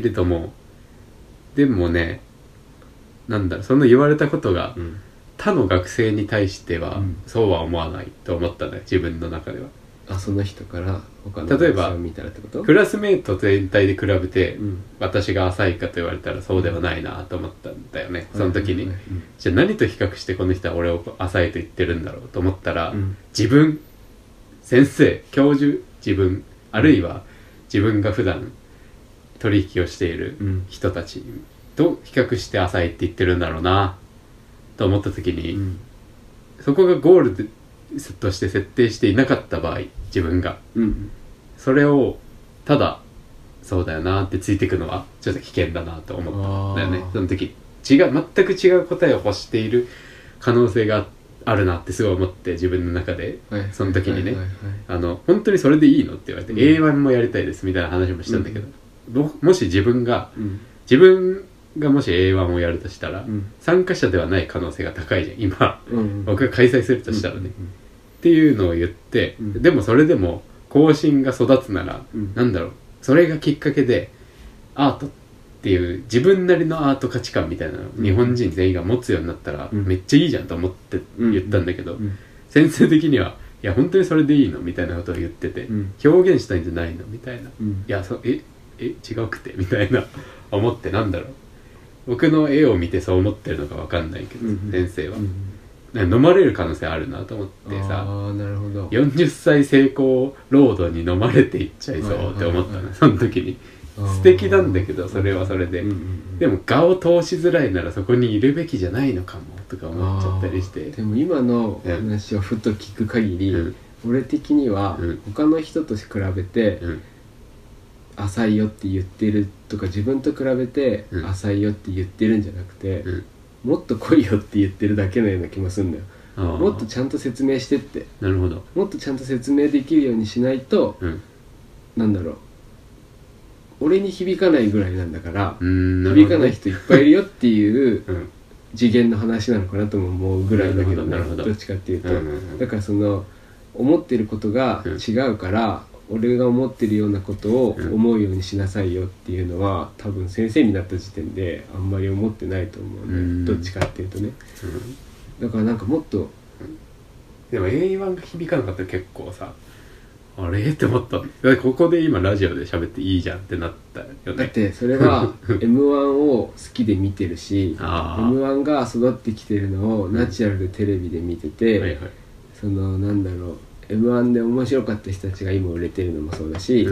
でもね、なんだろう、その言われたことが、他の学生に対しては、そうは思わないと思ったね、自分の中では。 その人から他の学生を見たらってこと？ 例えばクラスメート全体で比べて、私が浅いかと言われたらそうではないなと思ったんだよね、その時に。じゃあ何と比較してこの人は俺を浅いと言ってるんだろうと思ったら、自分、先生、教授、自分、あるいは自分が普段取引をしている人たちと比較して浅いって言ってるんだろうなと思った時に、そこがゴールとして設定していなかった場合、自分が、それをただそうだよなってついていくのはちょっと危険だなと思ったんだよね、その時。全く違う答えを欲している可能性があるなってすごい思って、自分の中で、その時にね、本当にそれでいいのって言われて、A1 もやりたいですみたいな話もしたんだけど、もし自分がもし A1 をやるとしたら、参加者ではない可能性が高いじゃん今、僕が開催するとしたらね、っていうのを言って、でもそれでも後進が育つなら、なんだろう、それがきっかけでアートっていう自分なりのアート価値観みたいなのを日本人全員が持つようになったら、めっちゃいいじゃんと思って言ったんだけど、先生的にはいや本当にそれでいいのみたいなことを言ってて、表現したいんじゃないのみたいな、いや違くてみたいな思って、なんだろう、僕の絵を見てそう思ってるのか分かんないけど、先生は、飲まれる可能性あるなと思ってさ、 なるほど、 40歳成功労働に飲まれていっちゃいそうって思ったの、その時に。素敵なんだけどそれはそれで、でも我を通しづらいならそこにいるべきじゃないのかもとか思っちゃったりして。 でも今の話をふと聞く限り、俺的には他の人と比べて浅いよって言ってるとか、自分と比べて浅いよって言ってるんじゃなくて、もっと来いよって言ってるだけのような気もするんだよ。もっとちゃんと説明してって。 なるほど。 もっとちゃんと説明できるようにしないと、なんだろう、俺に響かないぐらいなんだから、響かない人いっぱいいるよっていう次元の話なのかなとも思うぐらいだけどね、どっちかっていうと。だからその思ってることが違うから、俺が思ってるようなことを思うようにしなさいよっていうのは、多分先生になった時点であんまり思ってないと思うね、どっちかっていうとね。だからなんかもっと、 でも A1 が響かなかったら結構さ、あれって思った。ここで今ラジオで喋っていいじゃんってなったよね。 だってそれは M1 を好きで見てるしM1 が育ってきてるのをナチュラルでテレビで見てて、そのなんだろう、M1 で面白かった人たちが今売れてるのもそうだし、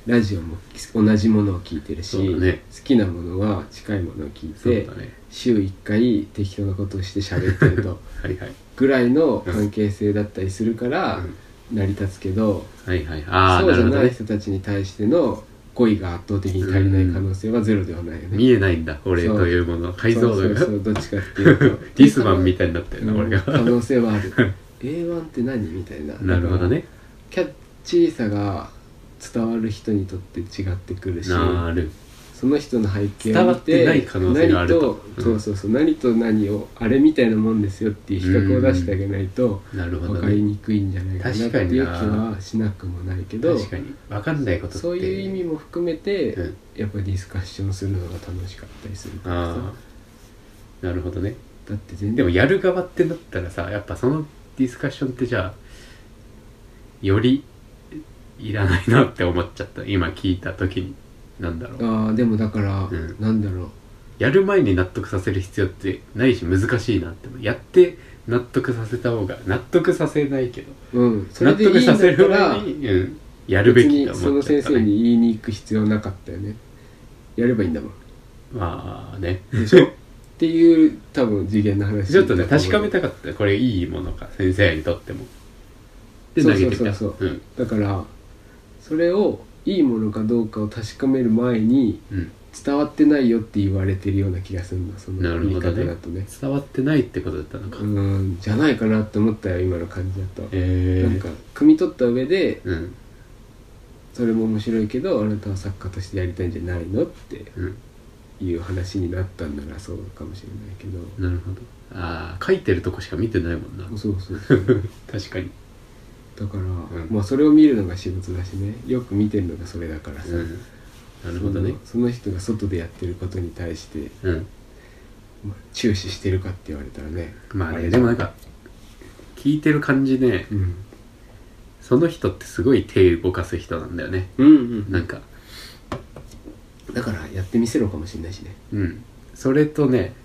ラジオも同じものを聞いてるし、 ね、 好きなものは近いものを聞いて、ね、週1回適当なことをして喋ってるとはい、はい、ぐらいの関係性だったりするから成り立つけど、はいはい、そうじゃない人たちに対しての語彙が圧倒的に足りない可能性はゼロではないよね。 見えないんだ俺というもの、解像度が。 そうどっちかっていうとディスマンみたいになってるな、俺が。 可能性はあるA1 って何みたいな。 なるほどね。 キャッチーさが伝わる人にとって違ってくるし、その人の背景を見てない可能性があると、 何と何をあれみたいなもんですよっていう比較を出してあげないと分かりにくいんじゃないかなっていう気はしなくもないけど、 確かに分かんないことってそういう意味も含めて、やっぱりディスカッションするのが楽しかったりするからさ。 なるほどね。 だって全然でもやる側ってなったらさ、やっぱそのディスカッションってじゃあよりいらないなって思っちゃった、今聞いた時に。なんだろう。 でもだから、なんだろう、 やる前に納得させる必要ってないし難しいなって。やって納得させた方が、納得させないけど、 それでいいんだったら納得させる前に、やるべきと思っちゃったね。 別にその先生に言いに行く必要なかったよね。やればいいんだもん。 まあね。 でしょっていう多分次元の話。 ちょっとね確かめたかった。これいいものか先生にとっても。で投げてた。 だからそれをいいものかどうかを確かめる前に、伝わってないよって言われてるような気がするんだ、その言い方だとね。 伝わってないってことだったのか。 じゃないかなって思ったよ今の感じだと。なんか汲み取った上で、それも面白いけどあなたは作家としてやりたいんじゃないのっていう話になったんならそうかもしれないけど。 なるほど。書いてるとこしか見てないもんな。 そう確かに。 だから、まあそれを見るのが仕事だしね、よく見てるのがそれだからさ、 なるほどね。 その人が外でやってることに対して、注視してるかって言われたらね。 まあね、でもなんか聞いてる感じね、その人ってすごい手動かす人なんだよね。なんかだからやってみせろかもしれないしね。 それとね、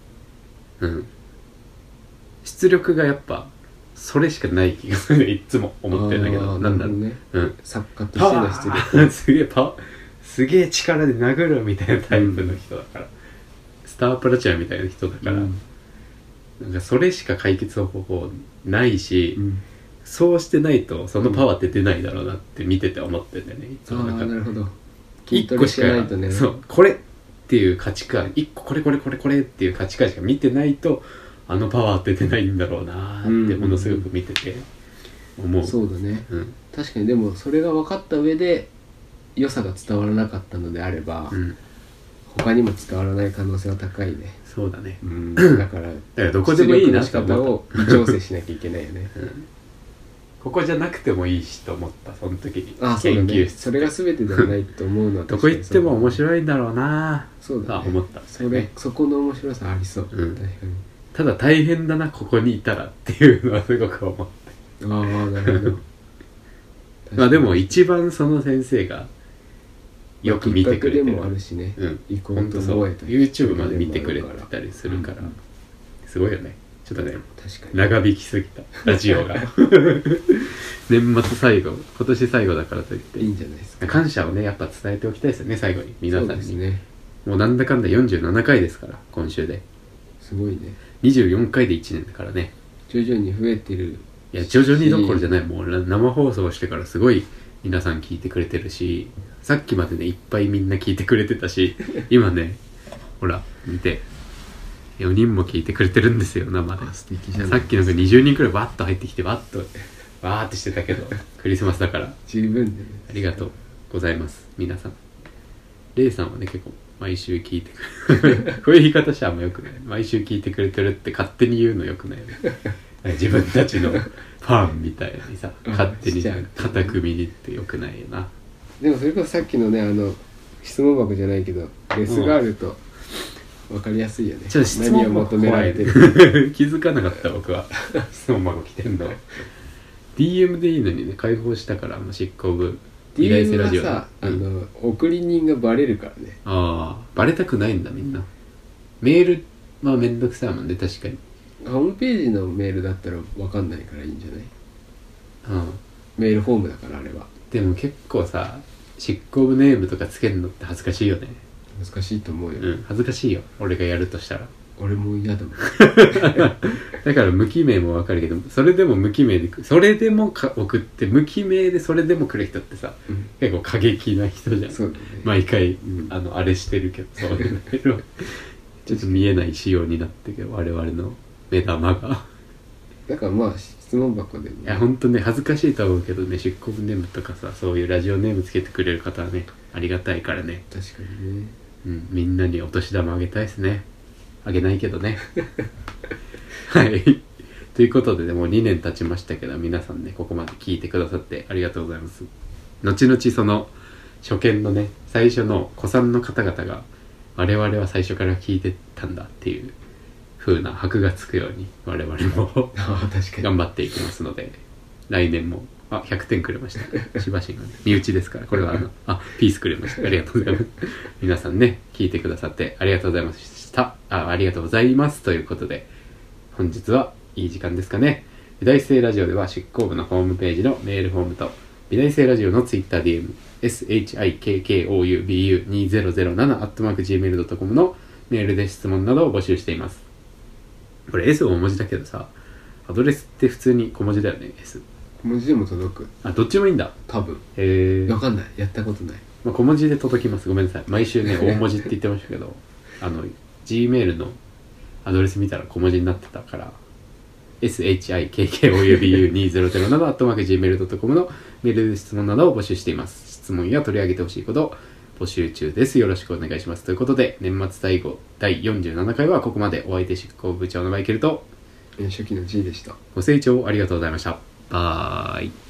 出力がやっぱそれしかない気がする。いつも思ってるんだけど、なんだろうね、 作家としての出力すげえ力で殴るみたいなタイプの人だから、スタープラチナみたいな人だから、なんかそれしか解決方法ないし、そうしてないとそのパワーって出ないだろうなって見てて思ってんだよね、いつも。 なるほど。 一個しかないとね、これっていう価値観、一個これっていう価値観しか見てないとあのパワーって出ないんだろうなってものすごく見てて思う。 そうだね、確かに。でもそれが分かった上で良さが伝わらなかったのであれば、他にも伝わらない可能性は高いね。 そうだね、 だからどこでもいいなと思った。 出力の仕方を微調整しなきゃいけないよね。 ここじゃなくてもいいしと思った、その時に。 研究室、それが全てではないと思うのはどこ行っても面白いんだろうな。 そうだね、 思った。 そこの面白さありそう。確かに。 ただ大変だなここにいたらっていうのはすごく思って。 なるほど。 まあでも一番その先生がよく見てくれてる。 でもあるしね。 本当そう。YouTube まで見てくれてたりするから、すごいよね。ちょっとね、長引きすぎたラジオが年末最後、今年最後だからといっていいんじゃないですか。 感謝をねやっぱ伝えておきたいですよね、最後に皆さんに。もうなんだかんだ47回ですから今週で。 すごいね。 24回で1年だからね。 徐々に増えてる。 いや徐々にどころじゃない。もう生放送してからすごい皆さん聞いてくれてるし、さっきまでねいっぱいみんな聞いてくれてたし、今ねほら見て4人も聞いてくれてるんですよ生で。 素敵じゃない。 さっきなんか20人くらいバッと入ってきてわーってしてたけどクリスマスだから十分で、 ありがとうございます皆さん。レイさんはね結構毎週聞いてくれるこういう言い方したらあんまよくない。毎週聞いてくれてるって勝手に言うのよくないよね自分たちのファンみたいにさ勝手に肩組みにってよくないよな。 でもそれこそさっきのね質問箱じゃないけどレスがあると分かりやすいよね。何を求められてる気づかなかった僕は質問箱来てんのDM でいいのにね、開放したから執行部未来世ラジオ DM はさ、送り人がバレるからね。 バレたくないんだみんな。メールまあめんどくさいもんね確かに。 ホームページのメールだったら分かんないからいいんじゃない。メールフォームだからあれは。 でも結構さ執行部ネームとかつけるのって恥ずかしいよね。 難しいと思うよ、 恥ずかしいよ俺がやるとしたら。 俺も嫌だもんだから無記名も分かるけど、それでも無記名でそれでも送って無記名でそれでも来る人ってさ、結構過激な人じゃん。 そうだね、 毎回、あれしてるけどそういうのちょっと見えない仕様になってるけど我々の目玉がだからまあ質問箱でも、 いやほんとね恥ずかしいと思うけどね、執行部ネームとかさ、そういうラジオネームつけてくれる方はねありがたいからね。 確かにね、 みんなにお年玉あげたいですね。あげないけどねはいということでね、もう2年経ちましたけど皆さんねここまで聞いてくださってありがとうございます。後々その初見のね最初の古参の方々が我々は最初から聞いてたんだっていう風な箔がつくように我々も頑張っていきますので、来年も100点くれましたしばしが、ね、身内ですからこれはピースくれましたありがとうございます皆さんね聞いてくださってありがとうございました。ありがとうございますということで本日はいい時間ですかね。美大生ラジオでは執行部のホームページのメールフォームと美大生ラジオのツイッター DM shikkoub2007@gmail.com のメールで質問などを募集しています。これ S 大文字だけどさ、アドレスって普通に小文字だよね。 S 小文字でも届く。 どっちもいいんだ多分。 分かんない、やったことない。 小文字で届きます。ごめんなさい、毎週ね大文字って言ってましたけどGmail のアドレス見たら小文字になってたからshikkoub2007@gmail.com のメールで質問などを募集しています。質問や取り上げてほしいことを募集中です。よろしくお願いします。ということで年末最後第47回はここまで。お相手執行部長のマイケルと初期の G でした。 ご清聴ありがとうございました。バイ。